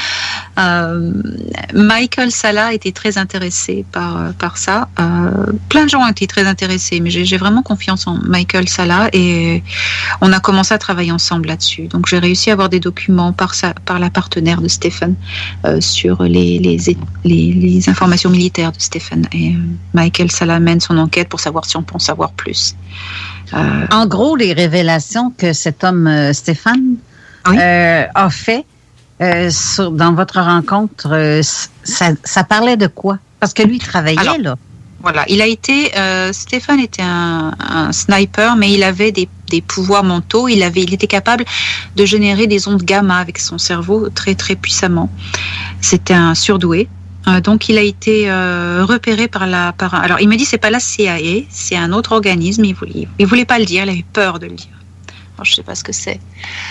Michael Salla était très intéressé par ça. Plein de gens ont été très intéressés, mais j'ai vraiment confiance en Michael Salla et on a commencé à travailler ensemble là-dessus. Donc j'ai réussi à avoir des documents par la partenaire de Stéphane sur les informations militaires de Stéphane. Et Michael Salla mène son enquête pour savoir si on peut en savoir plus. En gros, les révélations que cet homme, Stéphane, a fait dans votre rencontre, ça parlait de quoi? Parce que lui, il travaillait, là. Voilà, Stéphane était un sniper, mais il avait des pouvoirs mentaux. Il était capable de générer des ondes gamma avec son cerveau très, très puissamment. C'était un surdoué. Donc il a été repéré alors il m'a dit c'est pas la CIA, c'est un autre organisme. Il voulait pas le dire, il avait peur de le dire. Alors je sais pas ce que c'est.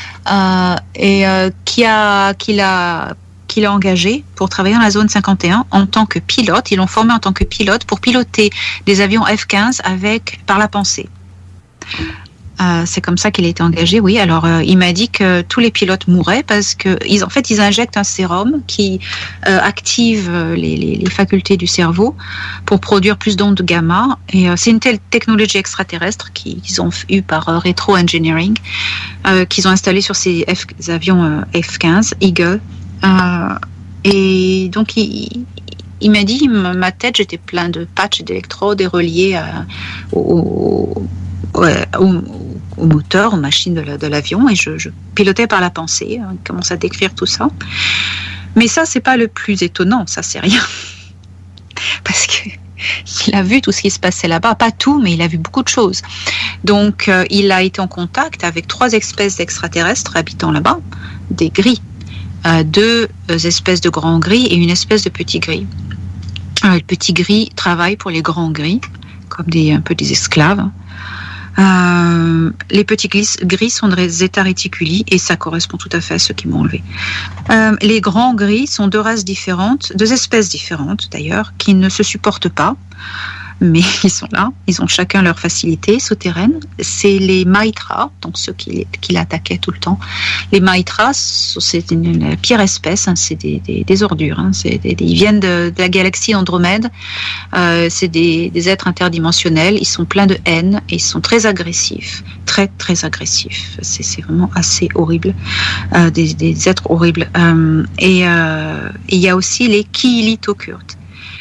Qu'il a engagé pour travailler dans la zone 51 en tant que pilote. Ils l'ont formé en tant que pilote pour piloter des avions F-15 par la pensée. C'est comme ça qu'il a été engagé, oui. Alors, il m'a dit que tous les pilotes mouraient parce que, ils injectent un sérum qui active les facultés du cerveau pour produire plus d'ondes gamma. Et c'est une telle technologie extraterrestre qu'ils ont eu par rétro-engineering, qu'ils ont installé sur ces avions F-15, Eagle. Et donc, il m'a dit, ma tête, j'étais plein de patchs et d'électrodes et reliés au moteur, aux machines de l'avion, et je pilotais par la pensée. Il commence à décrire tout ça. Mais ça, c'est pas le plus étonnant, ça c'est rien. Parce qu'il a vu tout ce qui se passait là-bas, pas tout, mais il a vu beaucoup de choses. Donc, il a été en contact avec 3 espèces d'extraterrestres habitant là-bas, des gris, 2 espèces de grands gris et une espèce de petit gris. Les petits gris travaillent pour les grands gris, comme un peu des esclaves. Les petits gris sont des Zeta Reticuli et ça correspond tout à fait à ceux qui m'ont enlevé. Les grands gris sont 2 races différentes, 2 espèces différentes d'ailleurs, qui ne se supportent pas, mais ils sont là, ils ont chacun leur facilité souterraine. C'est les Maitras, donc ceux qui l'attaquaient tout le temps. Les Maitras, c'est la pire espèce, hein, c'est des ordures, hein, ils viennent de la galaxie Andromède, c'est des êtres interdimensionnels, ils sont pleins de haine et ils sont très agressifs, très très agressifs, c'est vraiment assez horrible, des êtres horribles. Et il y a aussi les Kiilitokurt.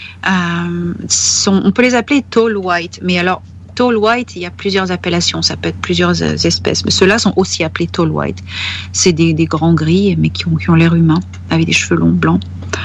On peut les appeler tall white, mais alors tall white, il y a plusieurs appellations, ça peut être plusieurs espèces, mais ceux-là sont aussi appelés tall white. C'est des grands gris, mais qui ont l'air humains, avec des cheveux longs blancs.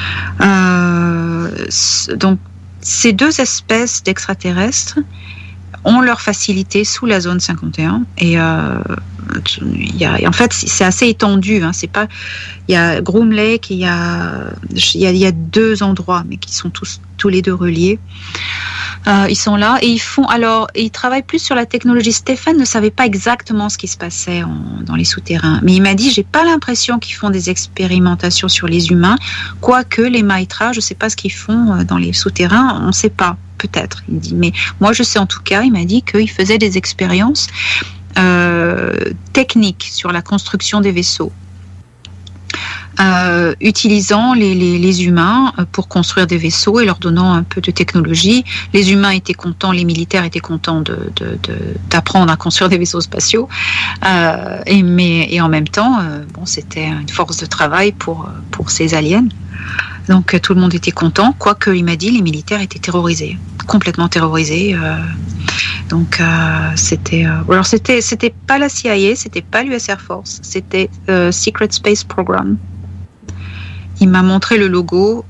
Donc ces 2 espèces d'extraterrestres ont leur facilité sous la zone 51 et en fait c'est assez étendu, hein, c'est pas, il y a Groom Lake, il y a 2 endroits mais qui sont tous les 2 reliés. Ils sont là et ils travaillent plus sur la technologie. Stéphane ne savait pas exactement ce qui se passait dans les souterrains, mais il m'a dit, j'ai pas l'impression qu'ils font des expérimentations sur les humains, quoique les Maitras, je sais pas ce qu'ils font dans les souterrains, on sait pas, peut-être, il dit, mais moi je sais en tout cas, il m'a dit qu'ils faisaient des expériences techniques sur la construction des vaisseaux. Utilisant les humains pour construire des vaisseaux et leur donnant un peu de technologie. Les humains étaient contents, les militaires étaient contents d'apprendre à construire des vaisseaux spatiaux, et en même temps, c'était une force de travail pour ces aliens. Donc tout le monde était content, quoique il m'a dit les militaires étaient terrorisés, complètement terrorisés. Donc c'était pas la CIA, c'était pas l'US Air Force, c'était Secret Space Program. Il m'a montré le logo.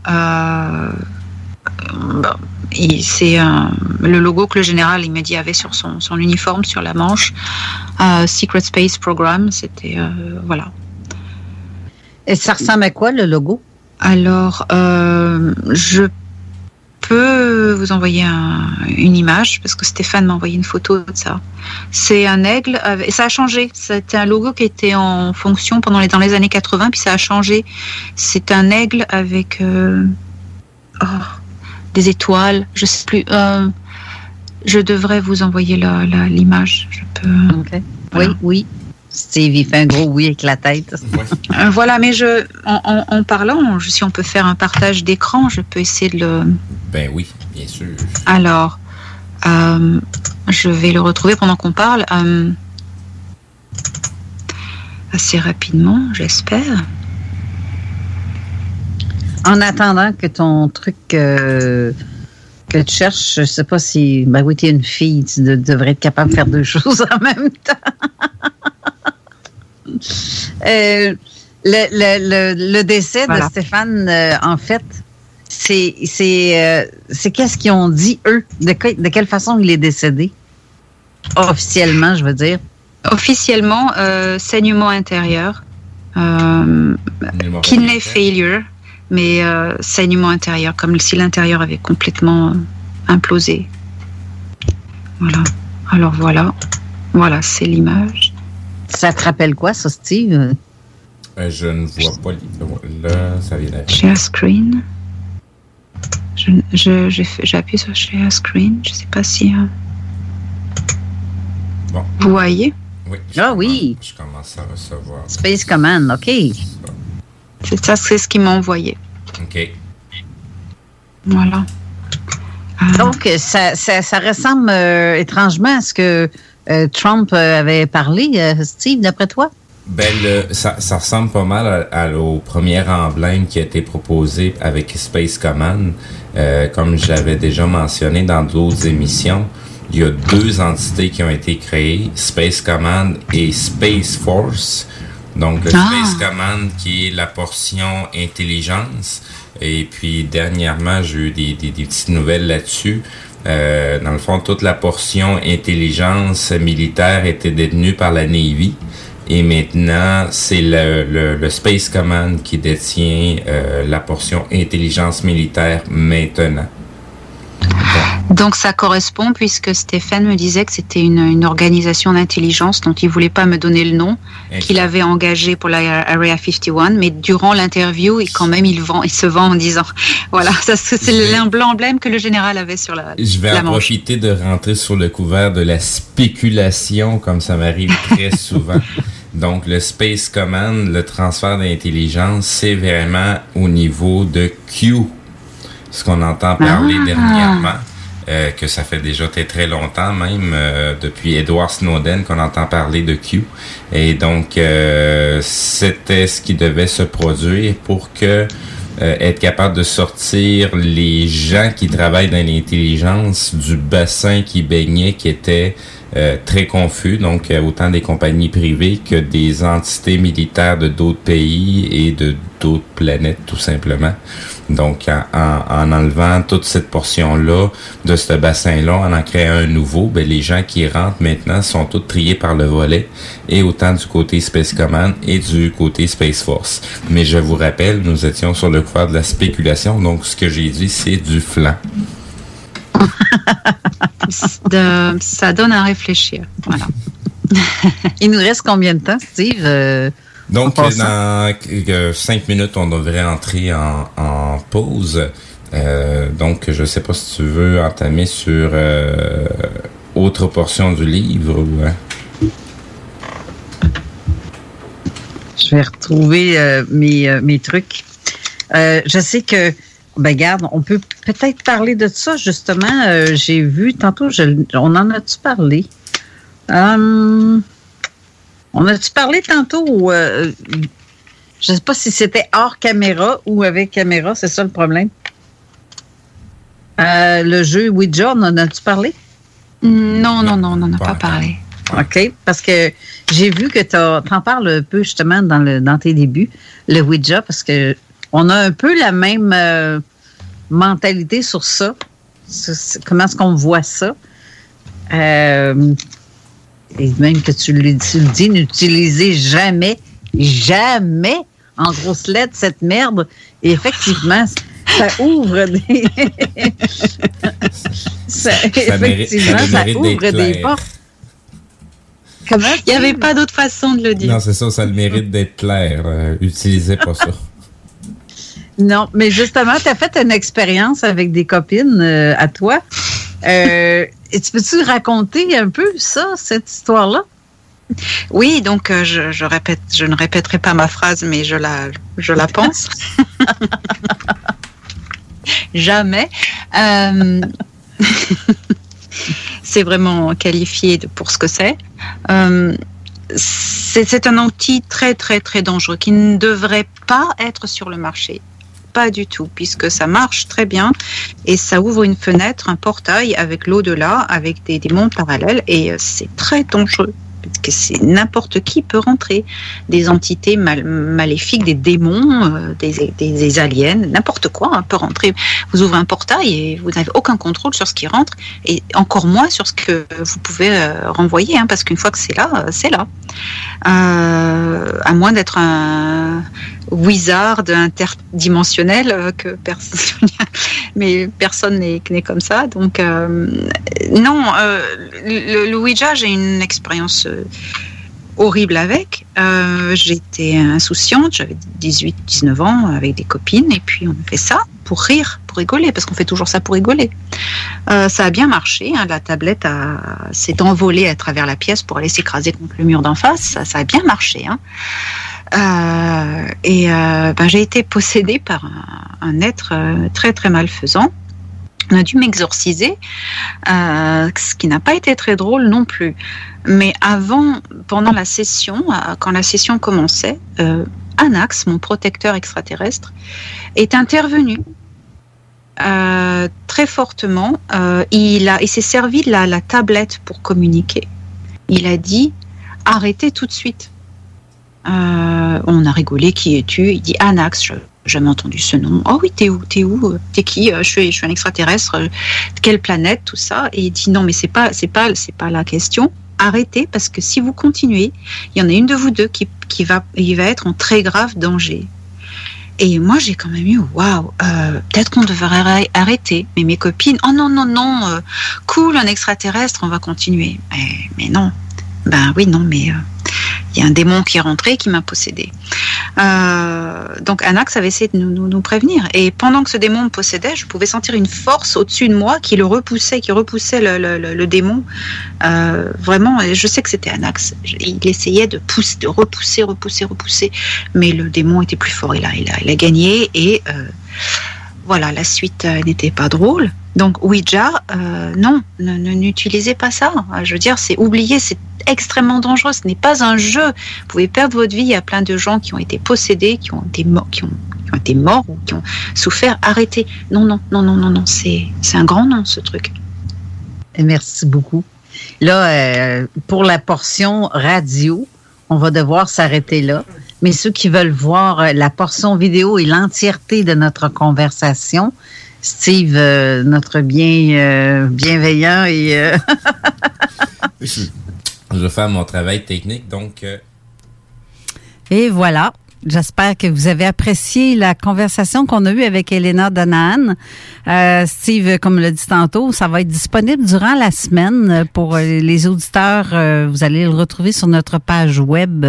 C'est le logo que le général, il m'a dit, avait sur son uniforme, sur la manche. Secret Space Program, c'était voilà. Et ça ressemble à quoi le logo? Alors, je peux vous envoyer une image parce que Stéphane m'a envoyé une photo de ça. C'est un aigle, ça a changé. C'était un logo qui était en fonction dans les années 80, puis ça a changé. C'est un aigle avec des étoiles. Je sais plus. Je devrais vous envoyer l'image. Je peux. Okay. Voilà. Oui. Steve, il fait un gros oui avec la tête. Voilà, mais en parlant, si on peut faire un partage d'écran, je peux essayer de le... Ben oui, bien sûr. Alors, je vais le retrouver pendant qu'on parle assez rapidement, j'espère. En attendant que ton truc que tu cherches, je sais pas si... Ben oui, tu es une fille, tu devrais être capable de faire 2 choses en même temps. Le décès de Stéphane, en fait, c'est qu'est-ce qu'ils ont dit, eux? De quelle façon il est décédé? Officiellement, je veux dire. Officiellement, saignement intérieur, kidney failure, mais saignement intérieur, comme si l'intérieur avait complètement implosé. Voilà. Alors voilà, c'est l'image. Ça te rappelle quoi, ça, Steve? Je ne vois pas. Là, ça vient d'arriver. Share screen. J'ai appuyé sur share screen. Je ne sais pas si... Bon. Vous voyez? Oui. Oui. Je commence à recevoir. Space Command, OK. C'est ça, c'est ce qu'ils m'ont envoyé. OK. Voilà. Donc, ça ressemble étrangement à ce que Trump avait parlé, Steve, d'après toi? Ben, ça ressemble pas mal au premier emblème qui a été proposé avec Space Command. Comme j'avais déjà mentionné dans d'autres émissions, il y a 2 entités qui ont été créées, Space Command et Space Force. Donc, le Space Command qui est la portion intelligence. Et puis, dernièrement, j'ai eu des petites nouvelles là-dessus. Dans le fond, toute la portion intelligence militaire était détenue par la Navy. Et maintenant, c'est le Space Command qui détient la portion intelligence militaire maintenant. Donc ça correspond, puisque Stéphane me disait que c'était une organisation d'intelligence dont il voulait pas me donner le nom, qu'il avait engagé pour la Area 51, mais durant l'interview, il se vend en disant, voilà, ça c'est l'emblème que le général avait sur la Je vais en profiter de rentrer sur le couvert de la spéculation, comme ça m'arrive très souvent. Donc, le Space Command, le transfert d'intelligence, c'est vraiment au niveau de Q. Ce qu'on entend parler dernièrement, que ça fait déjà très longtemps même, depuis Edward Snowden qu'on entend parler de Q. Et donc, c'était ce qui devait se produire pour que être capable de sortir les gens qui travaillent dans l'intelligence du bassin qui baignait, qui était très confus, donc autant des compagnies privées que des entités militaires de d'autres pays et de d'autres planètes, tout simplement. Donc, en enlevant toute cette portion-là de ce bassin-là, en créant un nouveau, ben, les gens qui rentrent maintenant sont tous triés par le volet, et autant du côté Space Command et du côté Space Force. Mais je vous rappelle, nous étions sur le couvert de la spéculation, donc ce que j'ai dit, c'est du flan. Ça donne à réfléchir. Voilà. Il nous reste combien de temps, Steve? Donc, dans 5 minutes, on devrait entrer en pause. Donc, je sais pas si tu veux entamer sur autre portion du livre ou... Je vais retrouver mes trucs. Je sais que, regarde, on peut peut-être parler de ça, justement. J'ai vu, tantôt, on en a-tu parlé? On a-tu parlé tantôt? Je ne sais pas si c'était hors caméra ou avec caméra, c'est ça le problème. Le jeu Ouija, on en a-tu parlé? Non, on n'en a pas parlé. OK, parce que j'ai vu que t'en parles un peu justement dans tes débuts, le Ouija, parce que on a un peu la même mentalité sur ça. Comment est-ce qu'on voit ça? Et même que tu le dis, n'utilisez jamais en grosses lettres cette merde. Et effectivement, ça ouvre des... ça ouvre des portes. Comment il n'y avait pas d'autre façon de le dire. Non, c'est ça, ça le mérite d'être clair. Utilisez pas ça. Non, mais justement, tu as fait une expérience avec des copines à toi. Et tu peux-tu raconter un peu ça, cette histoire-là? Oui, donc je ne répéterai pas ma phrase, mais je la pense. Jamais. C'est vraiment qualifié pour ce que c'est. C'est un outil très, très, très dangereux qui ne devrait pas être sur le marché. Pas du tout, puisque ça marche très bien et ça ouvre une fenêtre, un portail avec l'au-delà, avec des mondes parallèles, et c'est très dangereux. Parce que n'importe qui peut rentrer, des entités maléfiques, des démons, des aliens, n'importe quoi peut rentrer. Vous ouvrez un portail et vous n'avez aucun contrôle sur ce qui rentre, et encore moins sur ce que vous pouvez renvoyer, parce qu'une fois que c'est là, c'est là. À moins d'être un wizard interdimensionnel, mais personne n'est comme ça. Donc non, le Ouija, j'ai une expérience horrible avec. J'étais insouciante, j'avais 18-19 ans avec des copines, et puis on a fait ça pour rire, pour rigoler, parce qu'on fait toujours ça pour rigoler. Ça a bien marché, la tablette s'est envolée à travers la pièce pour aller s'écraser contre le mur d'en face, ça a bien marché. J'ai été possédée par un être très très malfaisant. On a dû m'exorciser, ce qui n'a pas été très drôle non plus. Mais pendant la session, quand la session commençait, Anax, mon protecteur extraterrestre, est intervenu très fortement. Il s'est servi de la tablette pour communiquer. Il a dit « Arrêtez tout de suite ». On a rigolé, qui es-tu? Il dit Anax, je n'ai jamais entendu ce nom. Oh oui, t'es où? T'es qui? Je suis un extraterrestre. Quelle planète? Tout ça. Et il dit non, mais c'est pas la question. Arrêtez, parce que si vous continuez, il y en a une de vous deux qui va être en très grave danger. Et moi, j'ai quand même eu waouh. Peut-être qu'on devrait arrêter. Mais mes copines, oh non, cool, un extraterrestre, on va continuer. Mais non. Ben oui, non, mais il y a un démon qui est rentré et qui m'a possédé. Donc Anax avait essayé de nous prévenir. Et pendant que ce démon me possédait, je pouvais sentir une force au-dessus de moi qui repoussait le démon. Vraiment, je sais que c'était Anax. Il essayait de repousser. Mais le démon était plus fort. Il a gagné et voilà, la suite n'était pas drôle. Donc Ouija, non, n'utilisez pas ça. Je veux dire, c'est oublié, c'est extrêmement dangereux. Ce n'est pas un jeu. Vous pouvez perdre votre vie. Il y a plein de gens qui ont été possédés, qui ont été morts ou qui ont souffert. Arrêtez. Non. C'est un grand non, ce truc. Merci beaucoup. Là, pour la portion radio, on va devoir s'arrêter là. Mais ceux qui veulent voir la portion vidéo et l'entièreté de notre conversation, Steve, notre bienveillant et... Je vais faire mon travail technique, donc... Et voilà. J'espère que vous avez apprécié la conversation qu'on a eue avec Elena Donahue. Steve, comme l'a dit tantôt, ça va être disponible durant la semaine pour les auditeurs. Vous allez le retrouver sur notre page web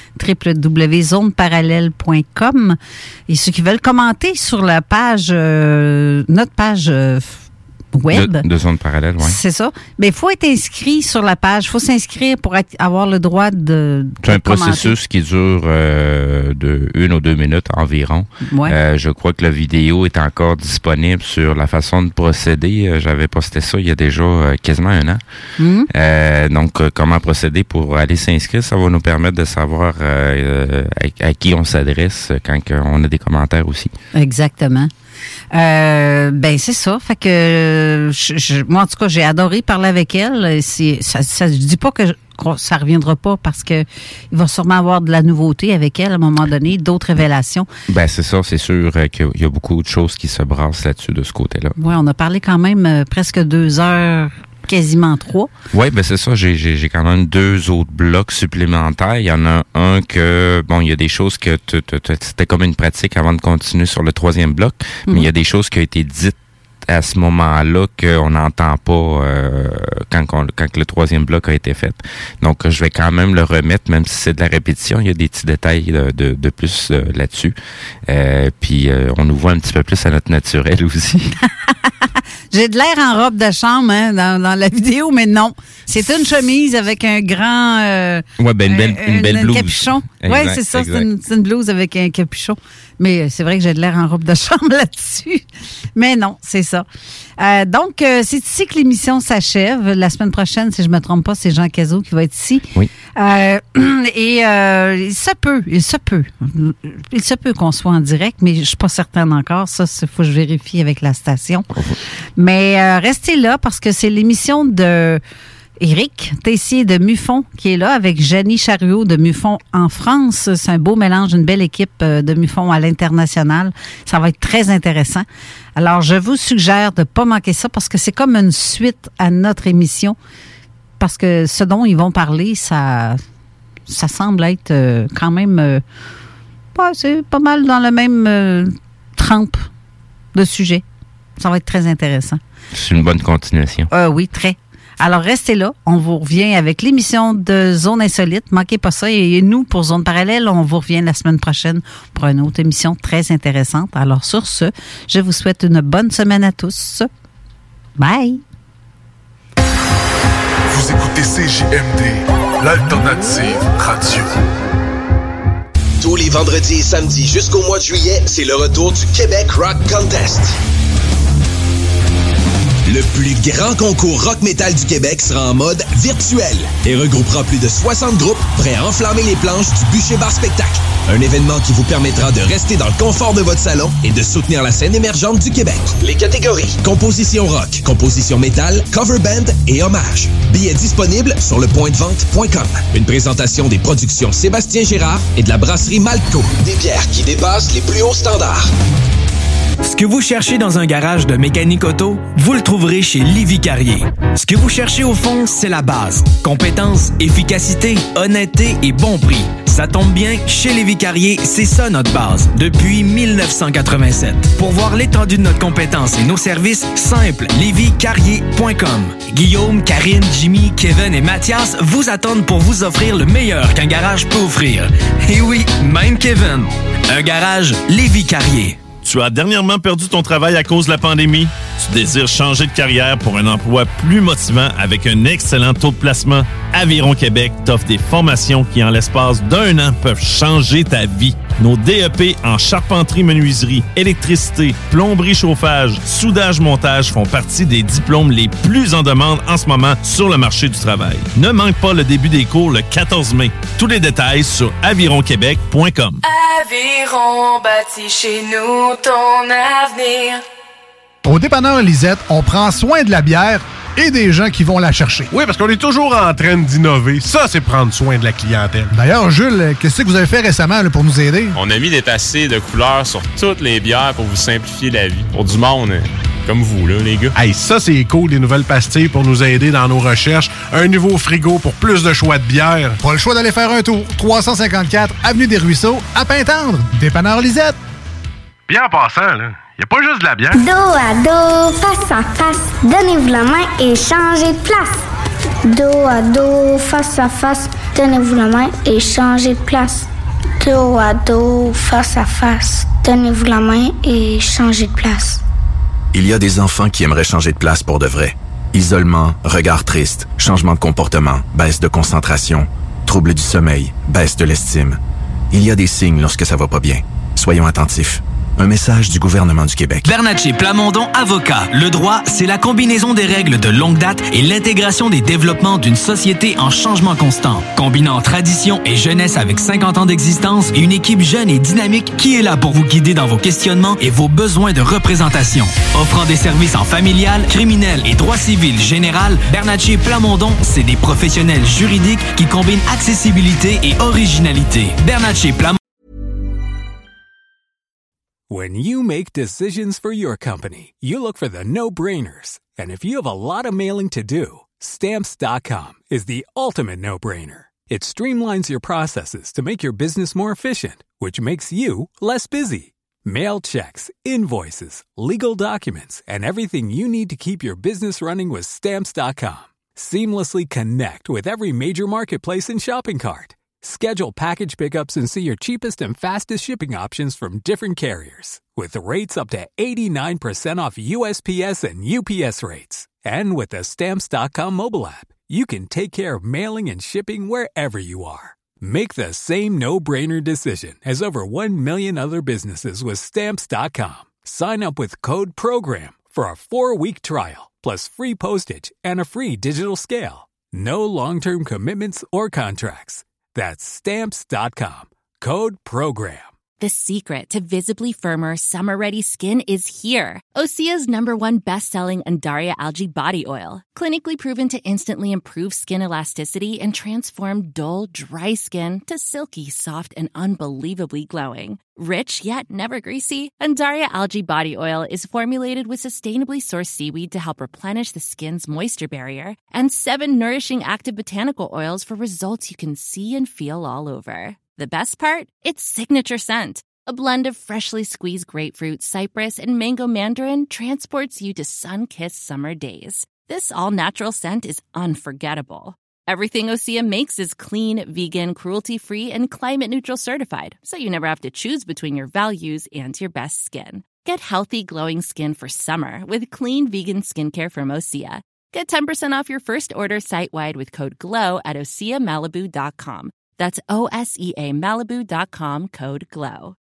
www.zoneparallèle.com. Et ceux qui veulent commenter sur la page, notre page web. De Zone Parallèle, oui. C'est ça. Mais il faut être inscrit sur la page. Il faut s'inscrire pour avoir le droit de C'est un processus qui dure de 1 ou 2 minutes environ. Ouais. Je crois que la vidéo est encore disponible sur la façon de procéder. J'avais posté ça il y a déjà quasiment 1 an. Donc, comment procéder pour aller s'inscrire, ça va nous permettre de savoir à qui on s'adresse quand on a des commentaires aussi. Exactement. Ben c'est ça. Fait que moi en tout cas j'ai adoré parler avec elle. Je dis pas que ça reviendra pas parce que il va sûrement avoir de la nouveauté avec elle à un moment donné, d'autres révélations. Ben c'est ça, c'est sûr qu'il y a beaucoup de choses qui se brassent là-dessus de ce côté-là. Oui, on a parlé quand même presque 2 heures. Quasiment 3. Oui, ben c'est ça. J'ai quand même 2 autres blocs supplémentaires. Il y en a un que, bon, il y a des choses que c'était comme une pratique avant de continuer sur le 3e bloc, mais il y a des choses qui ont été dites à ce moment-là qu'on n'entend pas quand le 3e bloc a été fait. Donc, je vais quand même le remettre, même si c'est de la répétition. Il y a des petits détails de plus là-dessus. Puis, on nous voit un petit peu plus à notre naturel aussi. J'ai de l'air en robe de chambre dans la vidéo, mais non. C'est une chemise avec un grand... une belle blouse. Capuchon. Oui, c'est ça. C'est une blouse avec un capuchon. Mais c'est vrai que j'ai de l'air en robe de chambre là-dessus. Mais non, c'est ça. Donc, c'est ici que l'émission s'achève. La semaine prochaine, si je me trompe pas, c'est Jean Cazot qui va être ici. Oui. Et il se peut qu'on soit en direct, mais je suis pas certaine encore. Ça, il faut que je vérifie avec la station. Mais restez là parce que c'est l'émission de Éric Tessier de Muffon qui est là avec Janie Chariot de Muffon en France. C'est un beau mélange, une belle équipe de Muffon à l'international. Ça va être très intéressant. Alors, je vous suggère de ne pas manquer ça parce que c'est comme une suite à notre émission. Parce que ce dont ils vont parler, ça semble être quand même... c'est pas mal dans le même trempe de sujet. Ça va être très intéressant. C'est une bonne continuation. Oui, très. Alors, restez là. On vous revient avec l'émission de Zone Insolite. Manquez pas ça. Et nous, pour Zone Parallèle, on vous revient la semaine prochaine pour une autre émission très intéressante. Alors, sur ce, je vous souhaite une bonne semaine à tous. Bye! Vous écoutez CJMD, l'alternative radio. Tous les vendredis et samedis jusqu'au mois de juillet, c'est le retour du Québec Rock Contest. Le plus grand concours rock-metal du Québec sera en mode virtuel et regroupera plus de 60 groupes prêts à enflammer les planches du Bûcher Bar Spectacle. Un événement qui vous permettra de rester dans le confort de votre salon et de soutenir la scène émergente du Québec. Les catégories: composition rock, composition métal, cover band et hommage. Billets disponibles sur lepointdevente.com. Une présentation des productions Sébastien Gérard et de la brasserie Maltco. Des bières qui dépassent les plus hauts standards. Ce que vous cherchez dans un garage de mécanique auto, vous le trouverez chez Lévi Carrier. Ce que vous cherchez au fond, c'est la base. Compétence, efficacité, honnêteté et bon prix. Ça tombe bien, chez Lévi Carrier, c'est ça notre base, depuis 1987. Pour voir l'étendue de notre compétence et nos services, simple, levicarrier.com. Guillaume, Karine, Jimmy, Kevin et Mathias vous attendent pour vous offrir le meilleur qu'un garage peut offrir. Et oui, même Kevin. Un garage Lévi Carrier. Tu as dernièrement perdu ton travail à cause de la pandémie? Tu désires changer de carrière pour un emploi plus motivant avec un excellent taux de placement? Aviron Québec t'offre des formations qui, en l'espace d'1 an, peuvent changer ta vie. Nos DEP en charpenterie-menuiserie, électricité, plomberie-chauffage, soudage-montage font partie des diplômes les plus en demande en ce moment sur le marché du travail. Ne manque pas le début des cours le 14 mai. Tous les détails sur avironquebec.com. Aviron bâti chez nous ton avenir. Au dépanneur Lisette, on prend soin de la bière et des gens qui vont la chercher. Oui, parce qu'on est toujours en train d'innover. Ça, c'est prendre soin de la clientèle. D'ailleurs, Jules, qu'est-ce que vous avez fait récemment là, pour nous aider? On a mis des passés de couleurs sur toutes les bières pour vous simplifier la vie. Pour du monde comme vous, là, les gars. Hey, ça, c'est cool, des nouvelles pastilles pour nous aider dans nos recherches. Un nouveau frigo pour plus de choix de bière. Pas le choix d'aller faire un tour. 354 Avenue des Ruisseaux, à Pintendre. Dépanneur Lisette. Bien en passant, là, y a pas juste de la bière. Dos à dos, face à face, donnez-vous la main et changez de place. Dos à dos, face à face, donnez-vous la main et changez de place. Dos à dos, face à face, donnez-vous la main et changez de place. Il y a des enfants qui aimeraient changer de place pour de vrai. Isolement, regard triste, changement de comportement, baisse de concentration, trouble du sommeil, baisse de l'estime. Il y a des signes lorsque ça va pas bien. Soyons attentifs. Un message du gouvernement du Québec. Bernatchez Plamondon Avocat. Le droit, c'est la combinaison des règles de longue date et l'intégration des développements d'une société en changement constant. Combinant tradition et jeunesse avec 50 ans d'existence et une équipe jeune et dynamique qui est là pour vous guider dans vos questionnements et vos besoins de représentation. Offrant des services en familial, criminel et droit civil général, Bernatchez Plamondon, c'est des professionnels juridiques qui combinent accessibilité et originalité. Bernatchez Plamondon. When you make decisions for your company, you look for the no-brainers. And if you have a lot of mailing to do, Stamps.com is the ultimate no-brainer. It streamlines your processes to make your business more efficient, which makes you less busy. Mail checks, invoices, legal documents, and everything you need to keep your business running with Stamps.com. Seamlessly connect with every major marketplace and shopping cart. Schedule package pickups and see your cheapest and fastest shipping options from different carriers. With rates up to 89% off USPS and UPS rates. And with the Stamps.com mobile app, you can take care of mailing and shipping wherever you are. Make the same no-brainer decision as over 1 million other businesses with Stamps.com. Sign up with code PROGRAM for a 4-week trial, plus free postage and a free digital scale. No long-term commitments or contracts. That's Stamps.com. Code PROGRAM. The secret to visibly firmer, summer-ready skin is here. Osea's #1 best-selling Undaria Algae Body Oil. Clinically proven to instantly improve skin elasticity and transform dull, dry skin to silky, soft, and unbelievably glowing. Rich yet never greasy, Undaria Algae Body Oil is formulated with sustainably sourced seaweed to help replenish the skin's moisture barrier and 7 nourishing active botanical oils for results you can see and feel all over. The best part? Its signature scent. A blend of freshly squeezed grapefruit, cypress, and mango mandarin transports you to sun-kissed summer days. This all-natural scent is unforgettable. Everything Osea makes is clean, vegan, cruelty-free, and climate-neutral certified, so you never have to choose between your values and your best skin. Get healthy, glowing skin for summer with clean, vegan skincare from Osea. Get 10% off your first order site-wide with code GLOW at OseaMalibu.com. That's OSEAMalibu.com, code GLOW.